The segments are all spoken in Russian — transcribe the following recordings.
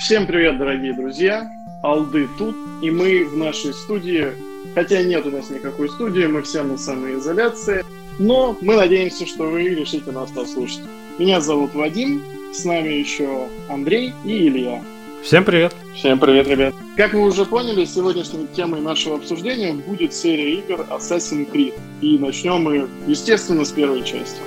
Всем привет, дорогие друзья! Алды тут, и мы в нашей студии, хотя нет у нас никакой студии, мы все на самоизоляции, но мы надеемся, что вы решите нас послушать. Меня зовут Вадим, с нами еще Андрей и Илья. Всем привет! Всем привет, ребят! Как вы уже поняли, сегодняшней темой нашего обсуждения будет серия игр Assassin's Creed. И начнем мы, естественно, с первой части.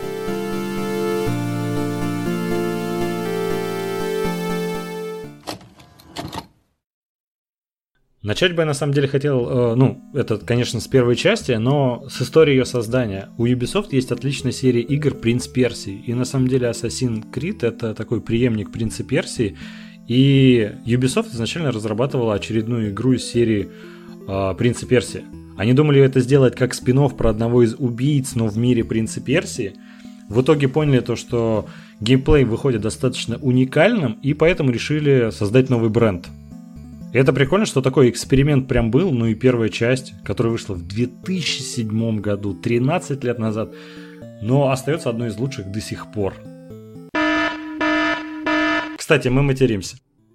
Начать бы я на самом деле хотел, это, конечно, с первой части, но с истории ее создания. У Ubisoft есть отличная серия игр «Принц Персии», и на самом деле Assassin's Creed — это такой преемник «Принца Персии», и Ubisoft изначально разрабатывала очередную игру из серии «Принца Персии». Они думали это сделать как спин-офф про одного из убийц, но в мире «Принца Персии». В итоге поняли то, что геймплей выходит достаточно уникальным, и поэтому решили создать новый бренд. И это прикольно, что такой эксперимент прям был, ну и первая часть, которая вышла в 2007 году, 13 лет назад, но остается одной из лучших до сих пор. Кстати, мы материмся.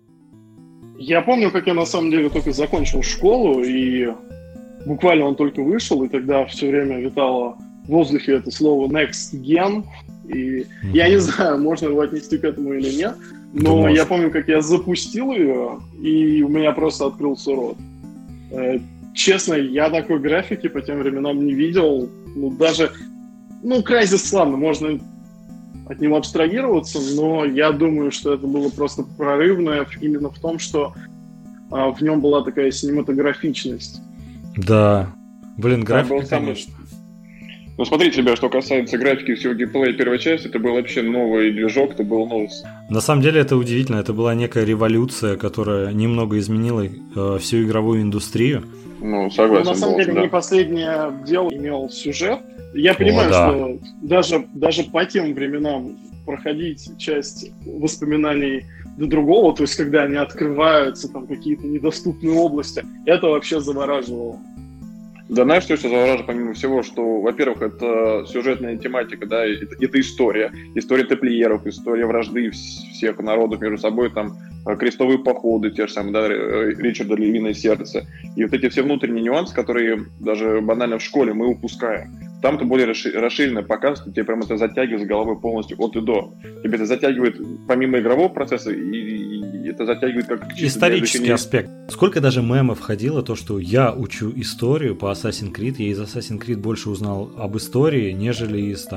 Я помню, как я на самом деле только закончил школу, и буквально он только вышел, и тогда все время витало в воздухе это слово «next gen», и я не знаю, можно его отнести к этому или нет, но я помню, как я запустил ее, и у меня просто открылся рот. Честно, я такой графики по тем временам не видел. Даже Crysis, ладно, можно от него абстрагироваться, но я думаю, что это было просто прорывное именно в том, что в нем была такая синематографичность. Да, графика, конечно. Ну, смотрите, ребят, что касается графики и всего геймплея первой части, это был вообще новый движок, это был новый... На самом деле это удивительно, это была некая революция, которая немного изменила всю игровую индустрию. Ну, согласен. На самом деле, не последнее дело имел сюжет. Я понимаю, что даже по тем временам проходить часть воспоминаний до другого, то есть когда они открываются, там какие-то недоступные области, это вообще завораживало. Да, знаешь, что еще завораживает, помимо всего, что, во-первых, это сюжетная тематика, да, это история тамплиеров, история вражды всех народов между собой, там, крестовые походы, те же самые, да, Ричарда Львиное сердце, и вот эти все внутренние нюансы, которые даже банально в школе мы упускаем. Там-то более расширенно показывают, тебе прям это затягивает с головой полностью от и до. Тебе это затягивает помимо игрового процесса, и это затягивает как исторический аспект. Сколько даже мемов ходило, то, что я учу историю по Assassin's Creed, я из Assassin's Creed больше узнал об истории, нежели из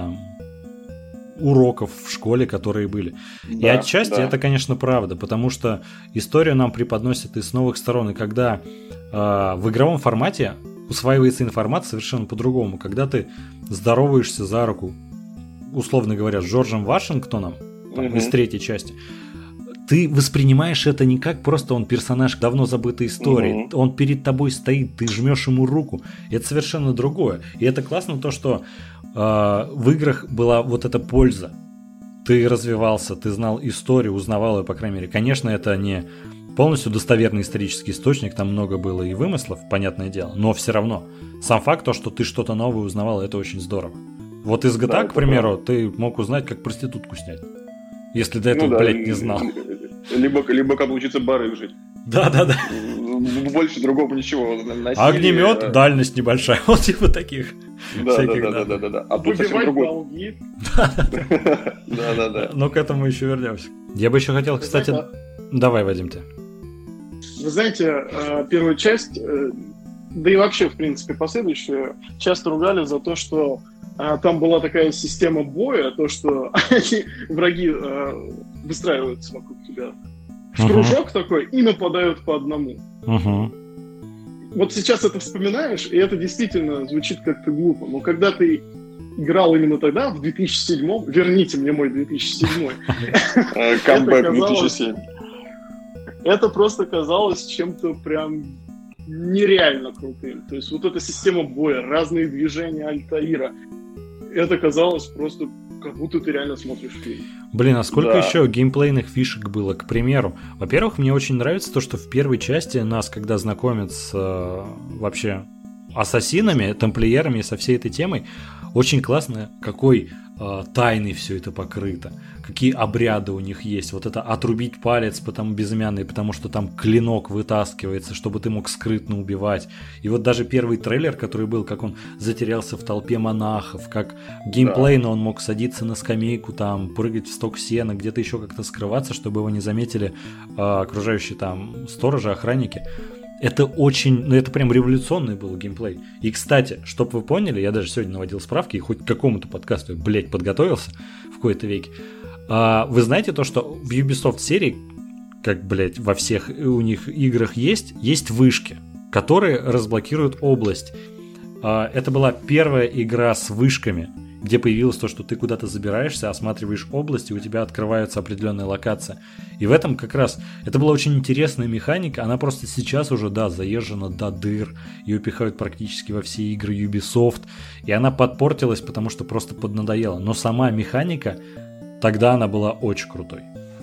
уроков в школе, которые были. Да, и отчасти это, конечно, правда, потому что историю нам преподносят и с новых сторон, и когда в игровом формате усваивается информация совершенно по-другому. Когда ты здороваешься за руку, условно говоря, с Джорджем Вашингтоном из третьей части, ты воспринимаешь это не как просто он персонаж давно забытой истории. Он перед тобой стоит, ты жмешь ему руку. Это совершенно другое. И это классно то, что в играх была вот эта польза. Ты развивался, ты знал историю, узнавал ее, по крайней мере. Конечно, это не полностью достоверный исторический источник, там много было и вымыслов, понятное дело, но все равно. Сам факт, то, что ты что-то новое узнавал, это очень здорово. Вот из GTA, к примеру, ты мог узнать, как проститутку снять. Если до этого, не знал. Либо как учиться барыг жить. Да. Больше другого ничего. Огнемет, дальность небольшая. Вот типа таких. Да. А тут совсем другой. Да. Но к этому еще вернемся. Я бы еще хотел, кстати... Давай, Вадим, ты. Вы знаете, первую часть, да и вообще, в принципе, последующую, часто ругали за то, что там была такая система боя, то, что враги выстраиваются вокруг тебя в кружок такой и нападают по одному. Вот сейчас это вспоминаешь, и это действительно звучит как-то глупо. Но когда ты играл именно тогда, в 2007-м, верните мне мой 2007-й. Камбэк 2007. Это просто казалось чем-то прям нереально крутым. То есть вот эта система боя, разные движения Альтаира, это казалось просто как будто ты реально смотришь фильм. Блин, а сколько еще геймплейных фишек было, к примеру? Во-первых, мне очень нравится то, что в первой части нас, когда знакомят с вообще ассасинами, тамплиерами, со всей этой темой, очень классно, какой тайной все это покрыто, какие обряды у них есть. Вот это отрубить палец потому безымянный, потому что там клинок вытаскивается, чтобы ты мог скрытно убивать. И вот даже первый трейлер, который был, как он затерялся в толпе монахов, как геймплейно он мог садиться на скамейку, там, прыгать в сток сена, где-то еще как-то скрываться, чтобы его не заметили окружающие там сторожи, охранники. Это очень, ну это прям революционный был геймплей. И, кстати, чтоб вы поняли, я даже сегодня наводил справки, и хоть к какому-то подкасту я, блядь, подготовился в какой-то веке. Вы знаете то, что в Ubisoft серии, как, блядь, во всех у них играх есть вышки, которые разблокируют область. Это была первая игра с вышками, где появилось то, что ты куда-то забираешься, осматриваешь область, и у тебя открывается определенная локация. И в этом как раз, это была очень интересная механика, она просто сейчас уже, да, заезжена до дыр, ее пихают практически во все игры Ubisoft, и она подпортилась, потому что просто поднадоела. Но сама механика, тогда она была очень крутой.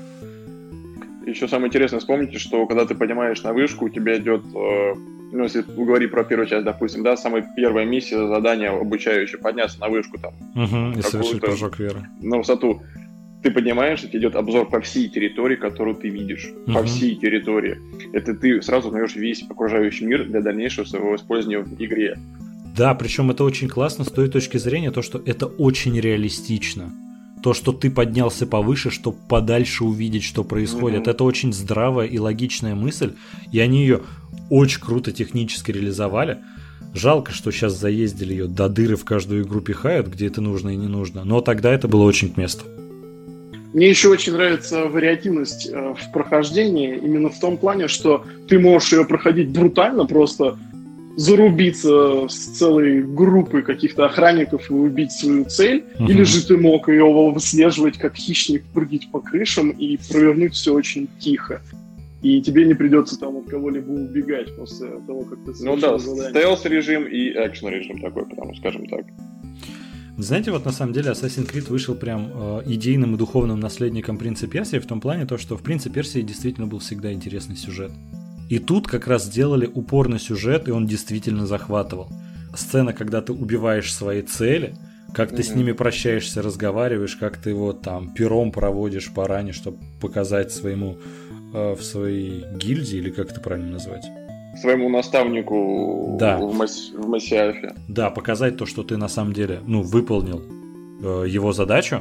Еще самое интересное, вспомните, что когда ты поднимаешь на вышку, у тебя идет... Ну, если говорить про первую часть, допустим, да, самая первая миссия, задание обучающее, подняться на вышку там. И совершить прыжок веры. На высоту. Ты поднимаешься, тебе идет обзор по всей территории, которую ты видишь. По всей территории. Это ты сразу узнаешь весь окружающий мир для дальнейшего своего использования в игре. Да, причем это очень классно с той точки зрения, то, что это очень реалистично. То, что ты поднялся повыше, чтобы подальше увидеть, что происходит. Это очень здравая и логичная мысль, и они ее очень круто технически реализовали. Жалко, что сейчас заездили ее до дыры, в каждую игру пихают, где это нужно и не нужно, но тогда это было очень к месту. Мне еще очень нравится вариативность в прохождении, именно в том плане, что ты можешь ее проходить брутально, просто зарубиться с целой группой каких-то охранников и убить свою цель, или же ты мог ее выслеживать как хищник, прыгать по крышам и провернуть все очень тихо. И тебе не придется там от кого-либо убегать после того, как ты совершил задание. Стелс-режим и экшн-режим такой, потому скажем так. Знаете, вот на самом деле Assassin's Creed вышел прям идейным и духовным наследником «Принца Персии» в том плане, то, что в «Принце Персии» действительно был всегда интересный сюжет. И тут как раз сделали упор на сюжет, и он действительно захватывал. Сцена, когда ты убиваешь свои цели, как ты с ними прощаешься, разговариваешь, как ты его там пером проводишь по ране, чтобы показать своему в своей гильдии, или как это правильно назвать? Своему наставнику в Массиафе. Да, показать то, что ты на самом деле выполнил его задачу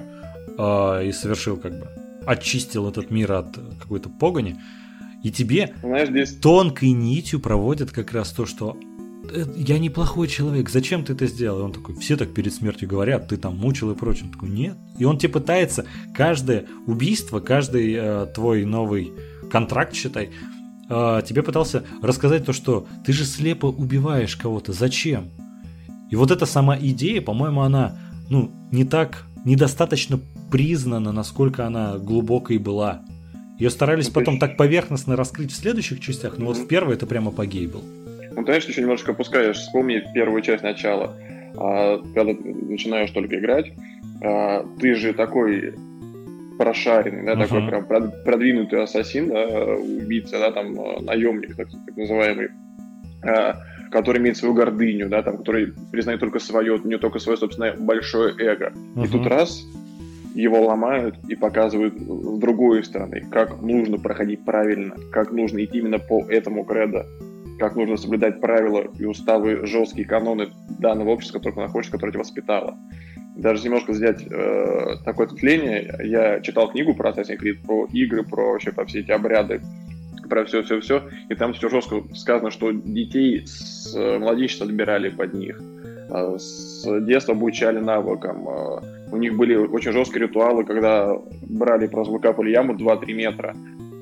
и совершил очистил этот мир от какой-то погони. И тебе тонкой нитью проводят как раз то, что я неплохой человек, зачем ты это сделал? И он такой, все так перед смертью говорят, ты там мучил и прочее. Он такой, нет. И он тебе пытается каждое убийство, каждый твой новый контракт, считай, тебе пытался рассказать то, что ты же слепо убиваешь кого-то, зачем? И вот эта сама идея, по-моему, она недостаточно признана, насколько она глубокой была. Ее старались потом так поверхностно раскрыть в следующих частях, но вот в первой это прямо апогей был. Ну, конечно, еще немножко опускаешь, вспомни первую часть начала. Когда ты начинаешь только играть, ты же такой прошаренный, да, такой прям продвинутый ассасин, да, убийца, да, там, наемник, так называемый, который имеет свою гордыню, да, там, который признает только свое, не только свое собственное большое эго. И тут раз его ломают и показывают с другой стороны, как нужно проходить правильно, как нужно идти именно по этому кредо, как нужно соблюдать правила и уставы, жесткие каноны данного общества, в котором ты находишься, которое тебя воспитало. Даже немножко взять такое ответвление, я читал книгу про Assassin's Creed, про игры, про вообще про все эти обряды, про все-все-все, и там все жестко сказано, что детей с младенчества отбирали под них, с детства обучали навыкам, у них были очень жесткие ритуалы, когда брали, просто выкапывали яму 2-3 метра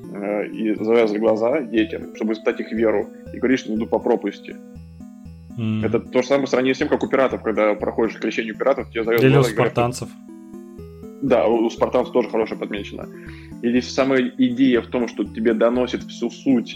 и завязывали глаза детям, чтобы испытать их веру, и говорили, что идут по пропасти. Это то же самое в сравнении с тем, как у пиратов, когда проходишь крещение у пиратов, тебе завязывают глаза. Или у спартанцев. Да, у спартанцев тоже хорошо подмечено. И здесь самая идея в том, что тебе доносит всю суть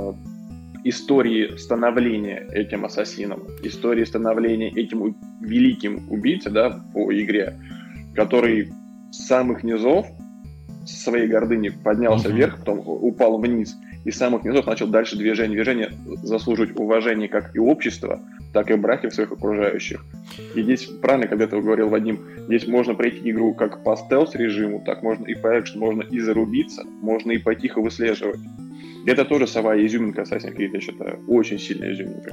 истории становления этим ассасином, истории становления этим великим убийцей, да, по игре, который с самых низов своей гордыни поднялся вверх, потом упал вниз, и с самых низов начал дальше движение заслуживать уважения как и общества, так и братьев своих окружающих. И здесь, правильно, когда ты говорил, Вадим, здесь можно пройти игру как по стелс-режиму, так можно и по экшен, можно и зарубиться, можно и потихо выслеживать. Это тоже совая изюминка Assassin's Creed, я считаю, очень сильная изюминка.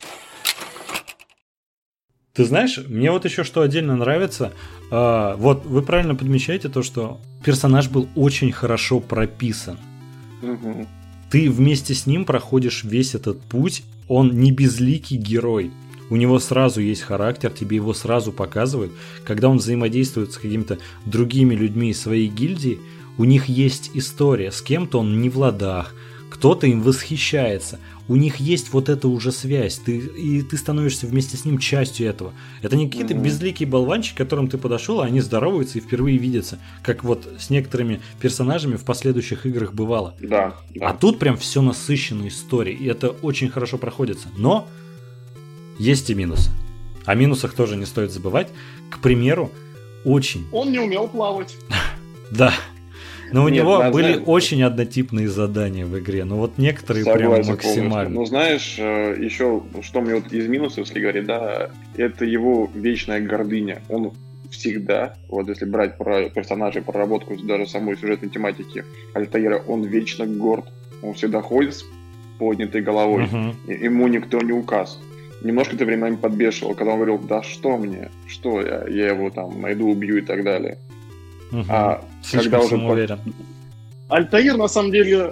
Ты знаешь, мне вот еще что отдельно нравится, вот вы правильно подмечаете то, что персонаж был очень хорошо прописан. Угу. Ты вместе с ним проходишь весь этот путь, он не безликий герой. У него сразу есть характер, тебе его сразу показывают. Когда он взаимодействует с какими-то другими людьми из своей гильдии, у них есть история. С кем-то он не в ладах, кто-то им восхищается. У них есть вот эта уже связь, и ты становишься вместе с ним частью этого. Это не какие-то безликие болванчики, к которым ты подошел, а они здороваются и впервые видятся, как вот с некоторыми персонажами в последующих играх бывало. Да. А тут прям все насыщенно историей, и это очень хорошо проходится. Но есть и минусы. О минусах тоже не стоит забывать. К примеру, очень... Он не умел плавать. Да. Но у него были очень однотипные задания в игре. Но вот некоторые прям максимально. Ну, знаешь, еще, что мне вот из минусов, если говорить, да, это его вечная гордыня. Он всегда, вот если брать про персонажей, проработку даже самой сюжетной тематики Альтаира, он вечно горд. Он всегда ходит с поднятой головой. Ему никто не указ. Немножко ты временами подбешивал, когда он говорил, да что мне, что я его там найду, убью и так далее. А когда уже уверен. Альтаир на самом деле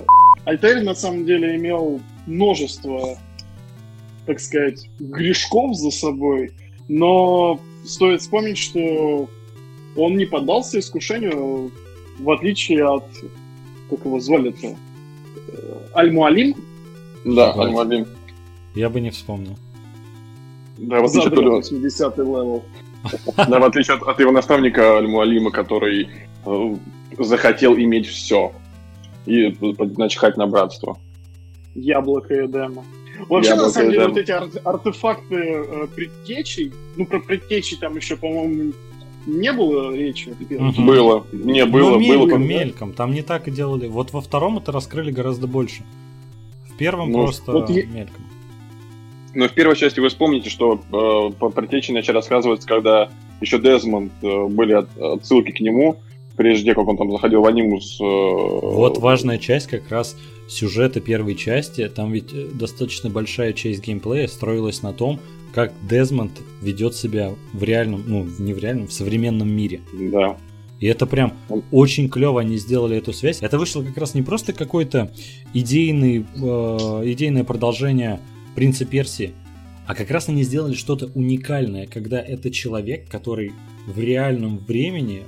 имел множество, так сказать, грешков за собой, но стоит вспомнить, что он не поддался искушению, в отличие от, как его звали-то, Аль-Муалим. Да, Аль-Муалим. Я бы не вспомнил. Да, в отличие от 80-й левел. Да, в отличие от его наставника Аль-Муалима, который захотел иметь все и начхать на братство. Яблоко Эдема. Вообще, на самом деле, вот эти артефакты предтечей, ну, про предтечи там еще, по-моему, не было речи. Было. Не, было. Мельком. Там не так и делали. Вот во втором это раскрыли гораздо больше. В первом просто мельком. Но в первой части вы вспомните, что по предтечи начали рассказывать, когда еще Дезмонд, были отсылки к нему, прежде как он там заходил в анимус. Вот важная часть как раз сюжета первой части. Там ведь достаточно большая часть геймплея строилась на том, как Дезмонд ведет себя в реальном, ну не в реальном, в современном мире. Да. И это прям очень клево они сделали эту связь. Это вышло как раз не просто какое-то идейное продолжение «Принца Персии», а как раз они сделали что-то уникальное, когда это человек, который в реальном времени,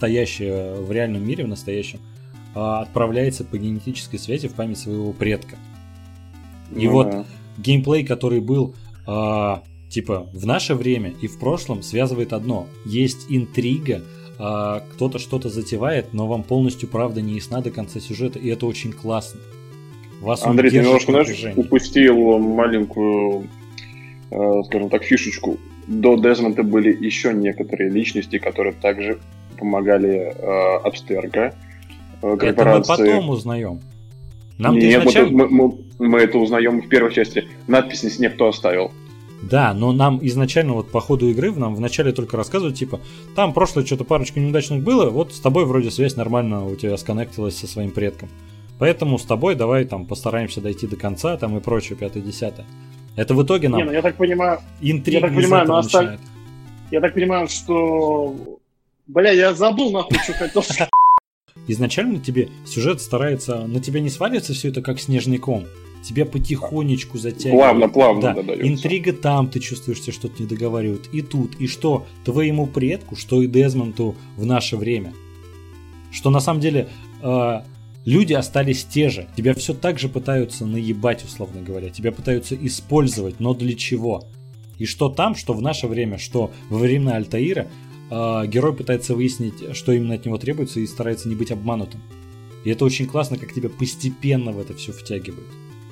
в реальном мире, в настоящем, отправляется по генетической связи в память своего предка. И вот геймплей, который был типа в наше время и в прошлом, связывает одно. Есть интрига, кто-то что-то затевает, но вам полностью правда не ясна до конца сюжета, и это очень классно. Вас Андрей, ты немножко, упустил маленькую, скажем так, фишечку. До Дезмонда были еще некоторые личности, которые также помогали Абстерго, корпорации. Это мы потом узнаем. Нет, изначально... мы это узнаем в первой части. Надпись на стене кто оставил. Да, но нам изначально вот по ходу игры нам вначале только рассказывают, типа, там прошлое что-то парочку неудачных было, вот с тобой вроде связь нормально у тебя сконнектилась со своим предком. Поэтому с тобой давай там постараемся дойти до конца там и прочее, 5-10. Это в итоге нам я так понимаю, интрига из этого начинает. Я так понимаю, что... Бля, я забыл нахуй, что хотел сказать. Изначально тебе сюжет старается, на тебя не свалится все это как снежный ком. Тебя потихонечку затягивают. Плавно да. Интрига там, ты чувствуешь, что что-то не договаривают. И тут, и что твоему предку, что и Дезмонду в наше время. Что на самом деле люди остались те же. Тебя все так же пытаются наебать, условно говоря. Тебя пытаются использовать, но для чего? И что там, что в наше время, что во времена Альтаира, герой пытается выяснить, что именно от него требуется, и старается не быть обманутым. И это очень классно, как тебя постепенно в это все втягивают.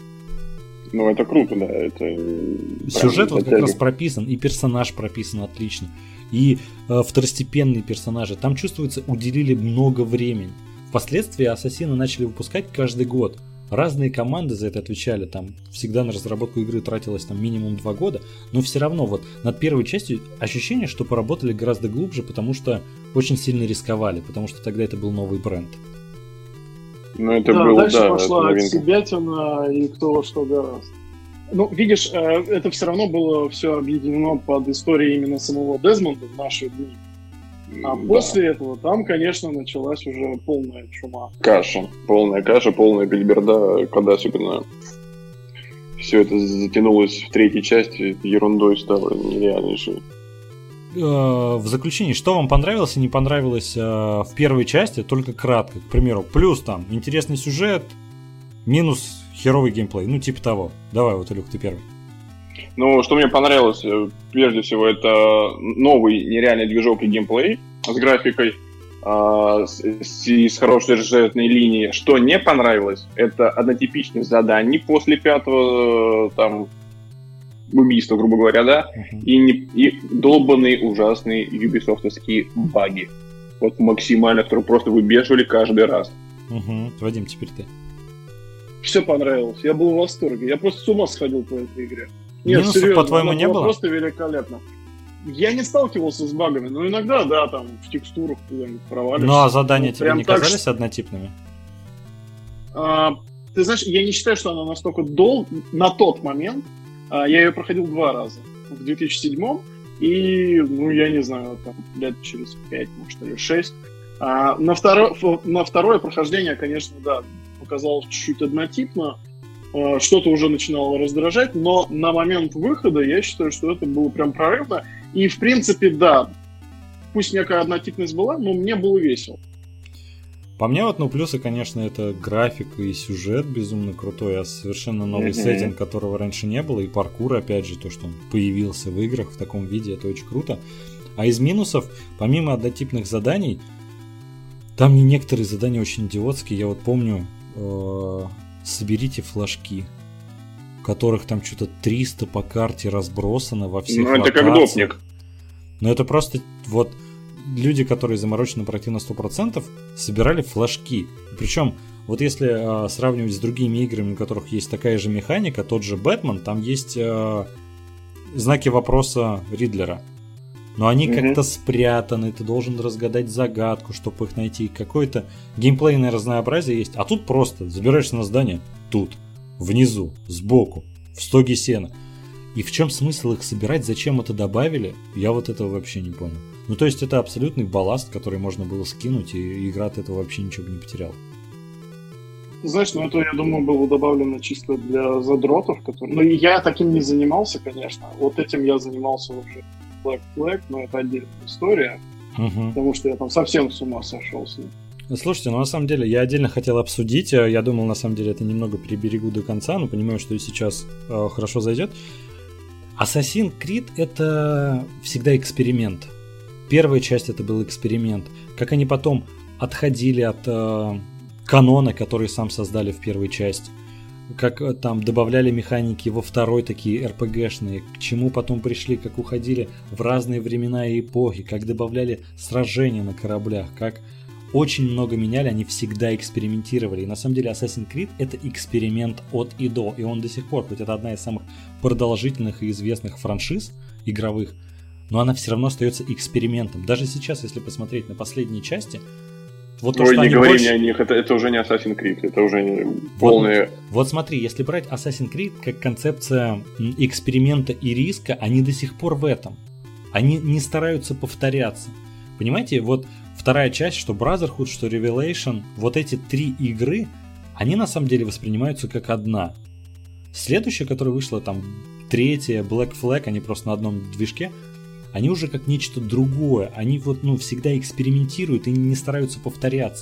Ну, это круто, да. Сюжет вот как раз прописан, и персонаж прописан отлично. И второстепенные персонажи. Там, чувствуется, уделили много времени. Впоследствии Ассасины начали выпускать каждый год. разные команды за это отвечали, там всегда на разработку игры тратилось там минимум 2 года, но все равно вот над первой частью ощущение, что поработали гораздо глубже, потому что очень сильно рисковали, потому что тогда это был новый бренд. Ну, это да, был, дальше да, пошла отсебятина и кто во что гораздо. Ну, видишь, это все равно было все объединено под историей именно самого Дезмонда в наши дни. А после этого там, конечно, началась уже полная чума. Полная каша, полная бельберда, когда особенно все это затянулось в третьей части, ерундой стало нереальнейшей. В заключение, что вам понравилось и не понравилось в первой части, только кратко, к примеру, плюс там интересный сюжет, минус херовый геймплей, ну типа того. Давай, вот, Илюх, ты первый. Ну, что мне понравилось, прежде всего, это новый нереальный движок и геймплей с графикой, с хорошей сюжетной линией. Что не понравилось, это однотипичность заданий после 5-го там убийства, грубо говоря, да, и долбанные ужасные юбисофтовские баги. Вот максимально, которые просто выбешивали каждый раз. Вадим, теперь ты. Все понравилось, я был в восторге, я просто с ума сходил по этой игре. Нет, минусов, серьезно, по-твоему, не было? Просто великолепно. Я не сталкивался с багами, но иногда, да, там, в текстурах куда-нибудь проваливаешься. Ну, а задания тебе не казались однотипными? Ты знаешь, я не считаю, что она настолько на тот момент. Я ее проходил 2 раза. В 2007 и, ну, я не знаю, там, лет через 5, может, или 6. На второе прохождение, конечно, да, показалось чуть-чуть однотипно. Что-то уже начинало раздражать, но на момент выхода я считаю, что это было прям прорывно. И, в принципе, да, пусть некая однотипность была, но мне было весело. По мне, вот, ну, плюсы, конечно, это графика и сюжет безумно крутой, а совершенно новый сеттинг, которого раньше не было, и паркур, опять же, то, что он появился в играх в таком виде, это очень круто. А из минусов, помимо однотипных заданий, там некоторые задания очень идиотские. Я вот помню... соберите флажки, которых там что-то 300 по карте разбросано во всех локациях. Ну, это как допник. Но это просто вот люди, которые заморочены пройти на 100%, собирали флажки. Причем, вот если сравнивать с другими играми, у которых есть такая же механика, тот же Бэтмен, там есть знаки вопроса Ридлера. Но они как-то спрятаны, ты должен разгадать загадку, чтобы их найти. Какое-то геймплейное разнообразие есть. А тут просто забираешься на здание, тут, внизу, сбоку, в стоге сена. И в чем смысл их собирать, зачем это добавили, я вот этого вообще не понял. Ну, то есть это абсолютный балласт, который можно было скинуть, и игра от этого вообще ничего бы не потеряла. Знаешь, ну это, я думаю, было добавлено чисто для задротов, которые... Ну, я таким не занимался, конечно. Вот этим я занимался уже Black Flag, но это отдельная история, потому что я там совсем с ума сошел с ним. Слушайте, ну на самом деле я отдельно хотел обсудить, я думал, на самом деле это немного переберегу до конца, но понимаю, что и сейчас хорошо зайдет. Assassin's Creed — это всегда эксперимент. Первая часть — это был эксперимент. Как они потом отходили от канона, который сам создали в первой части. Как там добавляли механики во второй, такие RPG-шные, к чему потом пришли, как уходили в разные времена и эпохи, как добавляли сражения на кораблях, как очень много меняли, они всегда экспериментировали. И на самом деле Assassin's Creed — это эксперимент от и до, и он до сих пор, хоть это одна из самых продолжительных и известных франшиз игровых, но она все равно остается экспериментом. Даже сейчас, если посмотреть на последние части, вот то, ой, что не говори больше... мне о них, это уже не Assassin's Creed, это уже полные... Вот смотри, если брать Assassin's Creed как концепция эксперимента и риска, они до сих пор в этом. Они не стараются повторяться. Понимаете, вот вторая часть, что Brotherhood, что Revelation, вот эти 3 игры, они на самом деле воспринимаются как одна. Следующая, которая вышла, там, 3-я, Black Flag, они просто на одном движке, они уже как нечто другое. Они вот, ну, всегда экспериментируют и не стараются повторяться.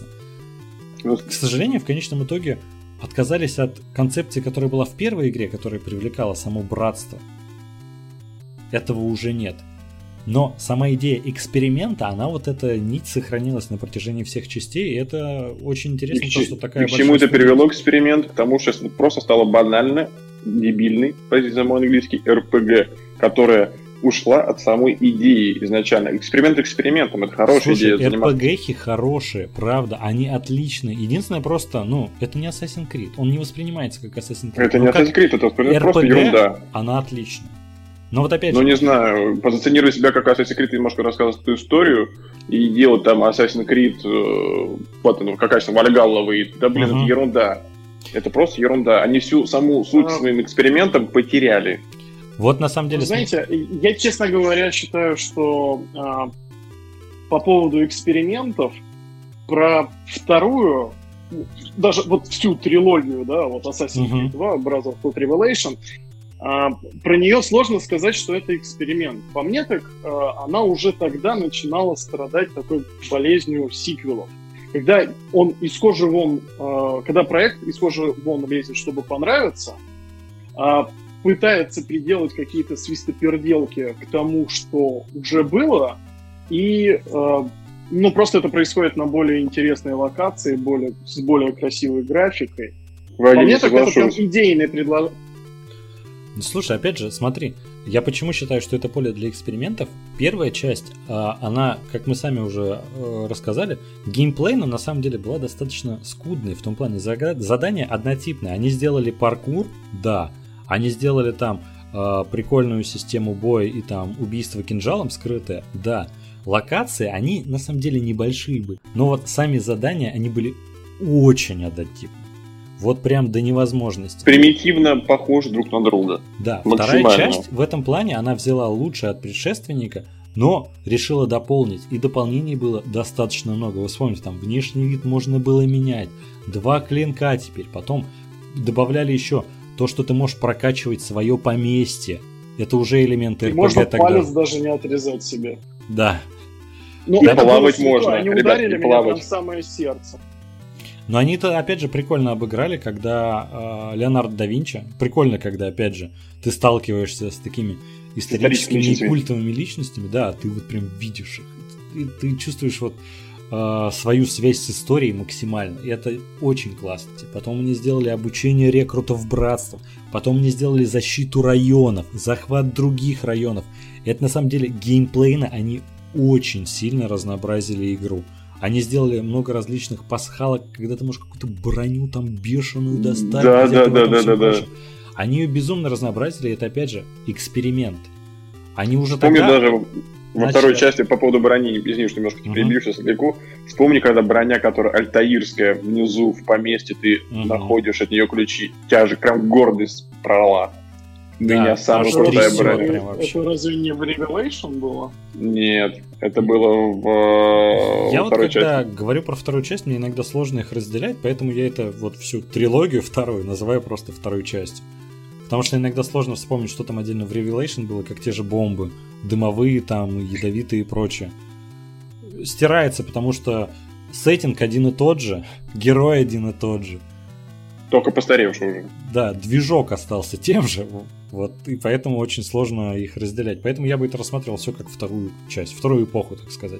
К сожалению, в конечном итоге отказались от концепции, которая была в первой игре, которая привлекала само братство. Этого уже нет. Но сама идея эксперимента, она вот эта нить сохранилась на протяжении всех частей, и это очень интересно, то, что такая большая... К чему это привело эксперимент? К тому, что просто стало банально, дебильный, простите за мой английский, RPG, которая ушла от самой идеи изначально. Эксперимент экспериментом, это хорошая идея. RPG-хи хорошие, правда, они отличные. Единственное просто, это не Assassin's Creed, он не воспринимается как Assassin's Creed. Это не Assassin's Creed, это просто ерунда. Она отличная. Но вот опять же... не знаю, позиционируя себя как Assassin's Creed, немножко рассказывать эту историю и делать там Assassin's Creed, как качество Вальгалловый, это ерунда. Это просто ерунда. Они всю саму суть своим экспериментом потеряли. Вот на самом деле... Знаете, я, честно говоря, считаю, что по поводу экспериментов про вторую, даже вот всю трилогию, да, вот Assassin's Creed 2, Brotherhood Revelation, про нее сложно сказать, что это эксперимент. По мне так, она уже тогда начинала страдать такой болезнью сиквелов. Когда он из кожи вон, когда проект из кожи вон лезет, чтобы понравиться, пытается приделать какие-то свистоперделки к тому, что уже было, и просто это происходит на более интересной локации, с более красивой графикой. По мне так это прям идейное предложение. Слушай, опять же, смотри, я почему считаю, что это поле для экспериментов? Первая часть, она, как мы сами уже рассказали, геймплейно на самом деле была достаточно скудной, в том плане задания однотипные. Они сделали паркур, да, они сделали там прикольную систему боя и там убийство кинжалом скрытое, да. Локации, они на самом деле небольшие были, но вот сами задания, они были очень однотипны. Вот прям до невозможности. Примитивно похожи друг на друга. Да, вторая часть в этом плане, она взяла лучшее от предшественника, но решила дополнить. И дополнений было достаточно много. Вы вспомните, там внешний вид можно было менять. 2 клинка теперь. Потом добавляли еще то, что ты можешь прокачивать свое поместье. Это уже элементы РПГ можно тогда. Палец даже не отрезать себе. Да. Ну, и плавать можно. Они ударили меня прям в самое сердце. Но они-то, опять же, прикольно обыграли, когда Леонардо да Винчи, прикольно, когда, опять же, ты сталкиваешься с такими историческими и культовыми личностями, да, ты вот прям видишь их, ты чувствуешь вот свою связь с историей максимально, и это очень классно. Потом они сделали обучение рекрутов братства, потом они сделали защиту районов, захват других районов. И это, на самом деле, геймплейно они очень сильно разнообразили игру. Они сделали много различных пасхалок, когда ты можешь какую-то броню там бешеную достать. Да. Они ее безумно разнообразили, это опять же эксперимент. Они уже Помню тогда даже во второй части по поводу брони, извини, что немножко перебью сейчас далеко. Вспомни, когда броня, которая альтаирская, внизу в поместье, ты находишь от нее ключи. Тебя же прям гордость прорала. Меня самая крутая броня. Это разве не в Revelation было? Нет, это было в я второй вот когда части. говорю про вторую часть, мне иногда сложно их разделять, поэтому я это вот всю трилогию вторую называю просто второй частью. Потому что иногда сложно вспомнить, что там отдельно в Revelation было, как те же бомбы, дымовые там, ядовитые и прочее. Стирается, потому что сеттинг один и тот же, герой один и тот же. Только постаревший уже. Да, движок остался тем же, вот, и поэтому очень сложно их разделять. Поэтому я бы это рассматривал все как вторую часть, вторую эпоху, так сказать.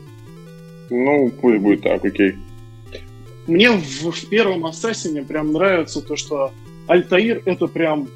Ну, пусть будет так, окей. Мне в первом Ассасине прям нравится то, что Альтаир это прям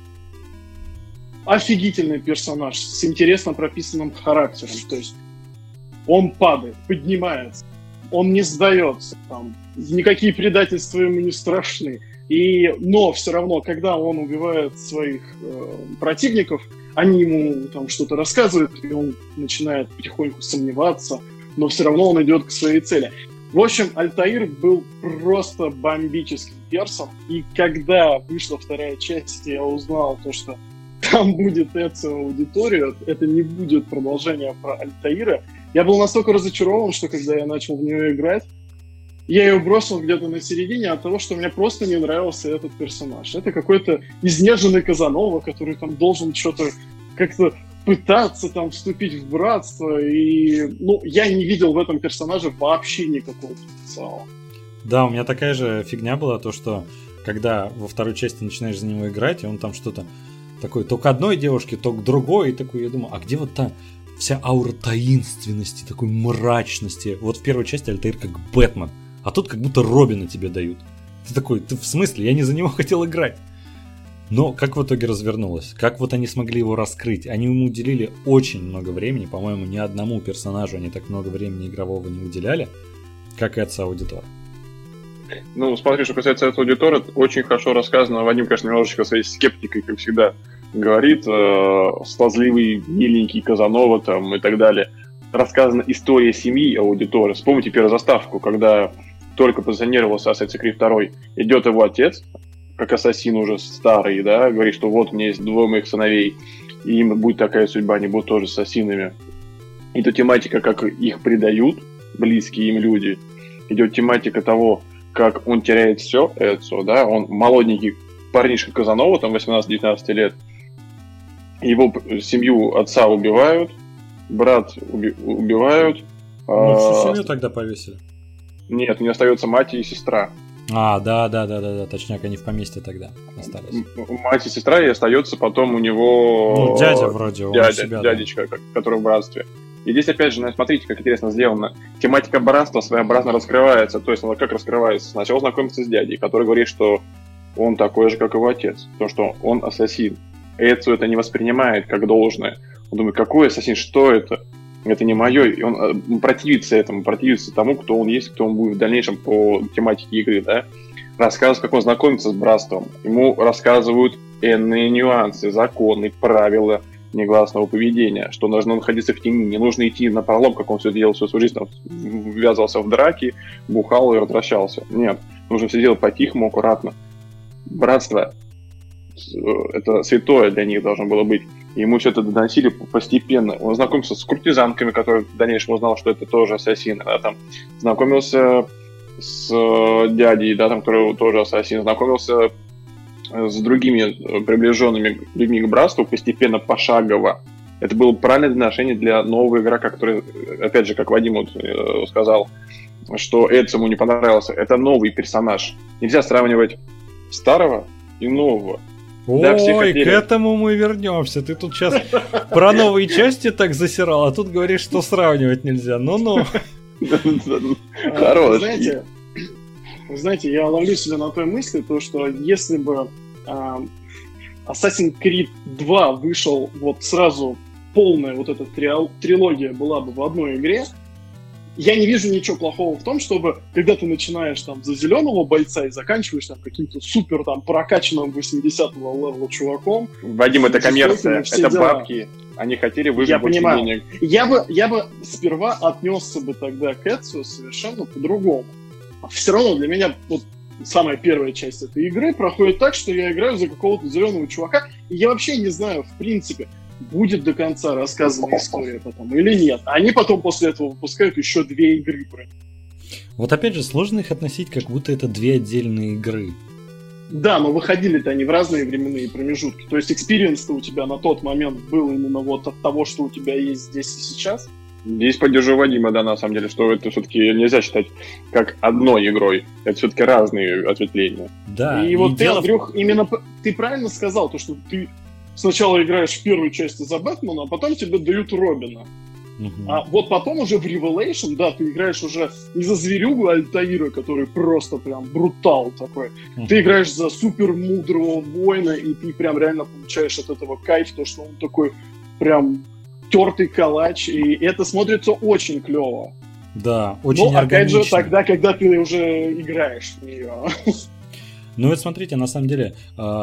офигительный персонаж с интересно прописанным характером. То есть он падает, поднимается, он не сдается, там, никакие предательства ему не страшны. Но все равно, когда он убивает своих противников, они ему там что-то рассказывают, и он начинает потихоньку сомневаться, но все равно он идет к своей цели. В общем, Альтаир был просто бомбическим персом, и когда вышла вторая часть, я узнал то, что там будет Эцио Аудитория, это не будет продолжение про Альтаира. Я был настолько разочарован, что когда я начал в нее играть, я ее бросил где-то на середине от того, что мне просто не нравился этот персонаж. Это какой-то изнеженный Казанова, который там должен что-то как-то пытаться там вступить в братство. И, я не видел в этом персонаже вообще никакого потенциала. Да, у меня такая же фигня была, то что когда во второй части начинаешь за него играть, и он там что-то такое, то к одной девушке, то к другой, и такой, я думаю, а где вот та вся аура таинственности, такой мрачности? Вот в первой части Альтаир как Бэтмен. А тут как будто Робина тебе дают. Ты такой, ты в смысле? Я не за него хотел играть. Но как в итоге развернулось? Как вот они смогли его раскрыть? Они ему уделили очень много времени. По-моему, ни одному персонажу они так много времени игрового не уделяли, как и отца аудитора. Ну, смотри, что касается отца аудитора, очень хорошо рассказано. Вадим, конечно, немножечко своей скептикой, как всегда, говорит. Слазливый, миленький Казанова там и так далее. Рассказана история семьи аудитора. Вспомните первую заставку, когда только позиционировался Assassin's Creed 2. Идет его отец, как ассасин уже старый, да, говорит, что вот у меня есть 2 моих сыновей, и им будет такая судьба, они будут тоже ассасинами. И то тематика, как их предают близкие им люди. Идет тематика того, как он теряет все, Эцио, да, он молоденький парнишка Казанова, там 18-19 лет, его семью отца убивают, брат убивают. Ну, всю семью тогда повесили. Нет, не остается мать и сестра. Да, точняк, они в поместье тогда остались. Мать и сестра, и остается потом у него... Ну, дядя вроде, он дядечка, который в братстве. И здесь, опять же, смотрите, как интересно сделано. Тематика братства своеобразно раскрывается. То есть она как раскрывается? Сначала знакомится с дядей, который говорит, что он такой же, как его отец. То, что он ассасин. Эцио это не воспринимает как должное. Он думает, какой ассасин, что это? Это не мое. И он противится этому, противится тому, кто он есть, кто он будет в дальнейшем по тематике игры, да? Рассказывает, как он знакомится с братством. Ему рассказывают энные нюансы, законы, правила негласного поведения, что нужно находиться в тени, не нужно идти на пролом, как он все делал всю свою жизнь, там, ввязывался в драки, бухал и возвращался. Нет, нужно все делать по-тихому, аккуратно. Братство это святое для них должно было быть. И ему все это доносили постепенно. Он знакомился с куртизанками, которые в дальнейшем узнал, что это тоже ассасины. Да, там. Знакомился с дядей, да, там, который тоже ассасин. Знакомился с другими приближенными людьми к братству постепенно, пошагово. Это было правильное отношение для нового игрока, который, опять же, как Вадим вот сказал, что Эцио ему не понравился. Это новый персонаж. Нельзя сравнивать старого и нового. Ой, да, к этому мы вернемся. Ты тут сейчас про новые части так засирал, а тут говоришь, что сравнивать нельзя. Ну-ну. Хорош. Знаете, я ловлю себя на той мысли, то, что если бы Assassin's Creed 2 вышел вот сразу, полная вот эта трилогия была бы в одной игре, я не вижу ничего плохого в том, чтобы, когда ты начинаешь там за зеленого бойца и заканчиваешь там каким-то супер там прокачанным 80-го левела чуваком. Вадим, это коммерция, это дела. Бабки. Они хотели выжить больше денег. Я бы сперва отнесся бы тогда к Эцио совершенно по-другому. Все равно для меня вот самая первая часть этой игры проходит так, что я играю за какого-то зеленого чувака, и я вообще не знаю, в принципе, будет до конца рассказана история потом или нет. Они потом после этого выпускают еще 2 игры про них. Вот опять же, сложно их относить, как будто это 2 отдельные игры. Да, но выходили-то они в разные временные промежутки. То есть экспириенс-то у тебя на тот момент был именно вот от того, что у тебя есть здесь и сейчас. Здесь поддержу Вадима, да, на самом деле, что это все-таки нельзя считать как одной игрой. Это все-таки разные ответвления. Да. И вот ты, Андрюх, именно ты правильно сказал, то, что ты сначала играешь в первую часть за Бэтмена, а потом тебе дают Робина. А вот потом уже в Revelation, да, ты играешь уже не за зверюгу Альтаира, который просто прям брутал такой. Ты играешь за супер мудрого воина, и ты прям реально получаешь от этого кайф, то, что он такой прям тертый калач, и это смотрится очень клево. Да, очень органично. Но опять же, тогда, когда ты уже играешь в нее. Ну вот смотрите, на самом деле,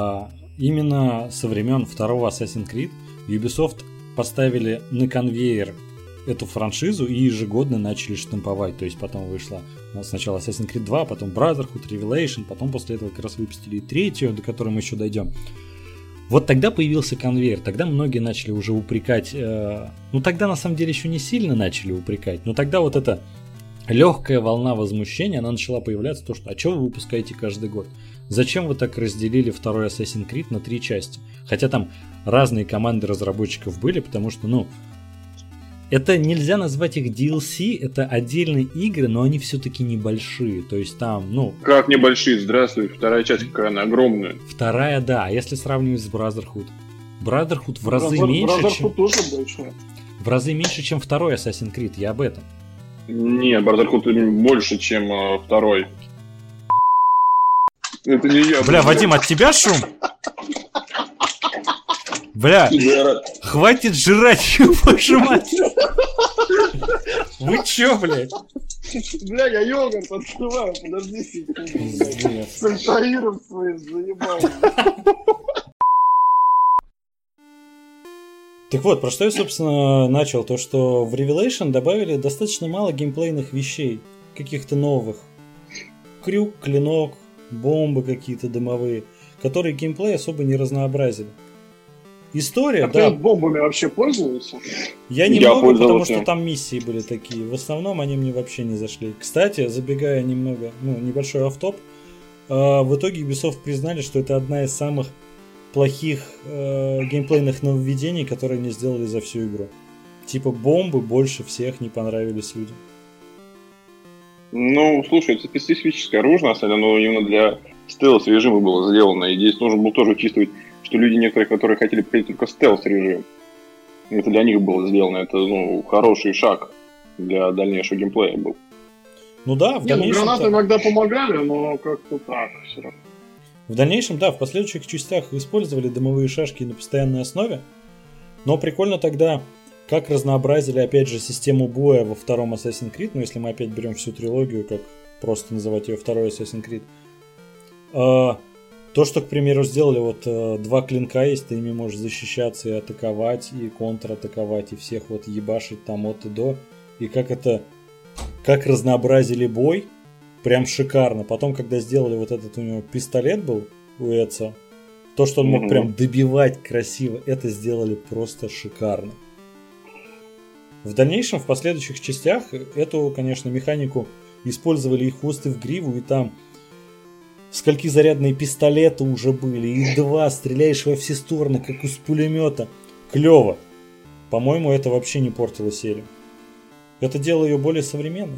именно со времен второго Assassin's Creed Ubisoft поставили на конвейер эту франшизу и ежегодно начали штамповать. То есть потом вышла сначала Assassin's Creed 2, потом Brotherhood, Revelation, потом после этого как раз выпустили и третью, до которой мы еще дойдем. Вот тогда появился конвейер, тогда многие начали уже упрекать, ну тогда на самом деле еще не сильно начали упрекать, но тогда вот эта легкая волна возмущения, она начала появляться, то что, а что вы выпускаете каждый год? Зачем вы так разделили второй Assassin's Creed на 3 части? Хотя там разные команды разработчиков были, потому что, ну, это нельзя назвать их DLC, это отдельные игры, но они все-таки небольшие, то есть там, ну... Как небольшие? Здравствуй, вторая часть какая она огромная. Вторая, да, а если сравнивать с Brotherhood? Brotherhood в разы меньше, Brotherhood чем... тоже большой. В разы меньше, чем второй Assassin's Creed, я об этом. Нет, Brotherhood больше, чем второй. Это не я. Бля, Вадим, от тебя шум? Бля, хватит жрать, вашу мать. Вы чё, блядь? Бля, я йогурт открываю, подожди секунду. С альтаиром своим заебал. Так вот, про что я, собственно, начал. То, что в Revelation добавили достаточно мало геймплейных вещей. Каких-то новых. Крюк, клинок, бомбы какие-то дымовые, которые геймплей особо не разнообразили. История, да. Ты бомбами вообще пользовался? Я немного, потому что там миссии были такие. В основном они мне вообще не зашли. Кстати, забегая немного, небольшой офф-топ, в итоге Ubisoft признали, что это одна из самых плохих геймплейных нововведений, которые они сделали за всю игру. Типа бомбы больше всех не понравились людям. Ну, слушай, это специфическое оружие, на самом деле, но именно для стелс-режима было сделано. И здесь нужно было тоже учитывать, что люди некоторые, которые хотели проходить только стелс-режим, это для них было сделано. Это, хороший шаг для дальнейшего геймплея был. Ну да, в дальнейшем... гранаты иногда помогали, но как-то так все равно. В дальнейшем, да, в последующих частях использовали дымовые шашки на постоянной основе, но прикольно тогда, как разнообразили, опять же, систему боя во втором Assassin's Creed, если мы опять берем всю трилогию, как просто называть ее второй Assassin's Creed. То, что, к примеру, сделали, два клинка есть, ты ими можешь защищаться и атаковать, и контратаковать, и всех ебашить там от и до, и как разнообразили бой, прям шикарно. Потом, когда сделали этот у него пистолет был у Эдса, то, что он мог прям добивать красиво, это сделали просто шикарно. В дальнейшем, в последующих частях, эту, конечно, механику использовали и хвост, и в гриву, и там скольки зарядные пистолеты уже были, и два, стреляешь во все стороны, как из пулемета. Клево. По-моему, это вообще не портило серию. Это делало ее более современной.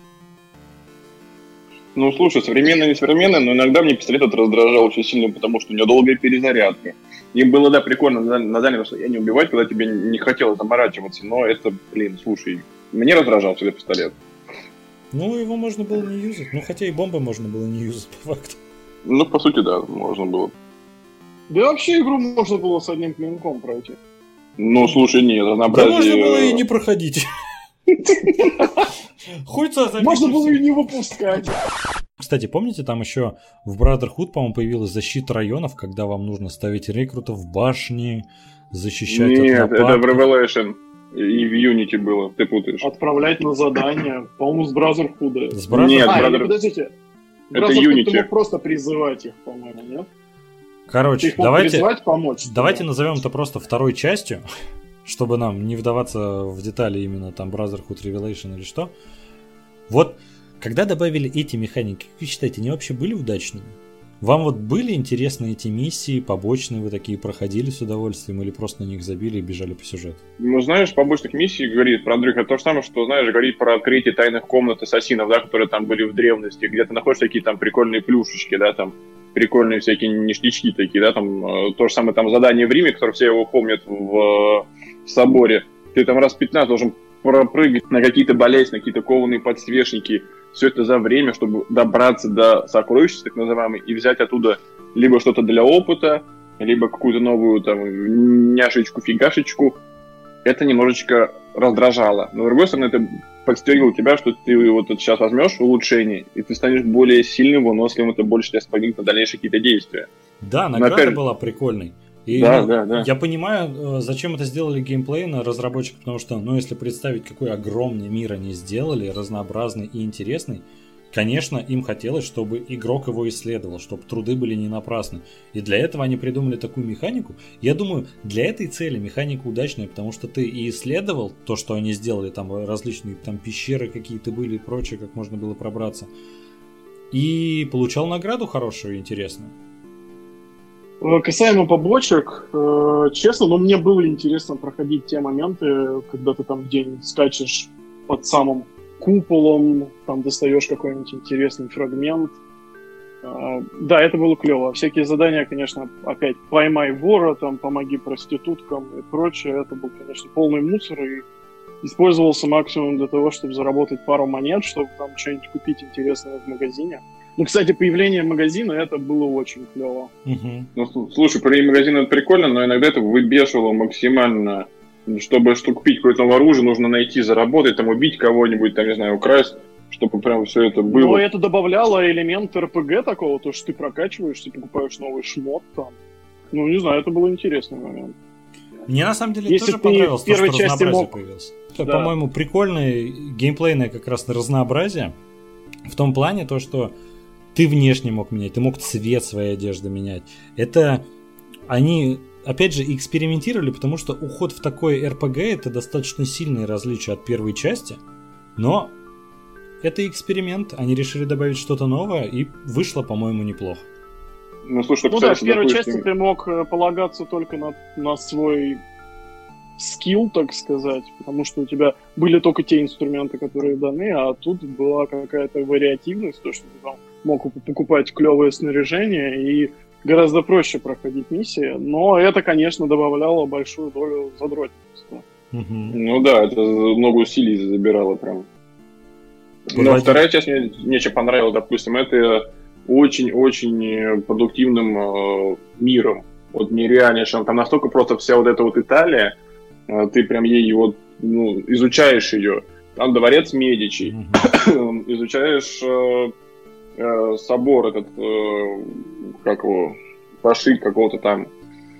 Ну, слушай, современная, не современная, но иногда мне пистолет этот раздражал очень сильно, потому что у него долгая перезарядка. И было, да, прикольно на дальнем расстоянии убивать, когда тебе не хотелось заморачиваться, но это, слушай, мне раздражал всегда пистолет. Ну, его можно было не юзать, хотя и бомбы можно было не юзать, по факту. Ну, по сути, да, можно было. Да вообще игру можно было с одним клинком пройти. Ну, слушай, нет, разнообразие... Да можно было и не проходить. Можно было и не выпускать. Кстати, помните, там еще в Brotherhood, по-моему, появилась защита районов, когда вам нужно ставить рекрутов в башни, защищать от нападков? Нет, это в Revelation и в Unity было, ты путаешь. Отправлять на задание, по-моему, с Brotherhood. С Brotherhood? Нет, подождите. Это Unity. Ты мог просто призывать их, по-моему, нет? Короче, помочь, давайте назовем это просто второй частью, чтобы нам не вдаваться в детали именно там Brotherhood, Revelation или что. Когда добавили эти механики, как вы считаете, они вообще были удачными? Вам были интересны эти миссии, побочные, вы такие проходили с удовольствием или просто на них забили и бежали по сюжету? Ну, знаешь, побочных миссий говорит про Андрюха то же самое, что, знаешь, говорит про открытие тайных комнат ассасинов, да, которые там были в древности, где ты находишь такие там прикольные плюшечки, да, там прикольные всякие ништячки такие, да, там то же самое там задание в Риме, которое все его помнят в соборе. Ты там раз 15 должен пропрыгать на какие-то болезни, на какие-то кованые подсвечники, все это за время, чтобы добраться до сокровищ, так называемой, и взять оттуда либо что-то для опыта, либо какую-то новую там няшечку-фигашечку. Это немножечко раздражало. Но, с другой стороны, это подстегивало тебя, что ты сейчас возьмешь улучшение, и ты станешь более сильным, выносливым, это больше тебя сподвигнет на дальнейшие какие-то действия. Да, награда была прикольной. И, да. Я понимаю, зачем это сделали геймплейно разработчики, потому что, если представить, какой огромный мир они сделали, разнообразный и интересный, конечно, им хотелось, чтобы игрок его исследовал, чтобы труды были не напрасны. И для этого они придумали такую механику. Я думаю, для этой цели механика удачная, потому что ты и исследовал то, что они сделали, там различные там пещеры какие-то были и прочее, как можно было пробраться, и получал награду хорошую и интересную. Касаемо побочек, честно, мне было интересно проходить те моменты, когда ты там где-нибудь скачешь под самым куполом, там достаешь какой-нибудь интересный фрагмент. Да, это было клево. Всякие задания, конечно, опять поймай вора, там, помоги проституткам и прочее. Это был, конечно, полный мусор и использовался максимум для того, чтобы заработать пару монет, чтобы там что-нибудь купить интересное в магазине. Ну, кстати, появление магазина, это было очень клево. Ну, слушай, появление магазина это прикольно, но иногда это выбешивало максимально. Чтобы купить какое-то новое оружие, нужно найти, заработать, там убить кого-нибудь, там, не знаю, украсть, чтобы прям все это было. Но это добавляло элемент РПГ такого, то, что ты прокачиваешься, покупаешь новый шмот там. Ну, не знаю, это был интересный момент. Мне на самом деле тоже понравилось то, что разнообразие появилось. Да. По-моему, прикольное геймплейное как раз разнообразие. В том плане, то, что ты внешне мог менять, ты мог цвет своей одежды менять. Это они, опять же, экспериментировали, потому что уход в такой РПГ это достаточно сильные различия от первой части. Но это эксперимент. Они решили добавить что-то новое, и вышло, по-моему, неплохо. Ну, слушай, ну кстати, да, в первой части ты мог полагаться только на свой скилл, так сказать, потому что у тебя были только те инструменты, которые даны, а тут была какая-то вариативность, то, что ты там мог покупать клевое снаряжение и гораздо проще проходить миссии, но это, конечно, добавляло большую долю задротительства. Ну да, это много усилий забирало прям. Но вторая часть мне чем понравилась, допустим, это очень-очень продуктивным миром. Вот нереальнейшим. Там настолько просто вся вот эта вот Италия, ты прям ей вот, ну, изучаешь ее. Там дворец Медичи, изучаешь собор этот, как его, Паши какого-то там,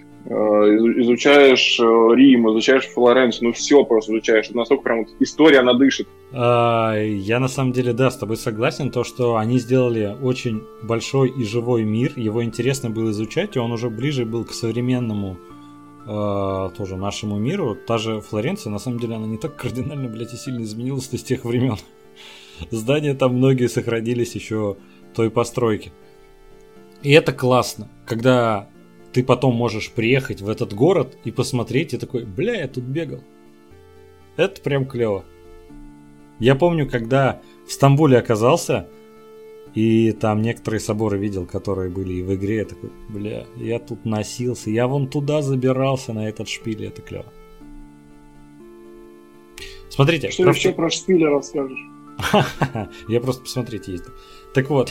изучаешь Рим, изучаешь Флоренцию, ну все просто изучаешь. Настолько прям вот история, она дышит. Я на самом деле, да, с тобой согласен, то, что они сделали очень большой и живой мир, его интересно было изучать, и он уже ближе был к современному тоже нашему миру. Та же Флоренция, на самом деле, она не так кардинально, блядь, и сильно изменилась с тех времен. Здания там многие сохранились еще той постройки. И это классно, когда ты потом можешь приехать в этот город и посмотреть, и такой, бля, я тут бегал. Это прям клево. Я помню, когда в Стамбуле оказался, и там некоторые соборы видел, которые были и в игре, я такой, бля, я тут носился, я вон туда забирался на этот шпиль, это клево. Смотрите. Что еще про шпили расскажешь? Я просто посмотреть ездил. Так вот.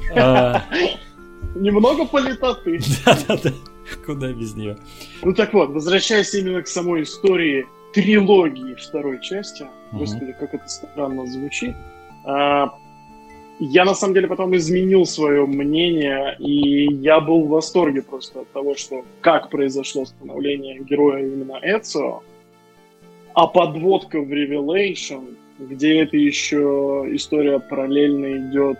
Немного политоты. Да-да-да. Куда без нее? Ну так вот, возвращаясь именно к самой истории трилогии второй части. Господи, как это странно звучит. Я на самом деле потом изменил свое мнение, и я был в восторге просто от того, что как произошло становление героя именно Эцио. А подводка в Revelation, где это еще история параллельно идет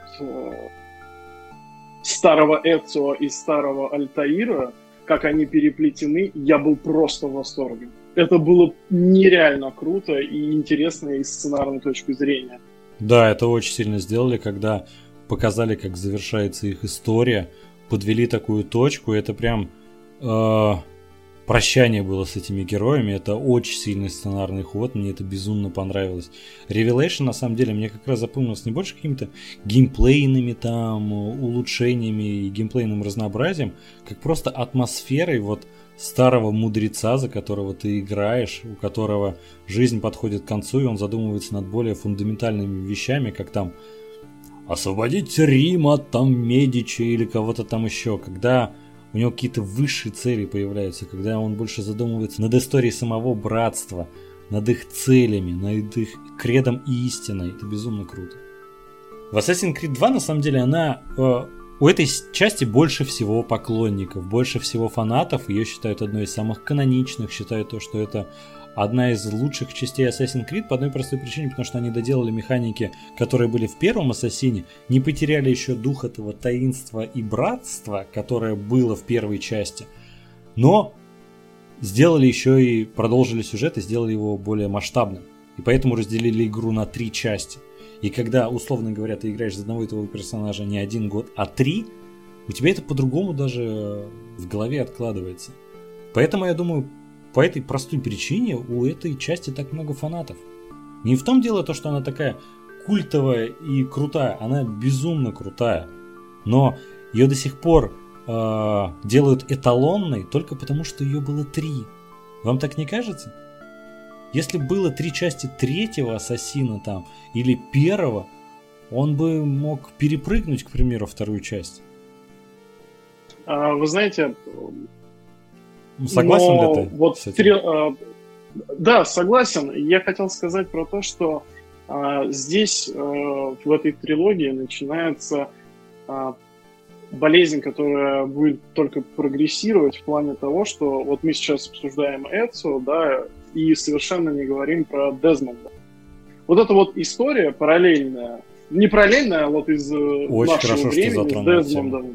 старого Эцио и старого Альтаира, как они переплетены, я был просто в восторге. Это было нереально круто и интересно из сценарной точки зрения. Да, это очень сильно сделали, когда показали, как завершается их история, подвели такую точку, это прям прощание было с этими героями, это очень сильный сценарный ход, мне это безумно понравилось. Revelation, на самом деле, мне как раз запомнилось не больше какими-то геймплейными там улучшениями и геймплейным разнообразием, как просто атмосферой вот старого мудреца, за которого ты играешь, у которого жизнь подходит к концу, и он задумывается над более фундаментальными вещами, как там освободить Рим от там Медичи или кого-то там еще, когда у него какие-то высшие цели появляются, когда он больше задумывается над историей самого братства, над их целями, над их кредом и истиной. Это безумно круто. В Assassin's Creed 2, на самом деле, она... У этой части больше всего поклонников, больше всего фанатов. Ее считают одной из самых каноничных, считают то, что это одна из лучших частей Assassin's Creed по одной простой причине, потому что они доделали механики, которые были в первом Ассасине, не потеряли еще дух этого таинства и братства, которое было в первой части, но сделали еще и продолжили сюжет и сделали его более масштабным. И поэтому разделили игру на 3 части. И когда, условно говоря, ты играешь за одного этого персонажа не 1 год, а 3, у тебя это по-другому даже в голове откладывается. Поэтому, я думаю, по этой простой причине у этой части так много фанатов. Не в том дело то, что она такая культовая и крутая. Она безумно крутая. Но ее до сих пор делают эталонной только потому, что ее было 3. Вам так не кажется? Если было 3 части 3-го Ассасина там, или 1-го, он бы мог перепрыгнуть, к примеру, вторую часть. Вы знаете... Согласен ли ты вот с этим? Да, согласен. Я хотел сказать про то, что здесь, в этой трилогии, начинается болезнь, которая будет только прогрессировать в плане того, что вот мы сейчас обсуждаем Эцио, да, и совершенно не говорим про Дезмонда. Вот эта вот история параллельная, не параллельная, а вот из очень нашего хорошо, времени с Дезмондом,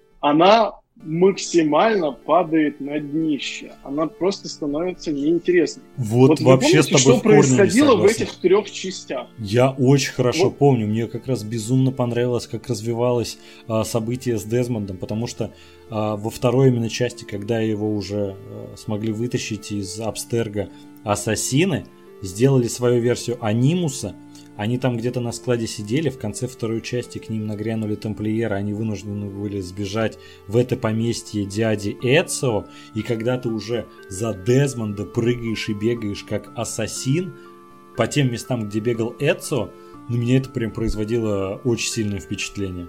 она максимально падает на днище. Она просто становится неинтересной. Вот вообще помните, с тобой что происходило в этих 3 частях? Я очень хорошо помню. Мне как раз безумно понравилось, как развивалось событие с Дезмондом, потому что во второй именно части, когда его уже смогли вытащить из Абстерго ассасины, сделали свою версию Анимуса. Они там где-то на складе сидели, в конце второй части к ним нагрянули тамплиеры, они вынуждены были сбежать в это поместье дяди Эцио, и когда ты уже за Дезмонда прыгаешь и бегаешь как ассасин по тем местам, где бегал Эцио, на меня это прям производило очень сильное впечатление.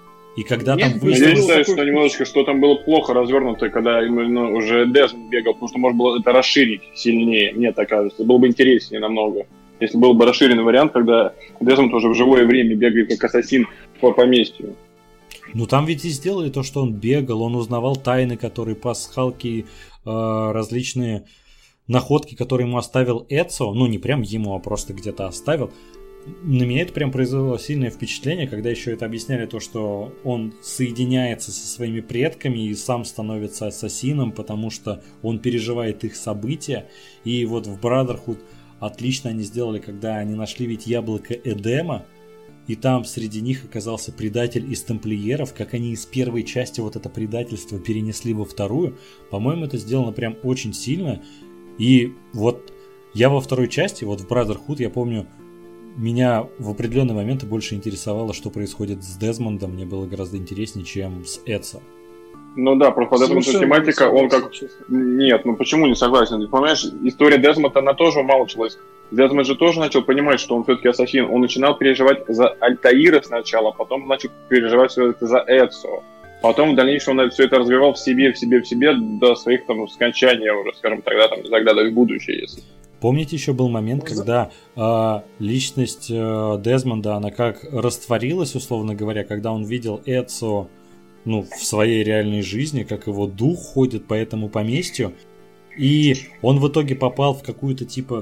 И когда там Я считаю, что немножечко, что там было плохо развернуто, когда именно уже Дезмонд бегал, потому что можно было это расширить сильнее, мне так кажется, было бы интереснее намного. Если был бы расширенный вариант, когда Дезмонд уже в живое время бегает как ассасин по поместью. Ну там ведь и сделали то, что он бегал, он узнавал тайны, которые пасхалки, различные находки, которые ему оставил Эцио, ну не прям ему, а просто где-то оставил. На меня это прям произвело сильное впечатление, когда еще это объясняли, то, что он соединяется со своими предками и сам становится ассасином, потому что он переживает их события. И вот в Brotherhood отлично они сделали, когда они нашли ведь яблоко Эдема, и там среди них оказался предатель из тамплиеров, как они из первой части вот это предательство перенесли во вторую. По-моему, это сделано прям очень сильно. И вот я во второй части, вот в Brotherhood, я помню, меня в определенные моменты больше интересовало, что происходит с Дезмондом. Мне было гораздо интереснее, чем с Эцио. Ну да, просто эта тематика, он как... Нет, ну почему не согласен? Ты понимаешь, история Дезмонда, она тоже умалчивалась. Дезмонд же тоже начал понимать, что он все-таки ассасин. Он начинал переживать за Альтаира сначала, потом начал переживать все это за Эцио. Потом в дальнейшем он все это развивал в себе до своих там скончания уже, скажем, тогда в будущее, если... Помните, еще был момент, когда личность Дезмонда, она как растворилась, условно говоря, когда он видел Эцио, ну, в своей реальной жизни, как его дух ходит по этому поместью, и он в итоге попал в какую-то типа,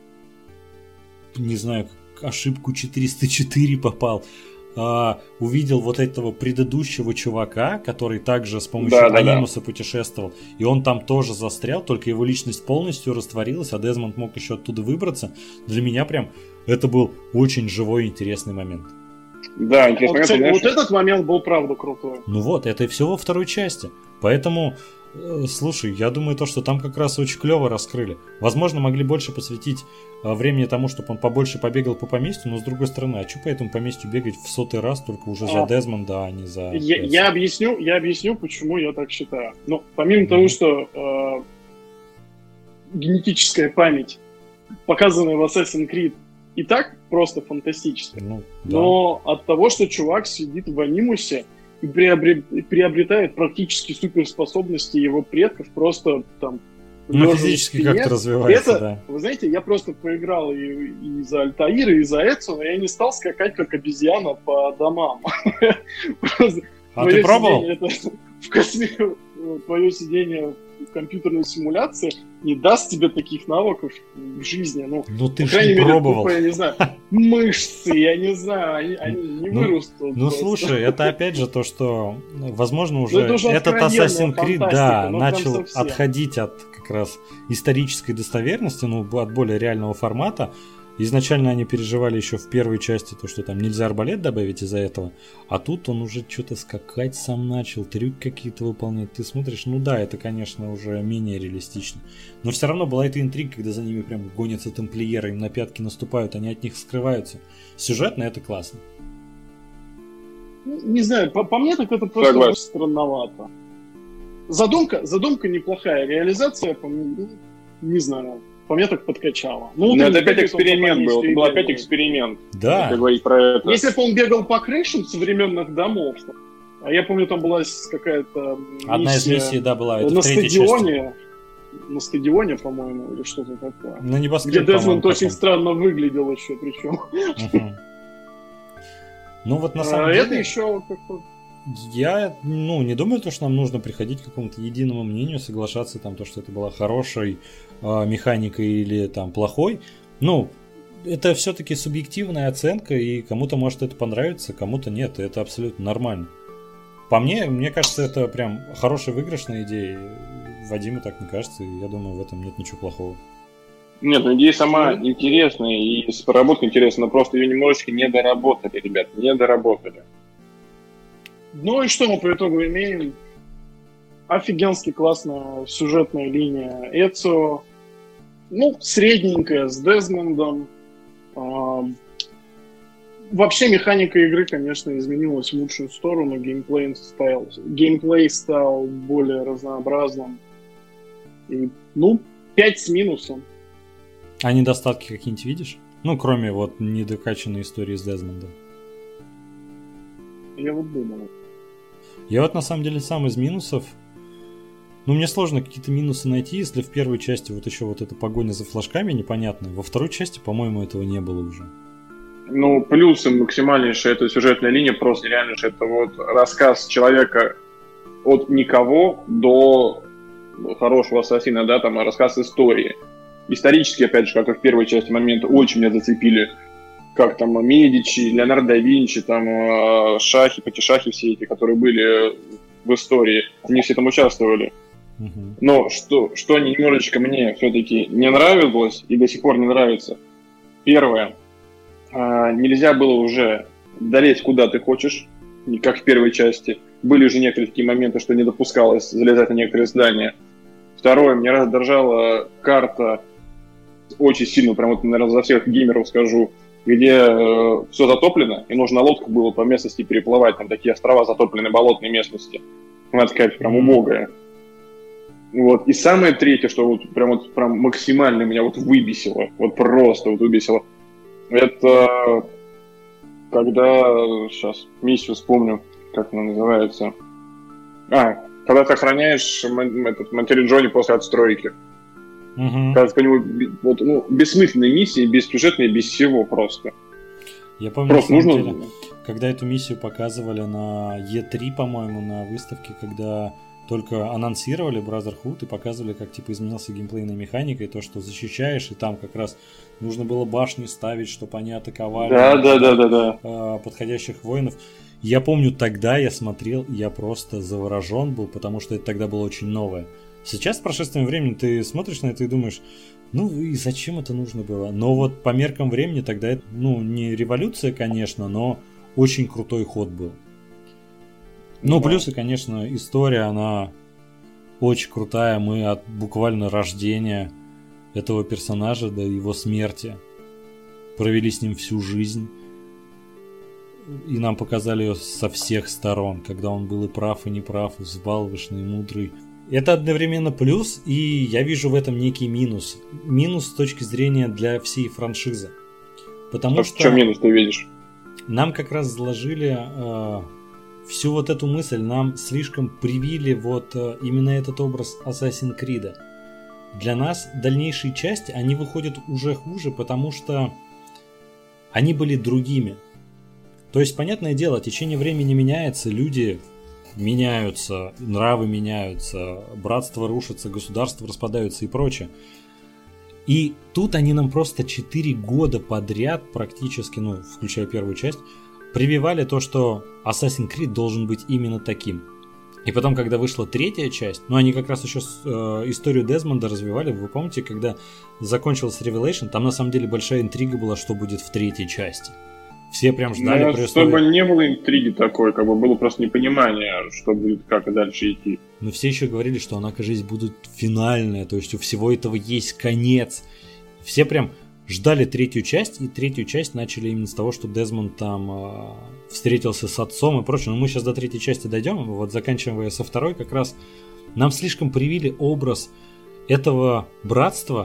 не знаю, ошибку 404 попал, увидел вот этого предыдущего чувака, который также с помощью анимуса путешествовал, и он там тоже застрял, только его личность полностью растворилась, а Дезмонд мог еще оттуда выбраться. Для меня прям это был очень живой и интересный момент. Да, вот этот момент был правда крутой. Ну вот, это и все во второй части. Поэтому, слушай, я думаю, то, что там как раз очень клево раскрыли. Возможно, могли больше посвятить времени тому, чтобы он побольше побегал по поместью, но с другой стороны, а что по этому поместью бегать в 100-й раз только уже за Дезмонда, а не за... Я объясню, почему я так считаю. Ну, помимо того, что генетическая память, показанная в Assassin's Creed, и так просто фантастическая. Ну, да. Но от того, что чувак сидит в анимусе и приобретает практически суперспособности его предков, просто там... Ну, физически как-то развивается, да. Вы знаете, я просто поиграл и за Альтаира, и за Эцио, но я не стал скакать как обезьяна по домам. А ты пробовал? Твое сидение в компьютерной симуляции не даст тебе таких навыков в жизни. Ну ты же не пробовал. Я не знаю, мышцы, я не знаю, они не вырастут. Ну, слушай, это опять же то, что, возможно, уже этот Assassin's Creed, да, начал отходить от как раз исторической достоверности, ну, от более реального формата. Изначально они переживали еще в первой части то, что там нельзя арбалет добавить из-за этого, а тут он уже что-то скакать сам начал, трюки какие-то выполнять. Ты смотришь, ну да, это, конечно, уже менее реалистично. Но все равно была эта интрига, когда за ними прям гонятся тамплиеры, им на пятки наступают, они от них скрываются. Сюжетно это классно. Не знаю, по мне так это просто странновато. Задумка неплохая, реализация, не знаю. По мне так подкачало. Ну, это опять эксперимент был. Это был опять эксперимент. Да. Если говорить про это. Если бы он бегал по крышам современных домов, а я помню, там была какая-то одна из миссий, да, была. Это на в третьей стадионе. части. На стадионе, по-моему, или что-то такое. На небоскребе, где Дезмонд очень странно выглядел еще, причем. Ну вот на самом деле... Это еще как-то... Я, не думаю, что нам нужно приходить к какому-то единому мнению, соглашаться там, то, что это была хорошей механикой или там плохой. Это все-таки субъективная оценка, и кому-то может это понравиться, кому-то нет, и это абсолютно нормально. По мне кажется, это прям хорошая выигрышная идея. Вадиму так не кажется, и я думаю, в этом нет ничего плохого. Нет, идея сама интересная, и проработка интересная, но просто ее немножечко не доработали, ребят, не доработали. Ну и что мы по итогу имеем? Офигенски классная сюжетная линия Эцио. Средненькая, с Дезмондом. Вообще механика игры, конечно, изменилась в лучшую сторону. Геймплей стал более разнообразным. И, 5 с минусом. А недостатки какие-нибудь видишь? Кроме недокачанной истории с Дезмондом. Я думал. Я на самом деле сам из минусов. Мне сложно какие-то минусы найти, если в первой части еще эта погоня за флажками непонятная. Во второй части, по-моему, этого не было уже. Плюсы максимальнейшая это сюжетная линия, просто реально же это рассказ человека от никого до хорошего ассасина, да, там рассказ истории. Исторически, опять же, как и в первой части моменты, очень меня зацепили. Как там Медичи, Леонардо да Винчи, там шахи, патишахи все эти, которые были в истории, они все там участвовали. Но что немножечко мне все-таки не нравилось и до сих пор не нравится. Первое, нельзя было уже долезть куда ты хочешь, как в первой части. Были уже некоторые такие моменты, что не допускалось залезать на некоторые здания. Второе, мне раздражала карта очень сильно, прям наверное, за всех геймеров скажу, где все затоплено, и нужно на лодках было по местности переплывать, там такие острова затопленные, болотные местности. Надо сказать, прям убогая. И самое третье, что прям максимально меня выбесило, просто выбесило, это когда, сейчас миссию вспомню, как она называется. Когда ты охраняешь Монтерей Джонни после отстройки. Когда по нему бессмысленные миссии, бессюжетные, без всего просто. Я помню, просто на самом деле, когда эту миссию показывали на E3, по-моему, на выставке, когда только анонсировали Brotherhood и показывали, как изменился геймплейная механика, и то, что защищаешь, и там как раз нужно было башни ставить, чтобы они атаковали подходящих воинов. Я помню, тогда я смотрел, я просто заворожен был, потому что это тогда было очень новое. Сейчас, с прошествием времени, ты смотришь на это и думаешь, и зачем это нужно было? Но по меркам времени тогда это, не революция, конечно, но очень крутой ход был. Плюсы, конечно, история, она очень крутая. Мы от буквально рождения этого персонажа до его смерти провели с ним всю жизнь. И нам показали ее со всех сторон, когда он был и прав, и неправ, и взбалвошный, и мудрый. Это одновременно плюс, и я вижу в этом некий минус. Минус с точки зрения для всей франшизы. Потому что... В чем минус ты видишь? Нам как раз заложили всю эту мысль, нам слишком привили именно этот образ Assassin's Creed. Для нас дальнейшие части, они выходят уже хуже, потому что они были другими. То есть, понятное дело, течение времени меняется, люди меняются, нравы меняются, братства рушатся, государства распадаются и прочее. И тут они нам просто 4 года подряд практически, включая первую часть, прививали то, что Assassin's Creed должен быть именно таким. И потом, когда вышла третья часть, они как раз еще историю Дезмонда развивали. Вы помните, когда закончилась Revelation, там на самом деле большая интрига была, что будет в третьей части. Все прям ждали. Чтобы не было интриги такой, было просто непонимание, что будет, как и дальше идти. Но все еще говорили, что она, кажется, будет финальная, то есть у всего этого есть конец. Все прям ждали третью часть, и третью часть начали именно с того, что Дезмонд там встретился с отцом и прочее. Но мы сейчас до третьей части дойдем, заканчивая со второй, как раз нам слишком привили образ этого братства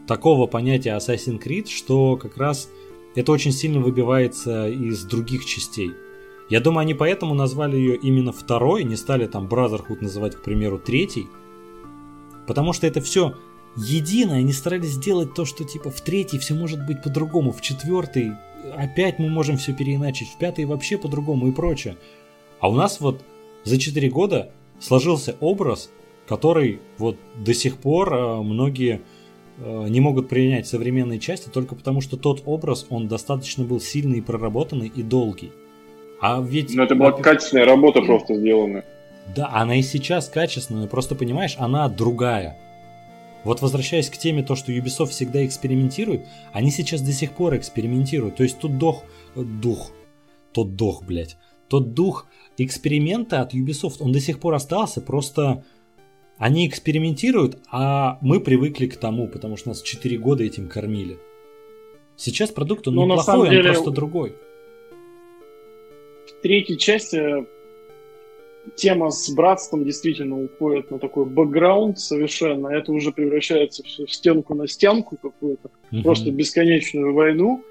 такого понятия Assassin's Creed, что как раз это очень сильно выбивается из других частей. Я думаю, они поэтому назвали ее именно второй, не стали там Brotherhood называть, к примеру, третий. Потому что это все единое, они старались сделать то, что типа в третий все может быть по-другому, в четвертый опять мы можем все переиначить, в пятый вообще по-другому и прочее. А у нас вот за 4 года сложился образ, который вот до сих пор многие не могут принять современные части только потому, что тот образ, он достаточно был сильный и проработанный и долгий. А ведь... Но это была качественная работа просто сделана. Да, она и сейчас качественная, просто понимаешь, она другая. Вот возвращаясь к теме, то, что Ubisoft всегда экспериментирует, они сейчас до сих пор экспериментируют. То есть тут тот дух эксперимента от Ubisoft, он до сих пор остался, просто они экспериментируют, а мы привыкли к тому, потому что нас 4 года этим кормили. Сейчас продукт, он неплохой, он просто другой. В третьей части тема с братством действительно уходит на такой бэкграунд совершенно. Это уже превращается все в стенку на стенку какую-то, просто бесконечную войну.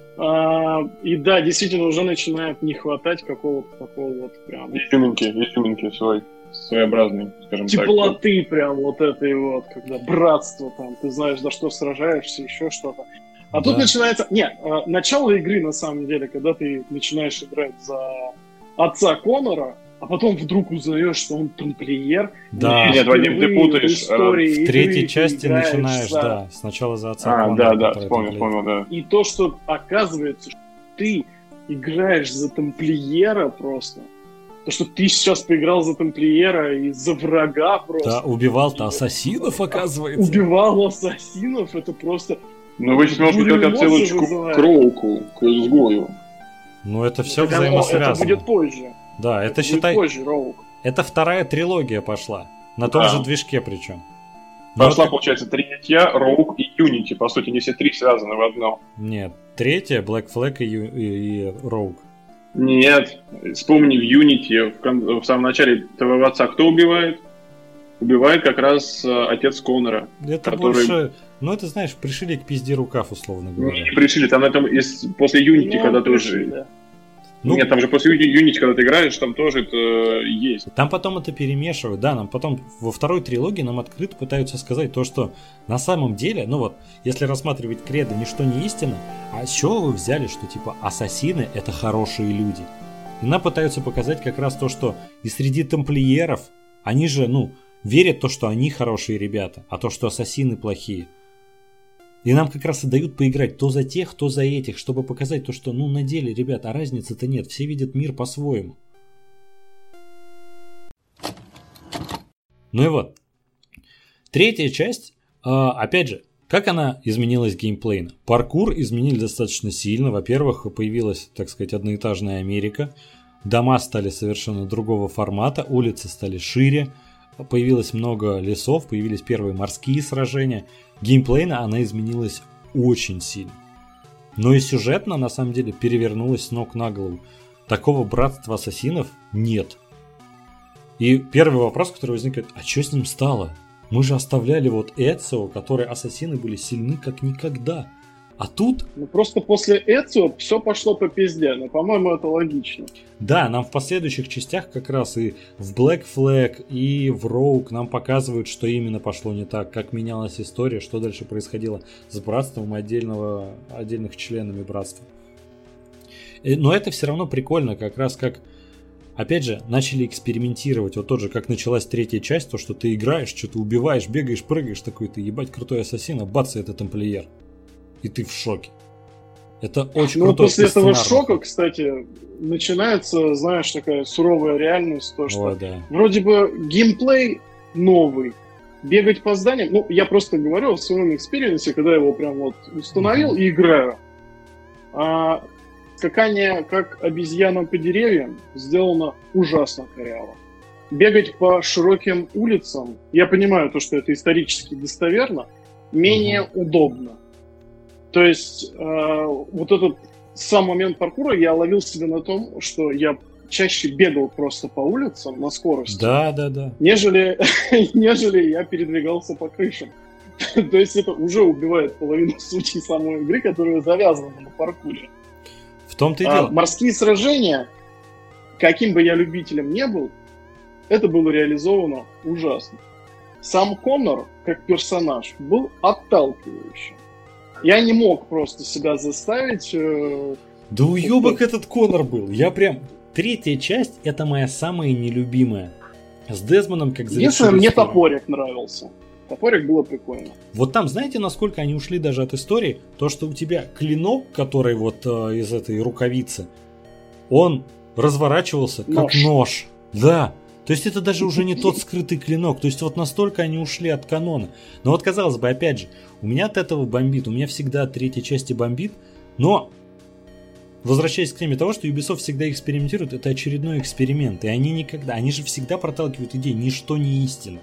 И да, действительно уже начинает не хватать какого-то такого вот прям... Изюминки своеобразной, скажем так. Теплоты прям вот этой вот, когда братство там, ты знаешь, за что сражаешься, еще что-то. А тут начинается... начало игры на самом деле, когда ты начинаешь играть за отца Конора, а потом вдруг узнаешь, что он тамплиер. Да. Нет, Вадим, ты путаешь. В третьей части начинаешь, сначала за отца Конора. Да, вспомнил, да. И то, что оказывается, что ты играешь за тамплиера просто. То, что ты сейчас поиграл за тамплиера и за врага просто. Да, убивал-то ассасинов, оказывается. Убивал ассасинов, это просто... Ну вы сейчас можете делать отсылочку к Роуку, к изгою. Ну это все взаимосвязано. Это будет позже. Да, это считай... позже, Роук. Это вторая трилогия пошла. На том же движке причем. Пошла, получается, третья, Роук и Unity. По сути, не все три связаны в одно. Нет, третья, Black Flag и Rogue. Нет, вспомни в Unity, в самом начале твоего отца кто убивает? Убивает как раз отец Конора. Это который... больше... Ну, это, знаешь, пришили к пизде рукав, условно говоря. Не пришили, там на этом после Unity, когда ты уже... Да. Ну, нет, там же после Unity, когда ты играешь, там тоже это есть. Там потом это перемешивают, да, нам потом во второй трилогии нам открыто пытаются сказать то, что на самом деле, ну вот, если рассматривать кредо ничто не истина, а с чего вы взяли, что типа ассасины это хорошие люди? И нам пытаются показать как раз то, что и среди тамплиеров, они же, верят в то, что они хорошие ребята, а то, что ассасины плохие. И нам как раз и дают поиграть то за тех, то за этих, чтобы показать то, что, на деле, ребят, а разницы-то нет, все видят мир по-своему. Ну и вот. Третья часть, опять же, как она изменилась геймплейно? Паркур изменили достаточно сильно. Во-первых, появилась, так сказать, одноэтажная Америка. Дома стали совершенно другого формата, улицы стали шире. Появилось много лесов, появились первые морские сражения. Геймплейно она изменилась очень сильно. Но и сюжетно, на самом деле, перевернулась с ног на голову. Такого братства ассасинов нет. И первый вопрос, который возникает, а что с ним стало? Мы же оставляли вот Эцио, которые ассасины были сильны как никогда. А тут... просто после Эцио все пошло по пизде, но, по-моему, это логично. Да, нам в последующих частях как раз и в Black Flag, и в Rogue нам показывают, что именно пошло не так, как менялась история, что дальше происходило с братством и отдельных членами братства. Но это все равно прикольно, как раз как, опять же, начали экспериментировать. Вот тот же, как началась третья часть, то, что ты играешь, что-то убиваешь, бегаешь, прыгаешь, такой ты ебать крутой ассасин, а бац, это тамплиер. И ты в шоке. Это очень круто. После этого шока, кстати, начинается, знаешь, такая суровая реальность, то, что вроде бы геймплей новый, бегать по зданиям, я просто говорю о своем экспириенсе, когда я его прям вот установил и играю. Скакание как обезьяна по деревьям сделано ужасно коряво. Бегать по широким улицам, я понимаю то, что это исторически достоверно, менее удобно. То есть вот этот сам момент паркура я ловил себя на том, что я чаще бегал просто по улицам на скорости, да. нежели я передвигался по крышам. То есть это уже убивает половину сути самой игры, которая завязана на паркуре. В том-то и дело. Морские сражения, каким бы я любителем не был, это было реализовано ужасно. Сам Коннор, как персонаж, был отталкивающим. Я не мог просто себя заставить... Да уебок этот Коннор был. Я прям... Третья часть — это моя самая нелюбимая. С Дезмондом как завершили Единственное, мне историю. топорик нравился. Топорик было прикольно. Вот там, знаете, насколько они ушли даже от истории? То, что у тебя клинок, который вот из этой рукавицы, он разворачивался как нож. Да. То есть это даже уже не тот скрытый клинок. То есть вот настолько они ушли от канона. Но вот казалось бы, опять же, у меня от этого бомбит. У меня всегда от третьей части бомбит. Но, возвращаясь к теме того, что Ubisoft всегда экспериментирует, это очередной эксперимент. И они же всегда проталкивают идеи. Ничто не истина.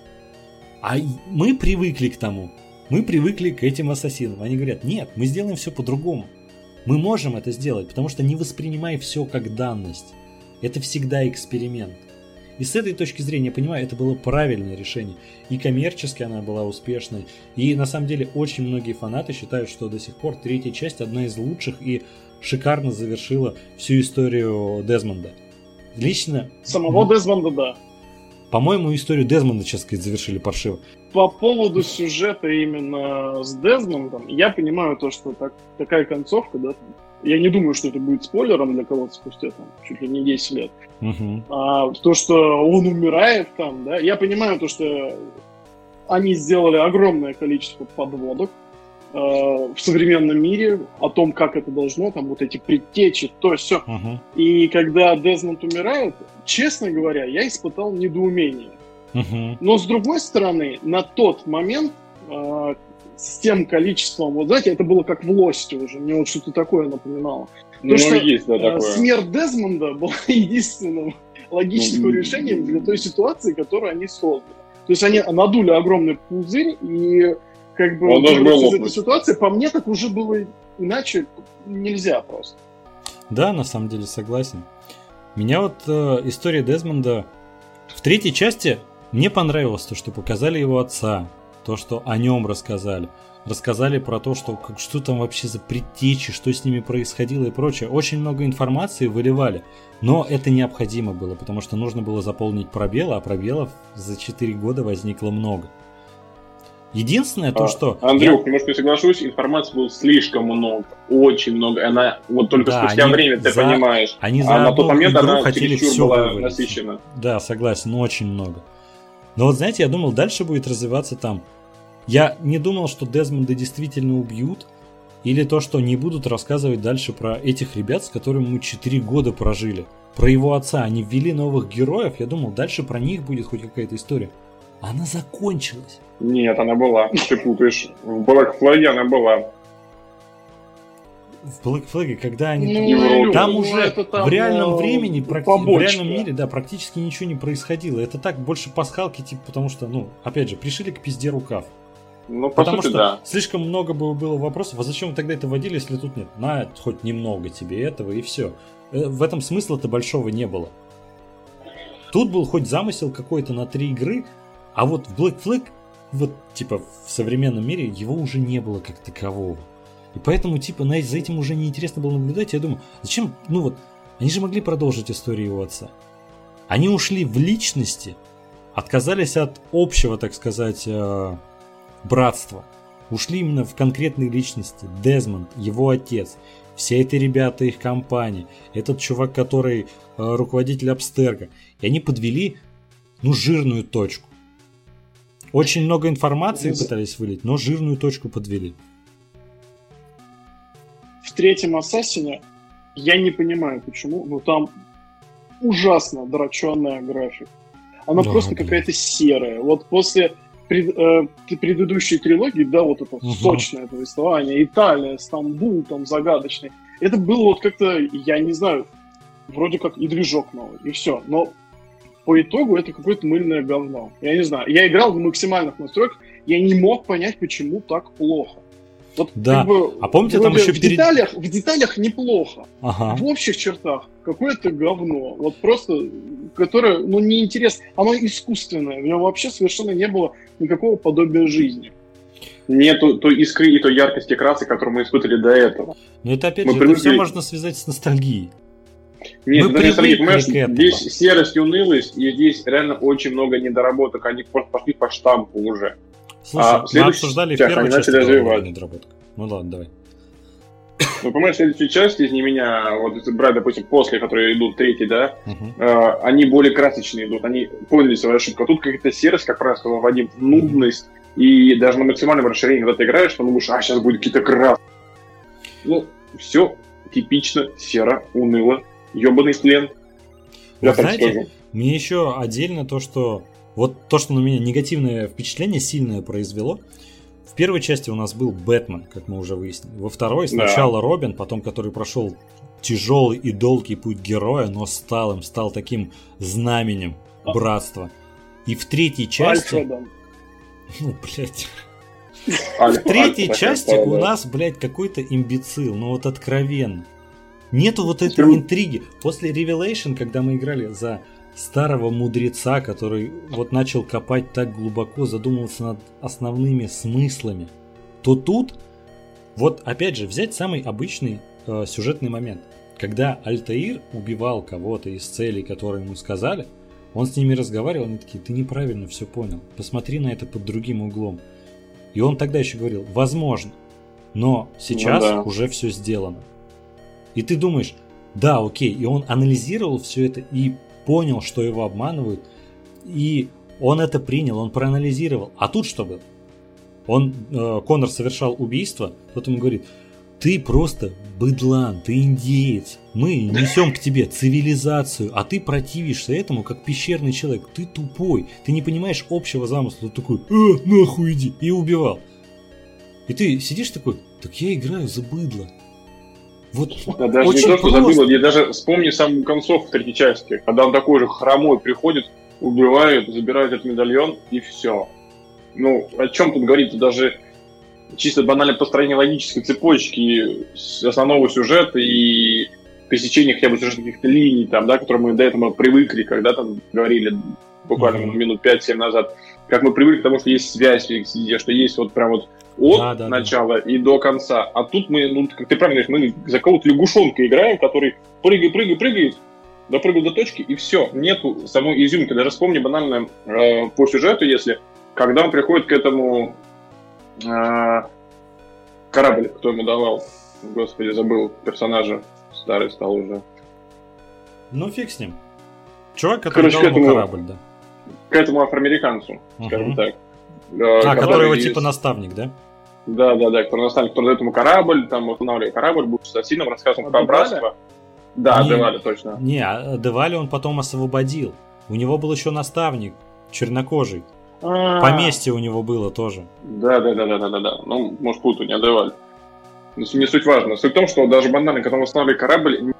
А мы привыкли к тому. Мы привыкли к этим ассасинам. Они говорят, нет, мы сделаем все по-другому. Мы можем это сделать, потому что не воспринимай все как данность. Это всегда эксперимент. И с этой точки зрения, я понимаю, это было правильное решение. И коммерчески она была успешной. И на самом деле очень многие фанаты считают, что до сих пор третья часть одна из лучших и шикарно завершила всю историю Дезмонда. Лично... Самого Дезмонда, да. По-моему, историю Дезмонда, сейчас сказать, завершили паршиво. По поводу сюжета именно с Дезмондом, я понимаю то, что такая концовка, да, я не думаю, что это будет спойлером для кого-то спустя там, чуть ли не 10 лет. То, что он умирает там, да, я понимаю то, что они сделали огромное количество подводок в современном мире о том, как это должно, там вот эти предтечи, то все. И когда Дезмонд умирает, честно говоря, я испытал недоумение. Но с другой стороны, на тот момент с тем количеством, вот знаете, это было как в Лосте уже, мне вот что-то такое напоминало. Ну, что есть, да, такое. Смерть Дезмонда была единственным логичным решением для той ситуации, которую они создали. То есть они надули огромный пузырь, и как бы из этой ситуации, по мне, так уже было иначе нельзя просто. Да, на самом деле согласен. Меня вот история Дезмонда в третьей части мне понравилось то, что показали его отца, то, что о нем рассказали. Рассказали про то, что там вообще за предтечи, что с ними происходило и прочее. Очень много информации выливали, но это необходимо было, потому что нужно было заполнить пробелы, а пробелов за 4 года возникло много. Единственное то, что... Андрюх, немножко не соглашусь, информации было слишком много, очень много. Она вот только спустя время ты понимаешь. Они за на тот момент она хотели чересчур была вывалить. насыщена. Да, согласен, очень много. Но вот знаете, я думал, дальше будет развиваться там. Я не думал, что Дезмонда действительно убьют, или то, что не будут рассказывать дальше про этих ребят, с которыми мы 4 года прожили. Про его отца. Они ввели новых героев, я думал, дальше про них будет хоть какая-то история. Она закончилась. Нет, она была. Ты путаешь. В Black Flag она была. В Black Flag, когда они... там уже в реальном времени, в реальном мире, да, практически ничего не происходило. Это так, больше пасхалки, типа, потому что, опять же, пришили к пизде рукав. Ну, потому сути, что да. слишком много было вопросов, а зачем вы тогда это вводили, если тут нет? На, хоть немного тебе этого, и все. В этом смысла-то большого не было. Тут был хоть замысел какой-то на 3 игры, а вот в Black Flag, вот, типа, в современном мире его уже не было как такового. И поэтому, типа, за этим уже неинтересно было наблюдать. Я думаю, зачем, они же могли продолжить историю его отца. Они ушли в личности, отказались от общего, так сказать, братства. Ушли именно в конкретные личности. Дезмонд, его отец, все эти ребята, их компания, этот чувак, который руководитель Абстерго. И они подвели, жирную точку. Очень много информации пытались вылить, но жирную точку подвели. В третьем Ассасине я не понимаю почему, но там ужасно дроченая графика. Она просто какая-то серая. Вот после предыдущей трилогии, да, вот это сочное повествование, Италия, Стамбул, там загадочный. Это было вот как-то, я не знаю, вроде как и движок новый, и все. Но по итогу это какое-то мыльное говно. Я не знаю. Я играл в максимальных настройках, я не мог понять, почему так плохо. Вот, да. А помните, там еще в деталях неплохо. Ага. В общих чертах какое-то говно. Вот просто, которое, неинтересно. Оно искусственное. В нем вообще совершенно не было никакого подобия жизни. нету той искры и той яркости красок, которую мы испытывали до этого. Но это опять же, это все можно связать с ностальгией. Нет, мы привыкли, понимаешь, здесь серость и унылость, и здесь реально очень много недоработок, они просто пошли по штампу уже. Слушай, мы обсуждали в первой части недоработок. Ну ладно, давай. Ну, понимаешь, следующие части из «Не меня», вот если брать, допустим, после, которые идут третий, да, они более красочные идут, они поняли свою ошибку. А тут какая-то серость, как правильно сказал Вадим, нудность, и даже на максимальном расширении, когда ты играешь, ты думаешь, сейчас будет какие-то краски. Ну, все типично, серо, уныло, ёбаный плен. Я знаете, скажу. Мне еще отдельно то, что на меня негативное впечатление сильное произвело. В первой части у нас был Бэтмен, как мы уже выяснили. Во второй сначала Робин, потом который прошел тяжелый и долгий путь героя, но стал таким знаменем братства. И в третьей части... Альфредом. Ну, блядь. В третьей части у нас, блядь, какой-то имбецил. Ну вот откровенно. Нету вот этой интриги. После Revelation, когда мы играли за старого мудреца, который вот начал копать так глубоко, задумываться над основными смыслами, то тут, вот опять же, взять самый обычный сюжетный момент. Когда Альтаир убивал кого-то из целей, которые ему сказали, он с ними разговаривал, они такие, ты неправильно все понял, посмотри на это под другим углом. И он тогда еще говорил, возможно, но сейчас уже все сделано. И ты думаешь, да, окей, и он анализировал все это и понял, что его обманывают, и он это принял, он проанализировал. А тут что было? Коннор совершал убийство, тот ему говорит, ты просто быдлан, ты индеец, мы несем к тебе цивилизацию, а ты противишься этому, как пещерный человек, ты тупой, ты не понимаешь общего замысла, ты такой, нахуй иди, и убивал. И ты сидишь такой, так я играю за быдло. Вот даже не то, что забыл, я даже вспомни саму концовку в третьей части, когда он такой же хромой приходит, убивает, забирает этот медальон, и все. Ну, о чем тут говорить? Даже чисто банальное построение логической цепочки основного сюжета и пересечение хотя бы сюжетных каких-то линий, там, да, которые мы до этого привыкли, когда там говорили буквально минут 5-7 назад, как мы привыкли к тому, что есть связь везде, что есть вот прям вот от начала и до конца. А тут мы, ну, как ты правильно говоришь, мы за кого-то лягушонка играем, который прыгает, допрыгал до точки, и все. Нету самой изюминки. Даже вспомни банально по сюжету, если, когда он приходит к этому корабль, кто ему давал, господи, забыл персонажа, старый стал уже. Ну, фиг с ним. Чувак, который дал ему корабль, да. К этому афроамериканцу, скажем так. Который его типа наставник, да? Да, который наставник, который дает ему корабль, там устанавливает корабль, будет с ассасином, рассказывал про братство. Да, Девали, точно. Не, Девали он потом освободил. У него был еще наставник, чернокожий. Поместье у него было тоже. Да. Ну, может, путаю, не Девали. Но не суть важно. Суть в том, что даже банально, когда он устанавливает корабль,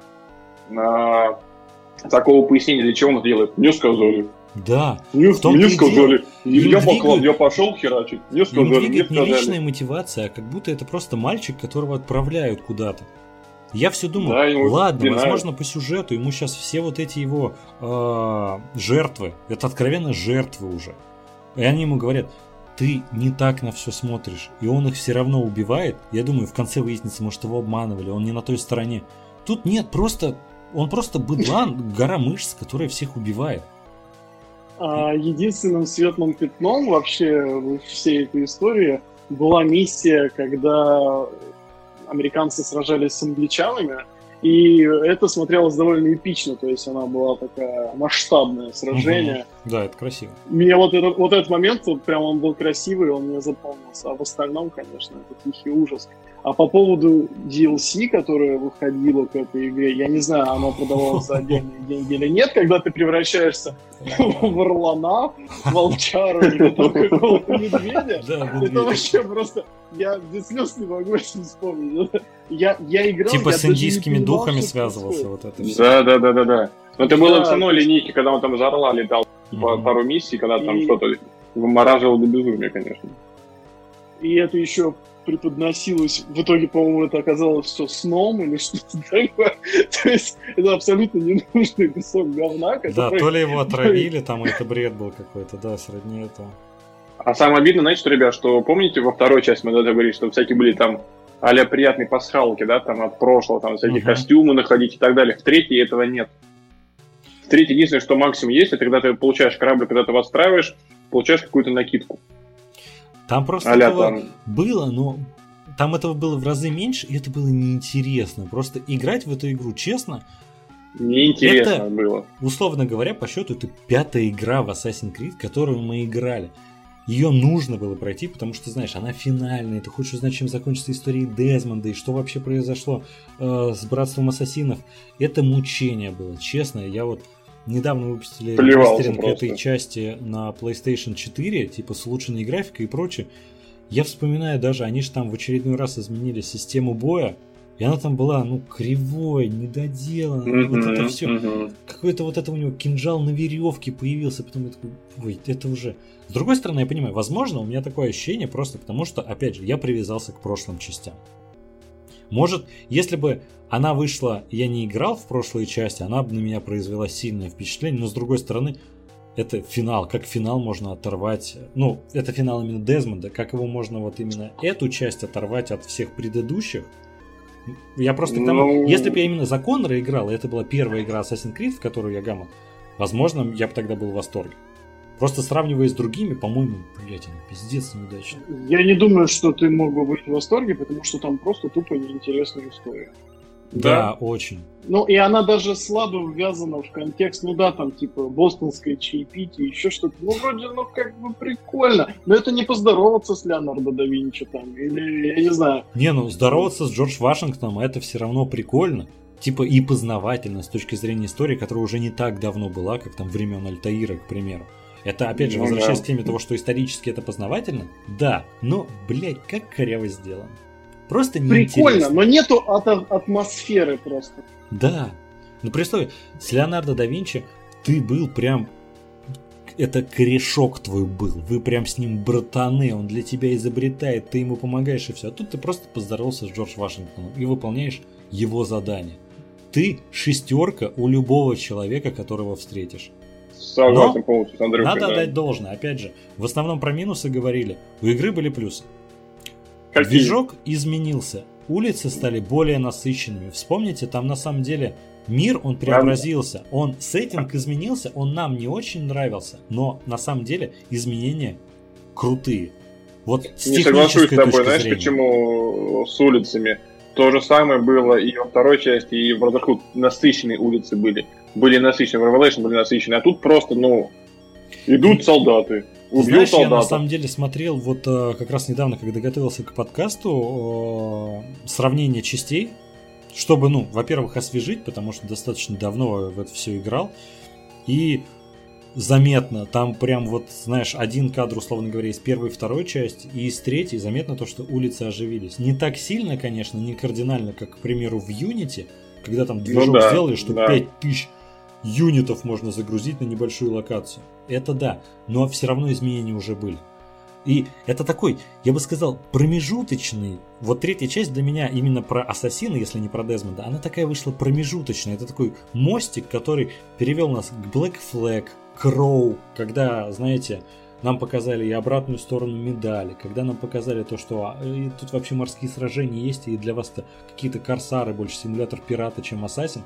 такого пояснения, для чего он это делает, не сказали. Да. Мне сказали. Я пошел херачить. Мне сказали. Им двигает не личная мотивация, а как будто это просто мальчик, которого отправляют куда-то. Я все думал, ладно, возможно, по сюжету ему сейчас все вот эти его жертвы, это откровенно жертвы уже. И они ему говорят, ты не так на все смотришь, и он их все равно убивает. Я думаю, в конце выяснится, может, его обманывали, он не на той стороне. Тут нет, он просто быдлан, гора мышц, которая всех убивает. Единственным светлым пятном вообще в всей этой истории была миссия, когда американцы сражались с англичанами, и это смотрелось довольно эпично, то есть она была такая масштабное сражение. Да, это красиво. Мне вот этот момент, вот прям он был красивый, он мне запомнился, а в остальном, конечно, это тихий ужас. А по поводу DLC, которое выходило к этой игре, я не знаю, оно продавалось за отдельные деньги или нет, когда ты превращаешься в орлана, волчару или там какого-то медведя. Это вообще просто... Я без слез не могу это вспомнить. Я играл... Типа с индийскими духами связывался вот это все. Да. Но это было в основной линейке, когда он там из орла летал пару миссий, когда там что-то вымораживал до безумия, конечно. И это еще преподносилось, в итоге, по-моему, это оказалось все сном или что-то такое. То есть это абсолютно ненужный кусок говна. Да, то ли его отравили, там это бред был какой-то, да, сродни этого. А самое обидное, знаете, что, ребят, что помните, во второй части мы говорили, что всякие были там а-ля приятные пасхалки, да, там от прошлого, там всякие костюмы находить и так далее. В третьей этого нет. В третьей единственное, что максимум есть, это когда ты получаешь корабль, когда ты его отстраиваешь, получаешь какую-то накидку. Там просто этого было, но там этого было в разы меньше, и это было неинтересно. Просто играть в эту игру, честно, неинтересно было. Условно говоря, по счету, это 5-я игра в Assassin's Creed, которую мы играли. Ее нужно было пройти, потому что, знаешь, она финальная, ты хочешь узнать, чем закончится история Дезмонда, и что вообще произошло с Братством Ассасинов. Это мучение было, честно. Я вот недавно выпустили ремастеринг этой части на PlayStation 4, типа с улучшенной графикой и прочее. Я вспоминаю даже, они же там в очередной раз изменили систему боя, и она там была, кривой, недоделанная. Вот это все. Какой-то вот это у него кинжал на веревке появился. Потом я такой, ой, это уже... С другой стороны, я понимаю, возможно, у меня такое ощущение просто потому, что, опять же, я привязался к прошлым частям. Может, если бы она вышла, я не играл в прошлые части, она бы на меня произвела сильное впечатление. Но, с другой стороны, это финал. Как финал можно оторвать... это финал именно Дезмонда. Как его можно вот именно эту часть оторвать от всех предыдущих? Я просто к тому, если бы я именно за Коннора играл, и это была первая игра Assassin's Creed, в которую я гамал, возможно, я бы тогда был в восторге. Просто сравнивая с другими, по-моему, блять, они пиздец неудачные. Я не думаю, что ты мог бы быть в восторге, потому что там просто тупо неинтересная история. Да, очень. И она даже слабо ввязана в контекст, там, типа, бостонское чаепитие, еще что-то. Вроде, прикольно. Но это не поздороваться с Леонардо да Винчи там, или, я не знаю. Здороваться с Джордж Вашингтоном, это все равно прикольно. Типа и познавательно с точки зрения истории, которая уже не так давно была, как там времен Альтаира, к примеру. Это, опять же, возвращаясь к теме того, что исторически это познавательно, да, но, блядь, как коряво сделано. Просто неинтересно. Прикольно, но нету атмосферы просто. Да. Представь, с Леонардо да Винчи ты был прям... Это корешок твой был. Вы прям с ним братаны. Он для тебя изобретает, ты ему помогаешь и все. А тут ты просто поздоровался с Джордж Вашингтоном и выполняешь его задание. Ты шестерка у любого человека, которого встретишь. Согласен полностью с Андрюхой. Надо отдать должное. Опять же, в основном про минусы говорили. У игры были плюсы. Какие? Движок изменился. Улицы стали более насыщенными. Вспомните, там на самом деле мир, он преобразился. Сеттинг изменился, он нам не очень нравился. Но на самом деле изменения крутые. Вот с не соглашусь с тобой, знаешь, зрения. Почему с улицами? То же самое было и во второй части, и в Brotherhood. Насыщенные улицы были. Были насыщенные, в Revelation были насыщенные. А тут просто, идут солдаты. Знаешь, солдата. Я на самом деле смотрел вот как раз недавно, когда готовился к подкасту, сравнение частей, чтобы, во-первых, освежить, потому что достаточно давно в это все играл. И заметно, там прям вот, знаешь, один кадр, условно говоря, из первой и второй части, и из третьей заметно то, что улицы оживились. Не так сильно, конечно, не кардинально, как, к примеру, в Unity, когда там движок сделали, что 5000 юнитов можно загрузить на небольшую локацию. Это да, но все равно изменения уже были. И это такой, я бы сказал, промежуточный. Вот третья часть для меня именно про Ассасина, если не про Дезмонда, она такая вышла промежуточная. Это такой мостик, который перевел нас к Black Flag, к Row, когда, знаете, нам показали и обратную сторону медали, когда нам показали то, что тут вообще морские сражения есть, и для вас-то какие-то корсары, больше симулятор пирата, чем Ассасин.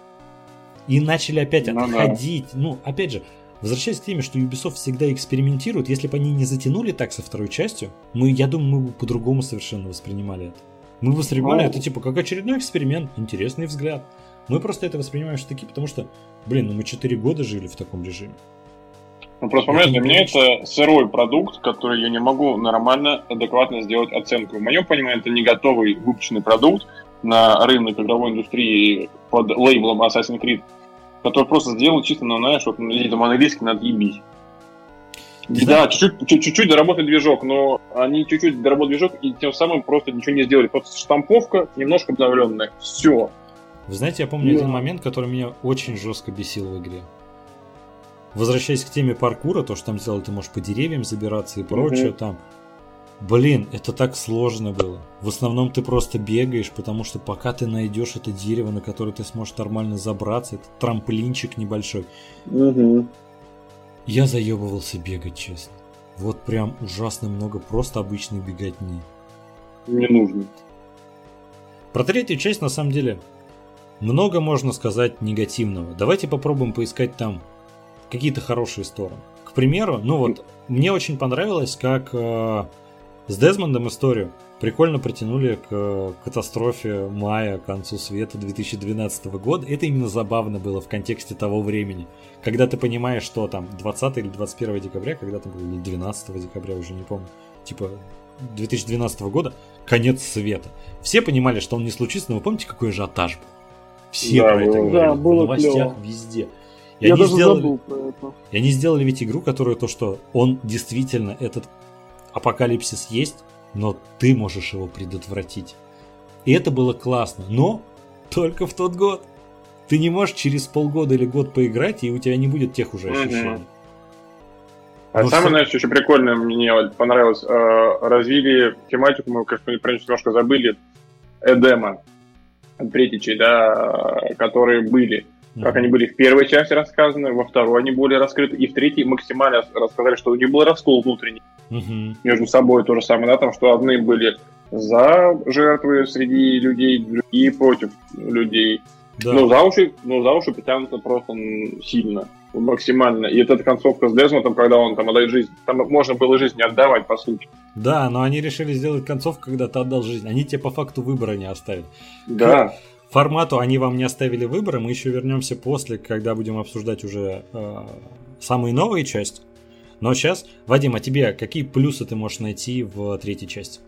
И начали опять отходить. Опять же, возвращаясь к теме, что Ubisoft всегда экспериментирует, если бы они не затянули так со второй частью, я думаю, мы бы по-другому совершенно воспринимали это. Мы воспринимали это типа как очередной эксперимент, интересный взгляд. Мы просто это воспринимаем что таки, потому что, мы 4 года жили в таком режиме. Просто, понимаете, для меня это сырой продукт, который я не могу нормально, адекватно сделать оценку. В моем понимании, это не готовый выпущенный продукт на рынок игровой индустрии под лейблом Assassin's Creed, который просто сделал чисто, там английский надо ебить. Да, чуть-чуть доработали движок, но они чуть-чуть доработали движок и тем самым просто ничего не сделали. Просто штамповка немножко обновленная. Все. Вы знаете, я помню один момент, который меня очень жестко бесил в игре. Возвращаясь к теме паркура, то, что там сделали, ты можешь по деревьям забираться и прочее, там. Это так сложно было. В основном ты просто бегаешь, потому что пока ты найдешь это дерево, на которое ты сможешь нормально забраться, это трамплинчик небольшой. Я заебывался бегать, честно. вот прям ужасно много просто обычной беготни. Не нужно. Про третью часть, на самом деле, много можно сказать негативного. Давайте попробуем поискать там какие-то хорошие стороны. К примеру, мне очень понравилось, как с Дезмондом историю прикольно притянули к катастрофе Майя, к концу света 2012 года. Это именно забавно было в контексте того времени. Когда ты понимаешь, что там 20 или 21 декабря, когда там было, или 12 декабря, уже не помню, типа 2012 года, конец света. Все понимали, что он не случится, но вы помните, какой ажиотаж был? Все про это говорили, да, было в новостях, клево. везде. Я даже забыл про это. И они сделали ведь игру, которая то, что он действительно, этот апокалипсис есть, но ты можешь его предотвратить. И это было классно, но только в тот год. Ты не можешь через полгода или год поиграть, и у тебя не будет тех уже ощущений. А самое, знаешь, еще прикольное мне понравилось, развили тематику, мы, конечно, про нее немножко забыли, Эдема, претичей, да, которые были. Как они были в первой части рассказаны, во второй они более раскрыты, и в третьей максимально рассказали, что у них был раскол внутренний между собой, то же самое, да, там, что одни были за жертвы среди людей, другие против людей. Да. Но за уши притянуто просто сильно, максимально. И эта концовка с Дезмондом, когда он там отдает жизнь, там можно было жизнь не отдавать, по сути. Да, но они решили сделать концовку, когда ты отдал жизнь. Они тебе по факту выбора не оставят. Да. К формату они вам не оставили выбора, мы еще вернемся после, когда будем обсуждать уже самые новые части. Но сейчас, Вадим, а тебе какие плюсы ты можешь найти в третьей части?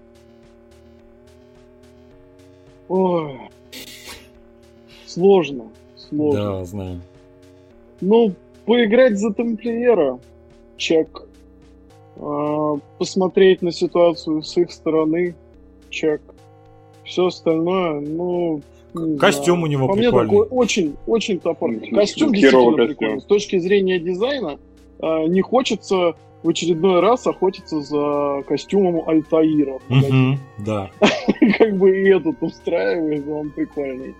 Ой, сложно. Да, знаю. Ну, поиграть за тамплиера, чек. Посмотреть на ситуацию с их стороны, чек. Все остальное, костюм у него по прикольный. Мне такой очень топорный. Костюм действительно прикольный. С точки зрения дизайна не хочется в очередной раз охотиться за костюмом Альтаира. Да. Как бы и этот устраивает, он прикольный.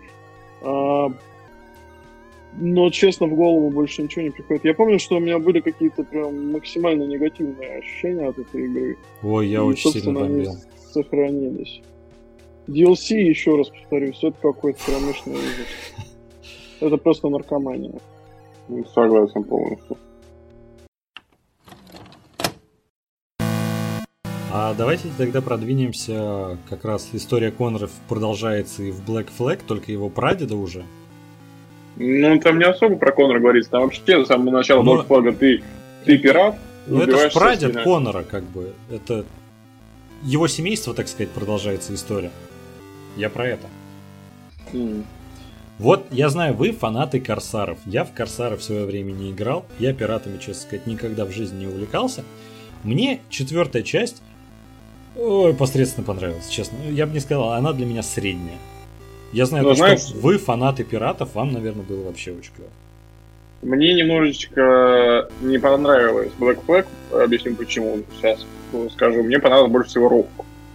Но, честно, в голову больше ничего не приходит. Я помню, что у меня были какие-то прям максимально негативные ощущения от этой игры. Ой, я очень сильно бомбил. Они сохранились. DLC, еще раз повторюсь, это какой-то промышленный ужас. Это просто наркомания. Согласен полностью. А давайте тогда продвинемся. Как раз история Конноров продолжается и в Black Flag, только его прадеда уже. Ну, там не особо про Коннора говорится. Там вообще с самого начала Black Flag ты пират. Ну, это же прадед Коннора, как бы. Это его семейство, так сказать, продолжается история. Я про это. Вот, я знаю, вы фанаты Корсаров. Я в Корсаров в свое время не играл. Я пиратами, честно сказать, никогда в жизни не увлекался. Мне четвертая часть посредственно понравилась, честно. Я бы не сказал, она для меня средняя. Я знаю, что вы фанаты пиратов, вам, наверное, было вообще очень клево. Мне немножечко не понравилось Black Flag, объясню почему. Сейчас скажу. Мне понравилось больше всего Рок.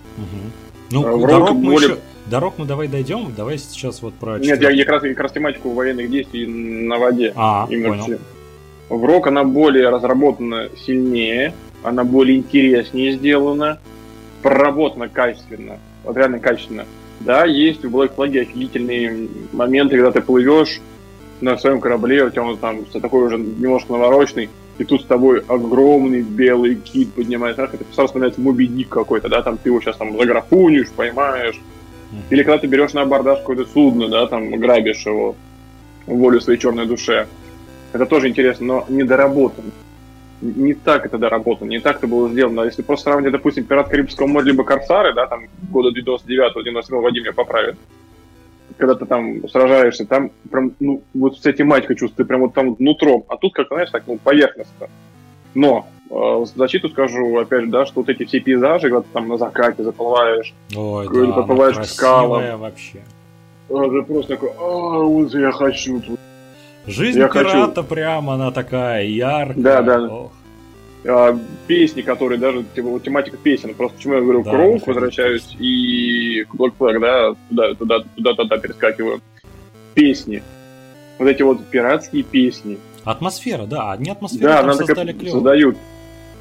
Дорог мы давай дойдем. Давай сейчас вот про... Нет, я как раз тематику военных действий на воде. Понял. В Рок она более разработана сильнее, она более интереснее сделана, проработана качественно. Вот реально качественно. Да, есть в Black Flag офигительные моменты, когда ты плывешь на своем корабле, у тебя он там такой уже немножко навороченный, и тут с тобой огромный белый кит поднимается, это сразу становится Моби Дик какой-то, да, там ты его сейчас там заграфунишь, поймаешь. Или когда ты берешь на абордаж какое-то судно, да, там грабишь его волю своей черной душе. Это тоже интересно, но недоработано. Не так это доработано, не так это было сделано. Если просто сравнить, допустим, «Пират Карибского моря» либо «Корсары», да, там года 99-97, Вадим меня поправит, когда ты там сражаешься, там прям, вот вся тематика чувствуется, ты прям вот там нутром, а тут как-то, знаешь, так, поверхностно. Но в защиту скажу, опять же, да, что вот эти все пейзажи, когда ты там на закате заплываешь, или подплываешь к скалам. Вообще. Это просто такой, вот я хочу тут. Жизнь пирата прямо, она такая яркая. Да. Песни, которые даже, тематика песен, просто почему я говорю, к Роук возвращаюсь и к Black Flag, да, туда перескакиваю. Песни. Вот эти вот пиратские песни. Атмосфера, да, они атмосферу там создали клево. Задают.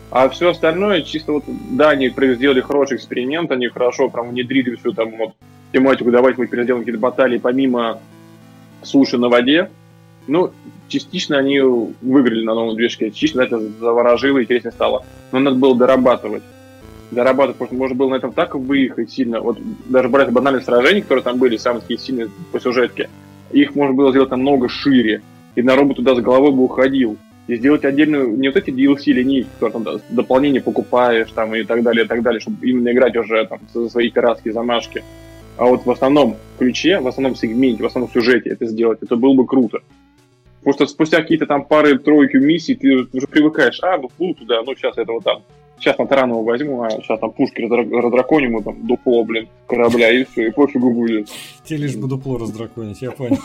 А все остальное чисто вот, да, они сделали хороший эксперимент, они хорошо прям внедрили всю там вот тематику, давайте мы переделаем какие-то баталии помимо суши на воде. Ну, частично они выиграли на новом движке, частично это заворожило и интереснее стало. Но надо было дорабатывать, потому что можно было на этом так выехать сильно. Вот даже брать банальные сражения, которые там были, самые такие сильные по сюжетке, их можно было сделать намного шире, и народ бы туда с головой бы уходил. И сделать отдельную, не вот эти DLC линейки, которые там дополнение покупаешь там, и так далее, чтобы именно играть уже там за свои пиратские замашки. А вот в основном ключе, в основном сегменте, в основном сюжете это сделать, это было бы круто. Потому что спустя какие-то там пары-тройки миссий ты уже привыкаешь, ну плуту, да, ну сейчас этого там, сейчас там Таранова возьму, а сейчас там пушки раздраконим ему там дупло, корабля, и все, и пофигу будет. Тебе лишь бы дупло раздраконить, я понял.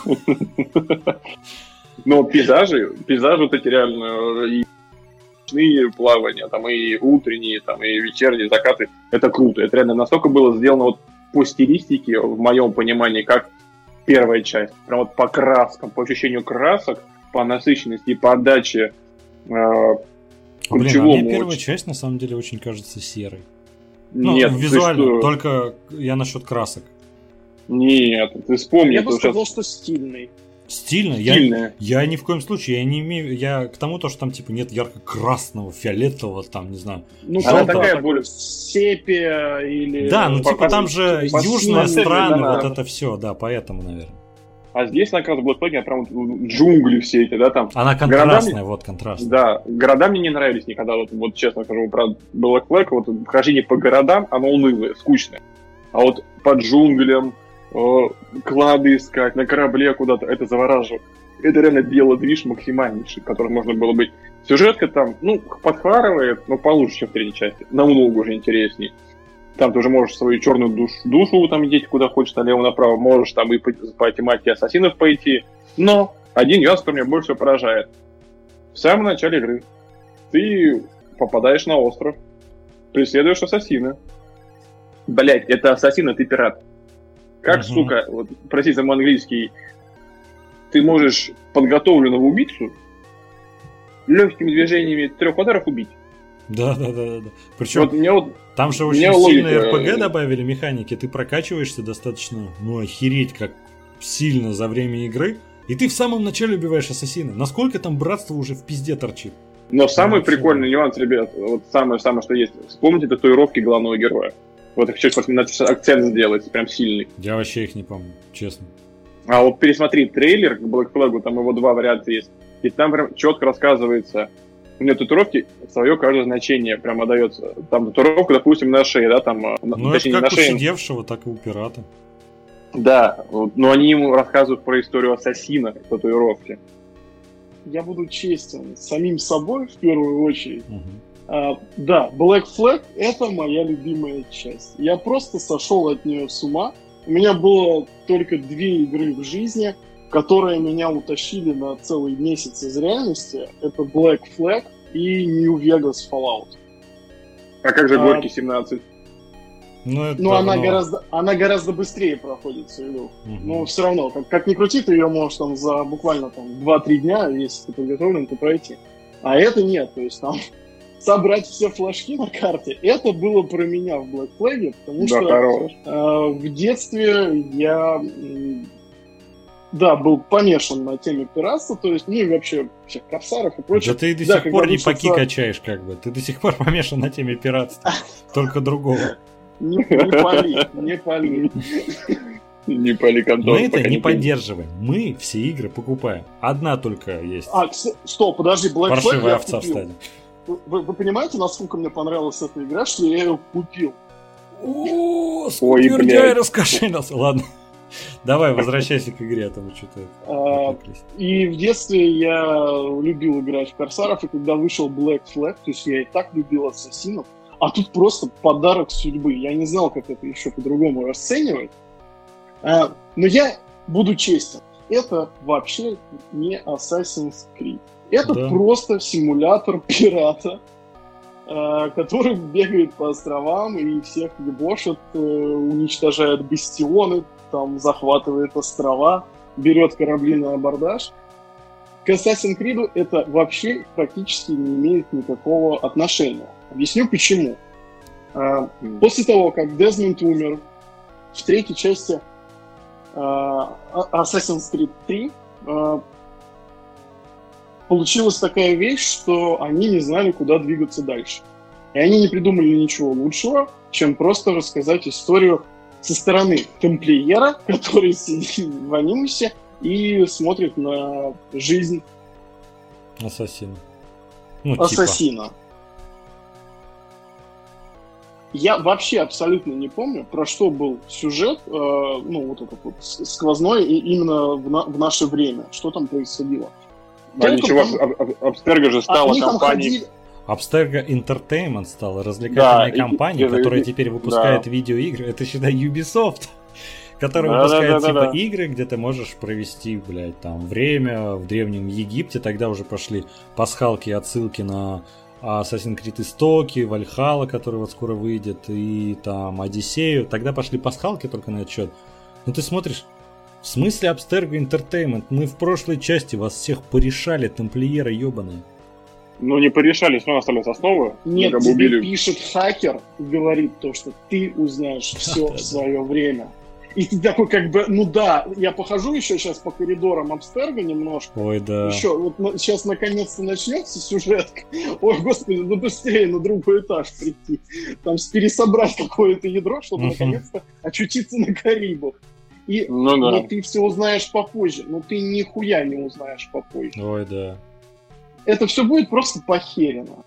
Но пейзажи вот эти реально, и ночные плавания, там, и утренние, там, и вечерние закаты, это круто. Это реально настолько было сделано вот по стилистике, в моем понимании, как первая часть. Прям вот по краскам, по ощущению красок, по насыщенности и по отдаче ключевому. Мне первая часть, на самом деле, очень кажется серой. Нет, визуально, только я насчет красок. Нет, ты вспомни. Я бы сказал, что стильный. Стильно? Я ни в коем случае, я не имею, я к тому, что там типа нет ярко-красного, фиолетового, там, не знаю. Ну, она такая более сепия или... Да, ну типа там же южная страна, вот это все, да, поэтому, наверное. А здесь, на кажется, Black Flag, прям джунгли все эти, да, там. Она контрастная, контрастная. Да, города мне не нравились никогда, вот честно скажу, про Black Flag, вот хождение по городам, оно унылое, скучное. А вот по джунглям, клады искать, на корабле куда-то, это завораживает. Это реально белый-движ максимальнейший, который можно было быть. Сюжетка там, подхварывает, но получше, чем в третьей части. Намного уже интересней. Там ты уже можешь свою черную душу там идти куда хочешь, налево-направо. Можешь там и по тематике ассасинов пойти. Но один нюанс, который меня больше всего поражает. В самом начале игры ты попадаешь на остров, преследуешь ассасина. Блять, это ассасин, а ты пират. Как, сука, вот, простите за мой английский, ты можешь подготовленного убийцу легкими движениями 3 ударов убить? Да. Причем там же очень сильные РПГ добавили механики, ты прокачиваешься достаточно, охереть как сильно за время игры, и ты в самом начале убиваешь ассасина. Насколько там братство уже в пизде торчит? Но самый прикольный нюанс, ребят, вот самое, что есть, вспомните татуировки главного героя. Вот я хочу акцент сделать, прям сильный. Я вообще их не помню, честно. А вот пересмотри трейлер к Black Flag, там его 2 варианта есть. И там прям четко рассказывается. У меня татуировки свое каждое значение прям отдается. Там татуировка, допустим, на шее, да, там. Это как у сидевшего, так и у пирата. Да, но они ему рассказывают про историю ассасина татуировки. Я буду честен с самим собой в первую очередь. Да, Black Flag — это моя любимая часть. Я просто сошел от нее с ума. У меня было только 2 игры в жизни, которые меня утащили на целый месяц из реальности. Это Black Flag и New Vegas Fallout. А как же Горький 17? Она гораздо быстрее проходит всю игру. Но все равно, как ни крути, ты ее можешь там за буквально 2-3 дня, если ты подготовлен, то пройти. А это нет, то есть там собрать все флажки на карте, это было про меня в Black Flag, потому что в детстве я был помешан на теме пиратства, то есть, и вообще всех корсаров и прочее. Да ты до сих пор не паки качаешь, как бы. Ты до сих пор помешан на теме пиратства, только другого. Не пали. Не пали контор. Мы это не поддерживаем. Мы все игры покупаем. Одна только есть. Стоп, подожди, Black Flag паршивая овца встанет. Вы понимаете, насколько мне понравилась эта игра, что я ее купил? Скупердяй раскошелился. Ладно. Давай, возвращайся к игре, а то мы что-то... И в детстве я любил играть в корсаров, и когда вышел Black Flag, то есть я и так любил ассасинов, а тут просто подарок судьбы. Я не знал, как это еще по-другому расценивать. Но я буду честен, это вообще не Assassin's Creed. Это просто симулятор пирата, который бегает по островам и всех ебошит, уничтожает бастионы, там захватывает острова, берет корабли на абордаж. к Assassin's Creed это вообще практически не имеет никакого отношения. Объясню почему. После того, как Дезмонд умер в третьей части Assassin's Creed 3, получилась такая вещь, что они не знали, куда двигаться дальше. И они не придумали ничего лучшего, чем просто рассказать историю со стороны тамплиера, который сидит в анимусе и смотрит на жизнь ассасина. Ассасина. Я вообще абсолютно не помню, про что был сюжет, вот этот вот сквозной, и именно в наше время. Что там происходило. Абстерго же стала компанией... Абстерго Entertainment стала развлекательной компанией, которая теперь выпускает видеоигры. Это, считай, Ubisoft, которая выпускает игры, где ты можешь провести, там время в Древнем Египте. Тогда уже пошли пасхалки и отсылки на Assassin's Creed Истоки, Valhalla, который вот скоро выйдет, и там Одиссею. Тогда пошли пасхалки только на этот счет. Но ты смотришь, в смысле Abstergo Entertainment? Мы в прошлой части вас всех порешали, тамплиеры ебаные. Не порешали, все равно остались основы. Нет, тебе пишет хакер и говорит то, что ты узнаешь все в свое время. И ты такой я похожу еще сейчас по коридорам Абстерго немножко. Ой, да. Еще, вот сейчас наконец-то начнется сюжетка. Ой, господи, быстрее на другой этаж прийти. Там пересобрать какое-то ядро, чтобы наконец-то очутиться на Карибах. Но ты все узнаешь попозже. Но ты нихуя не узнаешь попозже. Ой, да. Это все будет просто похерено.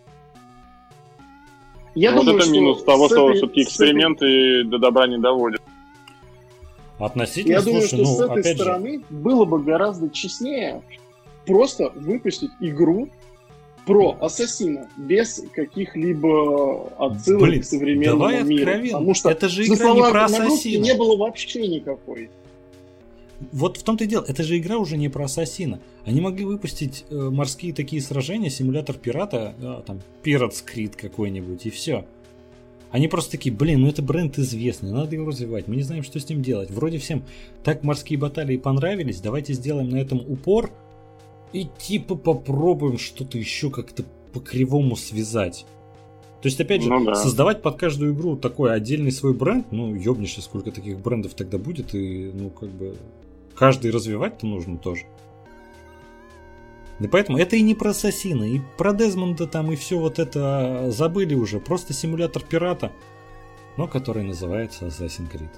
Я думаю, это минус того, что все-таки эксперименты до добра не доводят. Относительно, я думаю, что с этой стороны было бы гораздо честнее просто выпустить игру про ассасина без каких-либо отсылок к современному миру. Потому что это же игра не про ассасина. Не было вообще никакой. Вот в том-то и дело, это же игра уже не про ассасина. Они могли выпустить морские такие сражения, симулятор пирата, там Pirates Creed какой-нибудь, и все. Они просто такие, это бренд известный, надо его развивать, мы не знаем, что с ним делать. Вроде всем так морские баталии понравились, давайте сделаем на этом упор и попробуем что-то еще как-то по-кривому связать. То есть, опять же, создавать под каждую игру такой отдельный свой бренд, ёбнешься, сколько таких брендов тогда будет, и, каждый развивать-то нужно тоже. И поэтому это и не про ассасина, и про Дезмонда там, и все вот это забыли уже. Просто симулятор пирата, но который называется Assassin's Creed.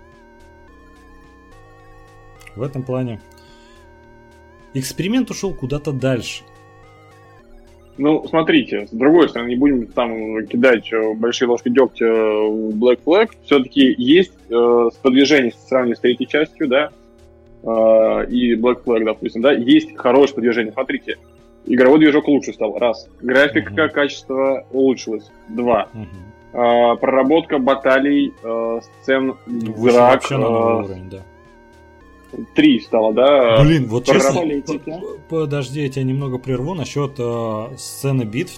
В этом плане эксперимент ушел куда-то дальше. Смотрите, с другой стороны, не будем там кидать большие ложки дегтя в Black Flag. Все-таки есть продвижение в сравнении с третьей частью, да, и Black Flag, допустим, да, есть хорошее продвижение. Смотрите, игровой движок лучше стал, раз. Графика, качество улучшилось, два. Проработка баталий, сцен, драк. Вообще на новый уровень, да. 3 стало, да? Вот честно, подожди, я тебя немного прерву насчет сцены битв,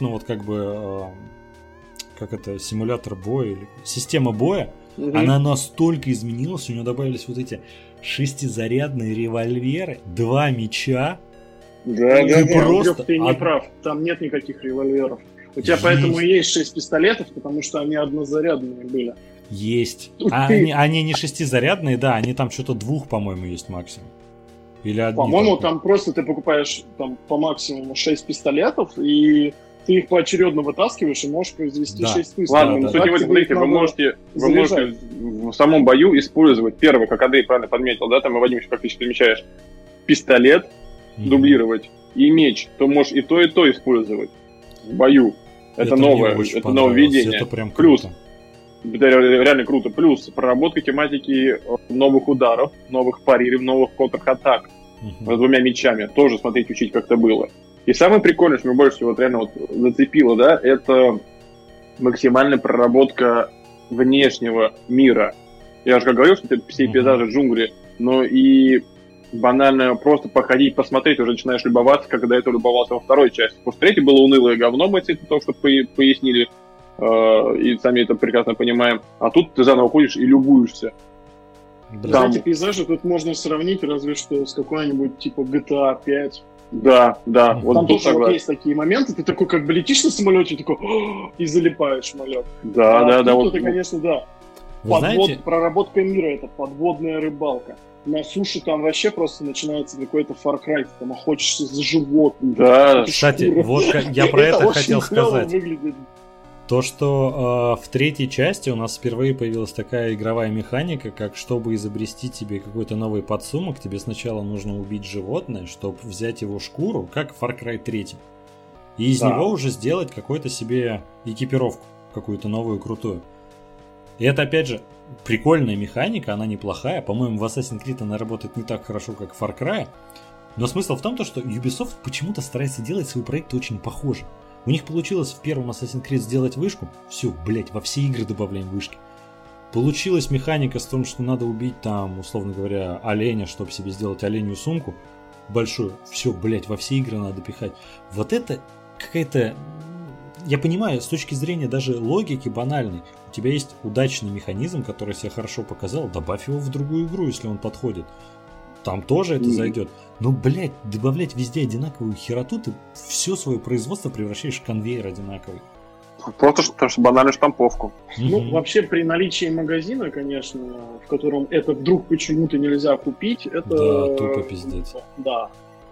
как это, симулятор боя, или система боя, она настолько изменилась, у нее добавились вот эти 6-зарядные револьверы, 2 меча. Да, ты не прав, там нет никаких револьверов. У тебя поэтому и есть 6 пистолетов, потому что они однозарядные были. Есть. Они не 6-зарядные, да, они там что-то 2, по-моему, есть максимум. Или одни. По-моему, там просто ты покупаешь там по максимуму 6 пистолетов, и ты их поочередно вытаскиваешь и можешь произвести 6 выстрелов. Ладно, суть в этом, смотрите, вы можете в самом бою использовать первое, как Андрей правильно подметил, да, там и Вадим еще практически подмечаешь, пистолет дублировать и меч. То можешь и то использовать в бою. Это новое, это нововведение. Это прям плюс, это реально круто. Плюс проработка тематики новых ударов, новых париров, новых контратак с 2 мечами. Тоже смотреть, учить, как это было. И самое прикольное, что меня больше всего реально зацепило, да, это максимальная проработка внешнего мира. Я же как говорил, что это все пейзажи джунгли, но и банально просто походить, посмотреть, уже начинаешь любоваться, как до этого любовался во второй части. Потому что третье было унылое говно, мы это только что пояснили, и сами это прекрасно понимаем. А тут ты заново ходишь и любуешься. Кстати, пейзажи тут можно сравнить разве что с какой-нибудь типа GTA 5. Да, вот Там тут тоже вот согласен. есть такие моменты, ты такой как бы летишь на самолете, такой и залипаешь в самолет. Да, Тут вот. это, конечно, да. Вы знаете, Проработка мира, это подводная рыбалка. На суше там вообще просто начинается какой-то Far Cry, ты там охотишься за животными. Да, кстати, вот я про это хотел очень клёво сказать. выглядит. То, что в третьей части у нас впервые появилась такая игровая механика, как чтобы изобрести тебе какой-то новый подсумок, тебе сначала нужно убить животное, чтобы взять его шкуру, как в Far Cry 3. И из него уже сделать какую-то себе экипировку, какую-то новую крутую. И это, опять же, прикольная механика, она неплохая. По-моему, в Assassin's Creed она работает не так хорошо, как в Far Cry. Но смысл в том, что Ubisoft почему-то старается делать свои проекты очень похожи. У них получилось в первом Assassin's Creed сделать вышку. Все, блять, во все игры добавляем вышки. Получилась механика с том, что надо убить там, условно говоря, оленя, чтобы себе сделать оленью сумку большую. Все, блять, во все игры надо пихать. Вот это какая-то... Я понимаю, с точки зрения даже логики банальной, у тебя есть удачный механизм, который себя хорошо показал, добавь его в другую игру, если он подходит. Там тоже это зайдет. Но, блядь, добавлять везде одинаковую хероту, ты все свое производство превращаешь в конвейер одинаковый. Просто что банальную штамповку. Ну, вообще, при наличии магазина, конечно, в котором это вдруг почему-то нельзя купить, это... Да, тупо пиздец. Да.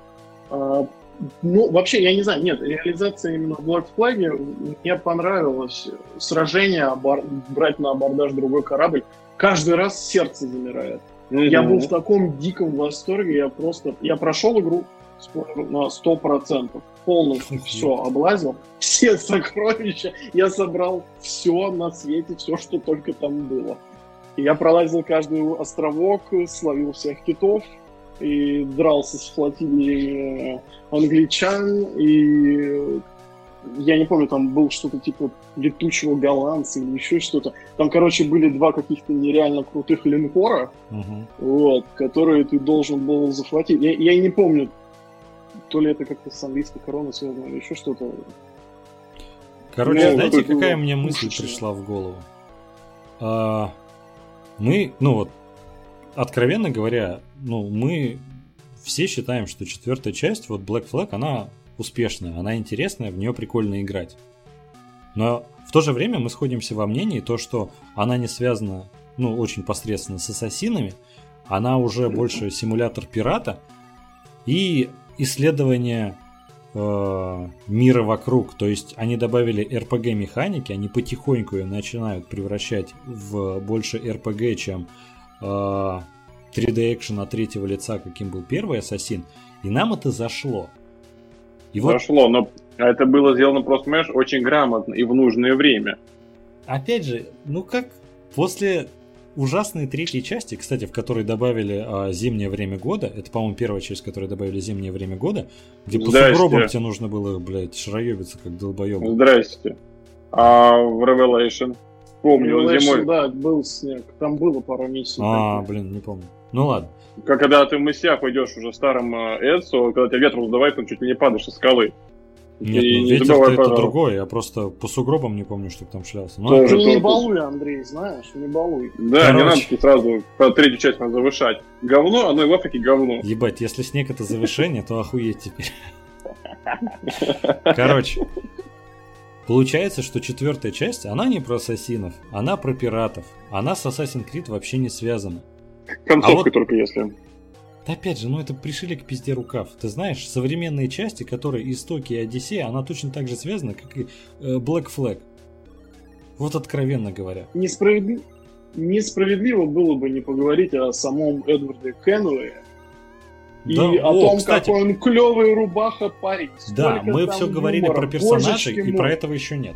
Ну, вообще, я не знаю, нет, реализация именно в Black Flag мне понравилось. Сражение, брать на абордаж другой корабль, каждый раз сердце замирает. Я был в таком диком восторге, я прошел игру на 100%, полностью все облазил, все сокровища, я собрал все на свете, все, что только там было. И я пролазил каждый островок, словил всех китов, и дрался с флотилией англичан, и я не помню, там был что-то типа летучего голландца или еще что-то. Там, короче, были два каких-то нереально крутых линкора, вот, которые ты должен был захватить. Я не помню, то ли это как-то с английской короной связано, или еще что-то. Короче, знаете, какая мне мысль пришла в голову? Мы, откровенно говоря, мы все считаем, что четвертая часть, вот Black Flag, она успешная, она интересная, в нее прикольно играть. Но в то же время мы сходимся во мнении, то, что она не связана, очень посредственно с ассасинами, она уже больше симулятор пирата и исследование мира вокруг. То есть они добавили RPG механики, они потихоньку ее начинают превращать в больше RPG, чем 3D экшен от третьего лица, каким был первый Ассасин, и нам это зашло. Зашло, но это было сделано просто, понимаешь, очень грамотно и в нужное время. Опять же, как после ужасной третьей части, кстати, в которой добавили зимнее время года, это, по-моему, первая часть, в которой добавили зимнее время года, где по сугробам тебе нужно было, блядь, шароебиться как долбоеб. Здрасте. А в Revelation? Помню, зимой. Да, был снег. Там было пару миссий. Не помню. Ну ладно. Когда ты в мысях идешь уже старым Эдсо, когда тебя ветром сдувает, ты чуть ли не падаешь со скалы. Нет, ветер-то это другое, я просто по сугробам не помню, что там шлялся. Ты не балуй, Андрей, знаешь, не балуй. Да, не надо сразу по третью часть надо завышать. Говно, оно и в Африке говно. Ебать, если снег это завышение, то охуеть теперь. Короче, получается, что четвертая часть, она не про ассасинов, она про пиратов. Она с Assassin's Creed вообще не связана. Концовкой только если. Опять же, это пришили к пизде рукав. Ты знаешь, современные части, которые Истоки и Одиссея, она точно так же связана, как и Black Flag. Вот откровенно говоря. Несправедливо было бы не поговорить о самом Эдварде Кенуэе. И о том, кстати, какой он клевый рубаха парень. Да, мы все говорили про персонажей, и про этого еще нет.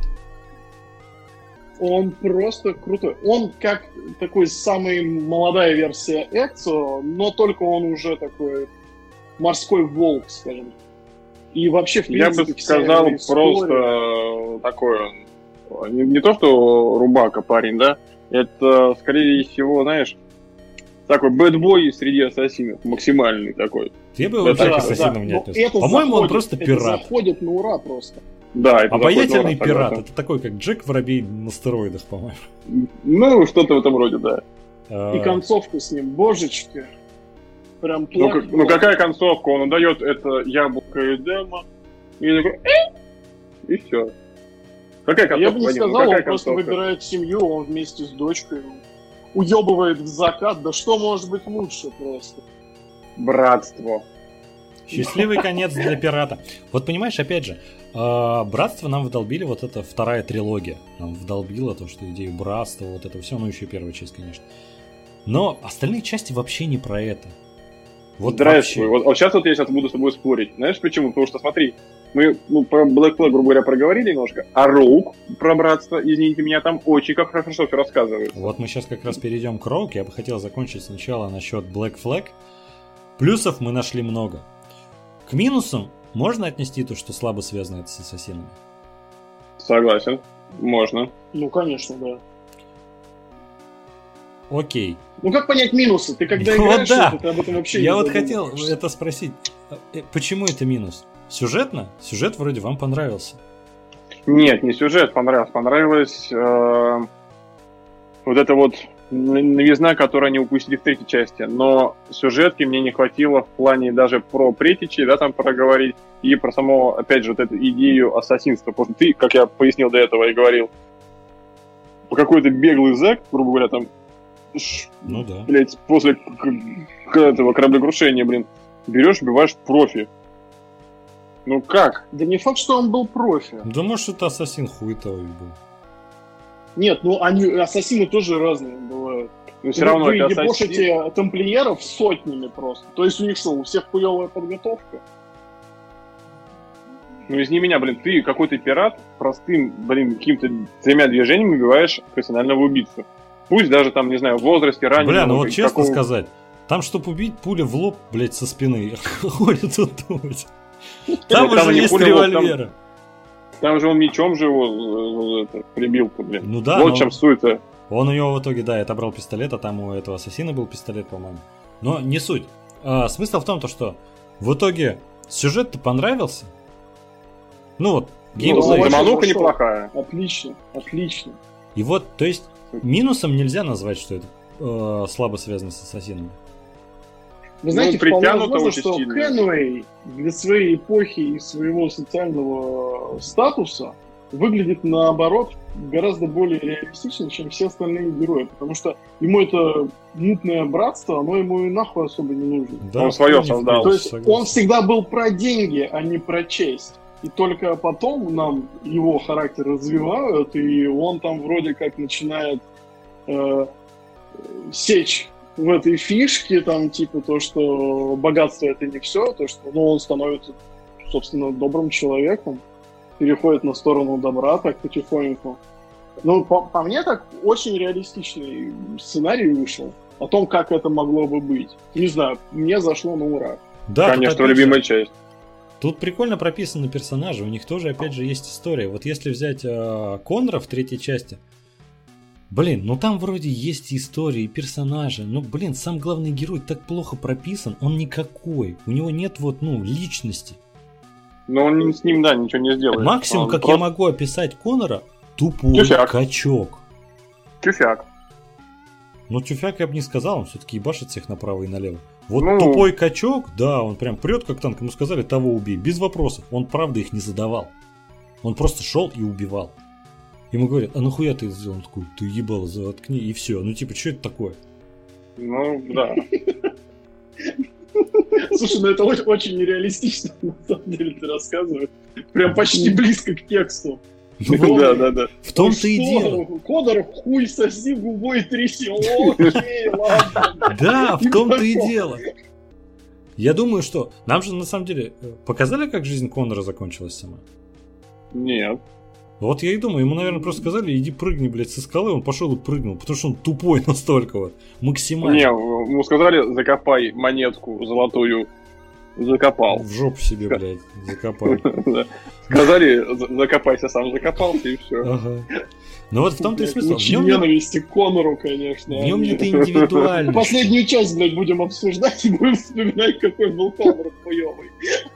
Он просто крутой. Он как такой самая молодая версия Эксо, но только он уже такой морской волк, скажем. И вообще, в принципе, я бы сказал, просто такой, не то что рубака парень, да, это, скорее всего, знаешь, такой бэдбой среди ассасинов, максимальный такой. Я бы вообще к ассасинам не отнес. По-моему, он просто пират. Это заходит на ура просто. Да, это обаятельный пират. Это такой, как Джек Воробей на стероидах, по-моему. Что-то в этом роде, да. И концовка с ним, божечки. прям плохо. Ну какая концовка? Он дает это яблоко и демо, и такой, и все. Какая концовка? Я бы не сказал, он просто выбирает семью, он вместе с дочкой уебывает в закат. Да что может быть лучше просто? Братство. Счастливый конец для пирата. Вот понимаешь, опять же, братство нам вдолбили, вот эта вторая трилогия. Нам вдолбила то, что идею братства, вот это все, ну еще и первая часть, конечно. Но остальные части вообще не про это. Вот вообще. Вот сейчас вот я сейчас буду с тобой спорить. Знаешь почему? Потому что смотри, мы про Black Flag, грубо говоря, проговорили немножко, а Rogue про братство, извините меня, там очень как хорошо все рассказывается. Вот мы сейчас как раз перейдем к Rogue. Я бы хотел закончить сначала насчет Black Flag. Плюсов мы нашли много. К минусам можно отнести то, что слабо связано это с ассасинами? Согласен, можно. Ну, конечно, да. Окей. Ну, как понять минусы? Ты когда играешь, да. ты об этом вообще Я не вот хотел это спросить. Почему это минус? Сюжетно? Сюжет вроде вам понравился. Нет, не сюжет понравился. Понравилась вот эта вот новизна, которую они упустили в третьей части. Но сюжетки мне не хватило в плане даже про претичи, да, там проговорить, и про саму, опять же, вот эту идею ассасинства. Потому что ты, как я пояснил до этого и говорил, по какой-то беглый зэк, грубо говоря, там, ну да. Блять, после этого кораблекрушения, блин, берешь, убиваешь профи. Ну как? Да не факт, что он был профи. Да может это ассасин хуетовый был. Нет, ну они ассасины тоже разные бывают. Но все равно вы это ебошите тамплиеров сотнями просто. То есть у них что, у всех хуевая подготовка? Ну извини меня, блин, ты какой-то пират простым, блин, каким-то 3 движениями убиваешь профессионального убийцу. Пусть даже там, не знаю, в возрасте раннего. Бля, ну вот честно сказать, там, чтобы убить, пуля в лоб, блядь, со спины ходит тут думать. Там уже есть револьверы. Там же он мечом же его прибил-то, блин. Ну да. Вот в чем суть-то. Он у него в итоге, да, отобрал пистолет, а там у этого ассасина был пистолет, по-моему. Но не суть. Смысл в том, что в итоге сюжет-то понравился. Ну вот, геймплей. Замануха неплохая. Отлично, отлично. И вот, то есть, минусом нельзя назвать, что это слабо связано с ассасином. Вы знаете, вполне возможно, что Кенуэй для своей эпохи и своего социального статуса выглядит, наоборот, гораздо более реалистично, чем все остальные герои. Потому что ему это мутное братство, оно ему и нахуй особо не нужно. Да, он свое создал. То есть он всегда был про деньги, а не про честь. И только потом нам его характер развивают, и он там вроде как начинает сечь в этой фишке, там, типа, то, что богатство это не все, то, что, ну, он становится, собственно, добрым человеком, переходит на сторону добра так потихоньку. Ну, по мне, так очень реалистичный сценарий вышел о том, как это могло бы быть. Не знаю, мне зашло на ура. Да, конечно, любимая часть. Тут прикольно прописаны персонажи, у них тоже, опять же, есть история. Вот если взять Коннора в третьей части, блин, ну там вроде есть истории, персонажи, но, блин, сам главный герой так плохо прописан, он никакой, у него нет вот, ну, личности. Но он с ним, да, ничего не сделает. Максимум, как я могу описать Коннора, тупой качок. Тюфяк. Ну, тюфяк я бы не сказал, он все-таки ебашит всех направо и налево. Вот тупой качок, да, он прям прет как танк, ему сказали, того убей, без вопросов. Он, правда, их не задавал. Он просто шел и убивал. Ему говорят, а нахуя ты сделал? Он такой, ты ебало, заткни, и все. Ну, типа, что это такое? Ну, да. Слушай, ну это очень нереалистично, на самом деле, ты рассказываешь. Прям почти близко к тексту. Да. В том-то и дело. Коннор, хуй соси, губой тряси. Окей, ладно. Да, в том-то и дело. Я думаю, что... Нам же, на самом деле, показали, как жизнь Коннора закончилась сама? Нет. Вот я и думаю, ему, наверное, просто сказали, иди прыгни, блядь, со скалы, он пошел и прыгнул, потому что он тупой настолько вот, максимально. Не, ему сказали, закопай монетку золотую, закопал. В жопу себе, блядь, закопай. Сказали, закопайся, сам закопался и все. Ага. Ну вот в том-то и смысл. Очень ненависти к Коннору, конечно. В нем нет индивидуальности. Последнюю часть, блядь, будем обсуждать и будем вспоминать, какой был Коннор хуёвый.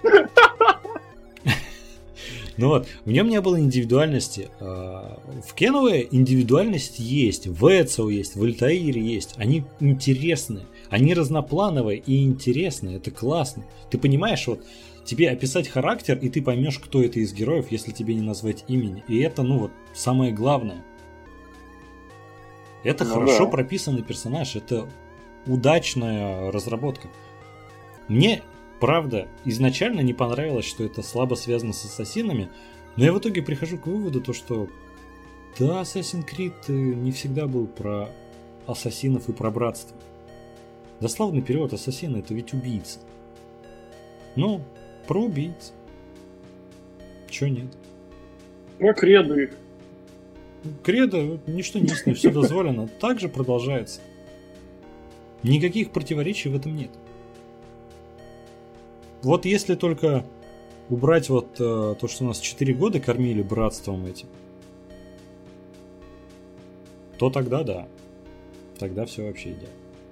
Ну вот, в нем не было индивидуальности. В Кенуэ индивидуальность есть, в Эцио есть, в Альтаире есть. Они интересны. Они разноплановые и интересные, это классно. Ты понимаешь, вот тебе описать характер, и ты поймешь, кто это из героев, если тебе не назвать имени. И это, ну вот, самое главное. Это хорошо прописанный персонаж, это удачная разработка. Мне, правда, изначально не понравилось, что это слабо связано с ассасинами, но я в итоге прихожу к выводу, то, что да, Assassin's Creed не всегда был про ассасинов и про братство. Дословный перевод ассасина — это ведь убийца. Ну, про убийц. Чё нет? Про кредо их. Кредо, ничто не истинно, все дозволено. Так же продолжается. Никаких противоречий в этом нет. Вот если только убрать вот то, что нас 4 года кормили братством этим, то тогда да. Тогда все вообще идеально.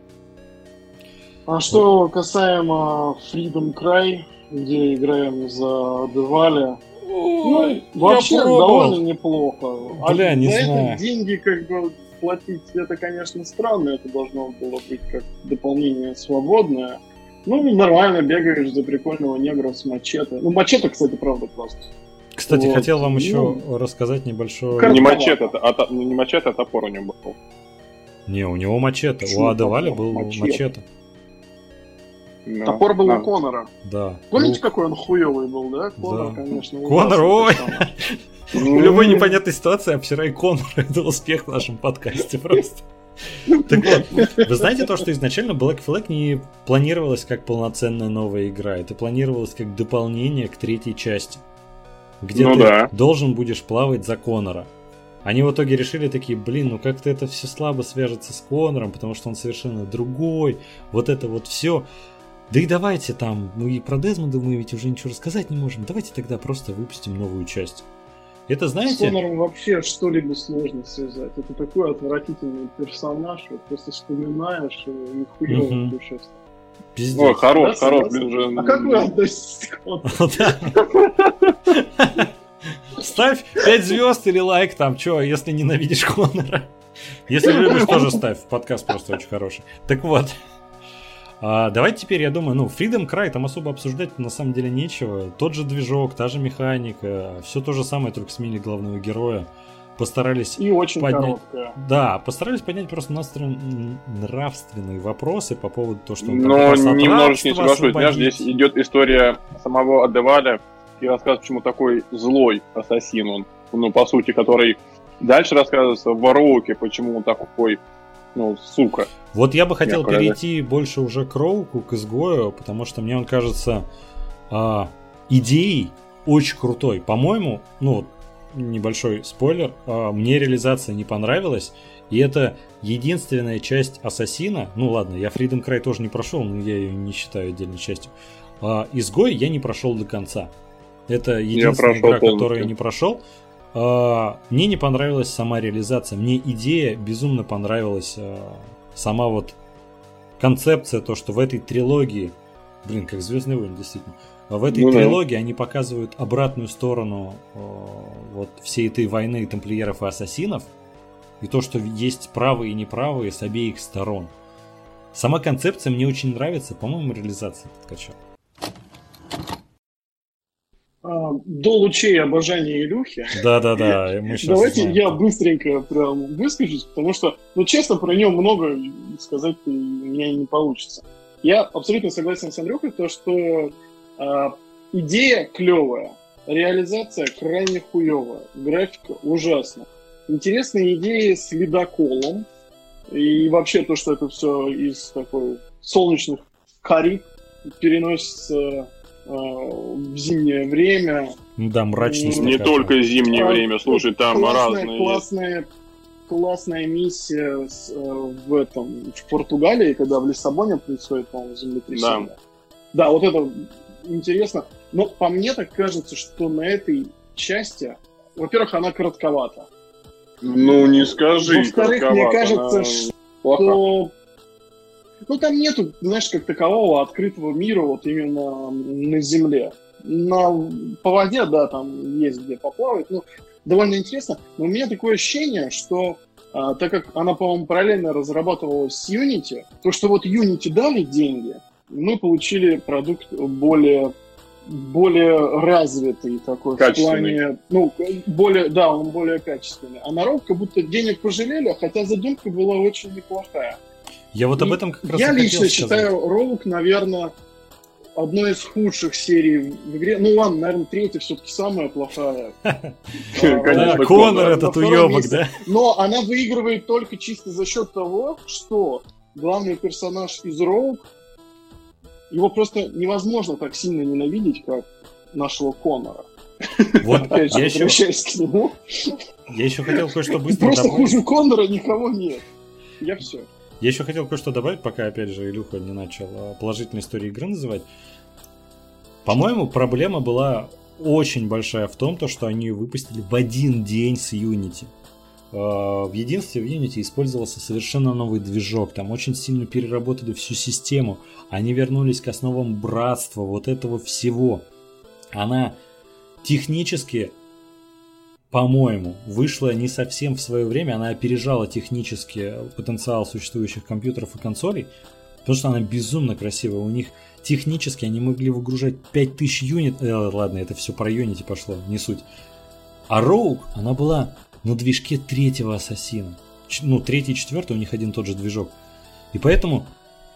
А что касаемо Freedom Cry, где играем за Деваля, ну, вообще довольно неплохо. Бля, не за знаю. это деньги как бы платить, это, конечно, странно. Это должно было быть как дополнение свободное. Ну, нормально бегаешь за прикольного негра с мачете. Ну, мачете, кстати, правда, просто. Кстати, вот. хотел вам еще рассказать небольшой... Не мачете, а топор у него был. Не, у него мачете. Почему У Адеваля топор? был Мачете. мачете. Ну, Топор был у Конора. Да. Помните, Ну, какой он хуёвый был, да? Конор, да. конечно. Конор, ужасный ой! персонаж. В любой непонятной ситуации обсирай Конора. Это успех в нашем подкасте просто. Так вот, вы знаете то, что изначально Black Flag не планировалось как полноценная новая игра. Это планировалось как дополнение к 3-й части, где ты должен будешь плавать за Конора. Они в итоге решили такие, блин, ну как-то это все слабо свяжется с Конором, потому что он совершенно другой. Вот это вот все. Да и давайте там, ну и про Дезмонда мы ведь уже ничего рассказать не можем. Давайте тогда просто выпустим новую часть. Это, С знаете... Конором вообще что-либо сложно связать. Это такой отвратительный персонаж, вот просто вспоминаешь и хуёво в душе. Пиздец. Ой, хорош, Да, блин, уже... А как вы относитесь к Конору? Ставь 5 звезд или лайк там, чё, если ненавидишь Конора. Если любишь, тоже ставь. Подкаст просто очень хороший. Так вот. Давайте теперь, я думаю, ну, Freedom Cry, там особо обсуждать на самом деле нечего. Тот же движок, та же механика, все то же самое, только сменили главного героя. Постарались И очень поднять... короткая. Да, постарались поднять просто нравственные вопросы по поводу того, что он там Но просто от немножечко не рабства соглашусь. Знаешь, освободить. здесь идет история самого Адеваля и рассказ, почему такой злой ассасин он. Ну, по сути, который дальше рассказывается в Вароуке, почему он такой, ну, сука. Вот я бы хотел перейти больше уже к Роуку, к изгою, потому что мне он кажется идеей очень крутой. По-моему, ну, небольшой спойлер, мне реализация не понравилась, и это единственная часть Ассасина. Ну ладно, я Freedom Cry тоже не прошел, но я ее не считаю отдельной частью. Изгой я не прошел до конца. Это единственная игра, которую я не прошел. Мне не понравилась сама реализация. Мне идея безумно понравилась. Сама вот концепция, то, что в этой трилогии, блин, как Звездные войны, действительно, в этой трилогии они показывают обратную сторону вот всей этой войны тамплиеров и ассасинов, и то, что есть правые и неправые с обеих сторон. Сама концепция мне очень нравится, по-моему, реализация подкачала. До лучей обожания Илюхи. Да-да-да. Давайте я быстренько прям выскажусь, потому что, ну, честно, про него много сказать у меня не получится. Я абсолютно согласен с Андрюхой, то, что идея клевая, реализация крайне хуевая, графика ужасная. Интересные идеи с ледоколом, и вообще то, что это все из такой солнечных Кариб переносится в зимнее время. Да, мрачность. Не только зимнее время, слушай, там разные... Классная миссия в Португалии, когда в Лиссабоне происходит, по-моему, землетрясение. Да, вот это интересно. Но по мне так кажется, что на этой части, во-первых, она коротковата. Ну, не скажи. Во-вторых, мне кажется, что... Ну, там нету, знаешь, как такового открытого мира вот именно на земле. По воде, да, там есть где поплавать, ну, довольно интересно. Но у меня такое ощущение, что так как она, по-моему, параллельно разрабатывалась с Unity, то что вот Unity дали деньги, мы получили продукт более развитый такой, в плане, он более качественный. А народ как будто денег пожалели, хотя задумка была очень неплохая. Я вот об этом как раз Я хотел лично сказать. считаю Rogue, наверное, одной из худших серий в игре. Ну ладно, наверное, третья все-таки самая плохая. Конечно, Конор этот уебок, да? Но она выигрывает только чисто за счет того, что главный персонаж из Rogue, его просто невозможно так сильно ненавидеть, как нашего Конора. Вот, Опять же, возвращаясь к нему. Я еще хотел кое-что быстро Просто добавить. хуже Конора никого нет. Я все. Я еще хотел кое-что добавить, пока, опять же, Илюха не начал положительные истории игры называть. По-моему, проблема была очень большая в том, что они ее выпустили в один день с Unity. В единстве в Unity использовался совершенно новый движок. Там очень сильно переработали всю систему. Они вернулись к основам братства, вот этого всего. Она технически, по-моему, вышла не совсем в свое время. Она опережала технически потенциал существующих компьютеров и консолей, потому что она безумно красивая. У них технически они могли выгружать 5000 юнит. Ладно, это все про Unity пошло, не суть. А Rogue, она была на движке третьего Ассасина. Ну, третий и четвертый у них один и тот же движок. И поэтому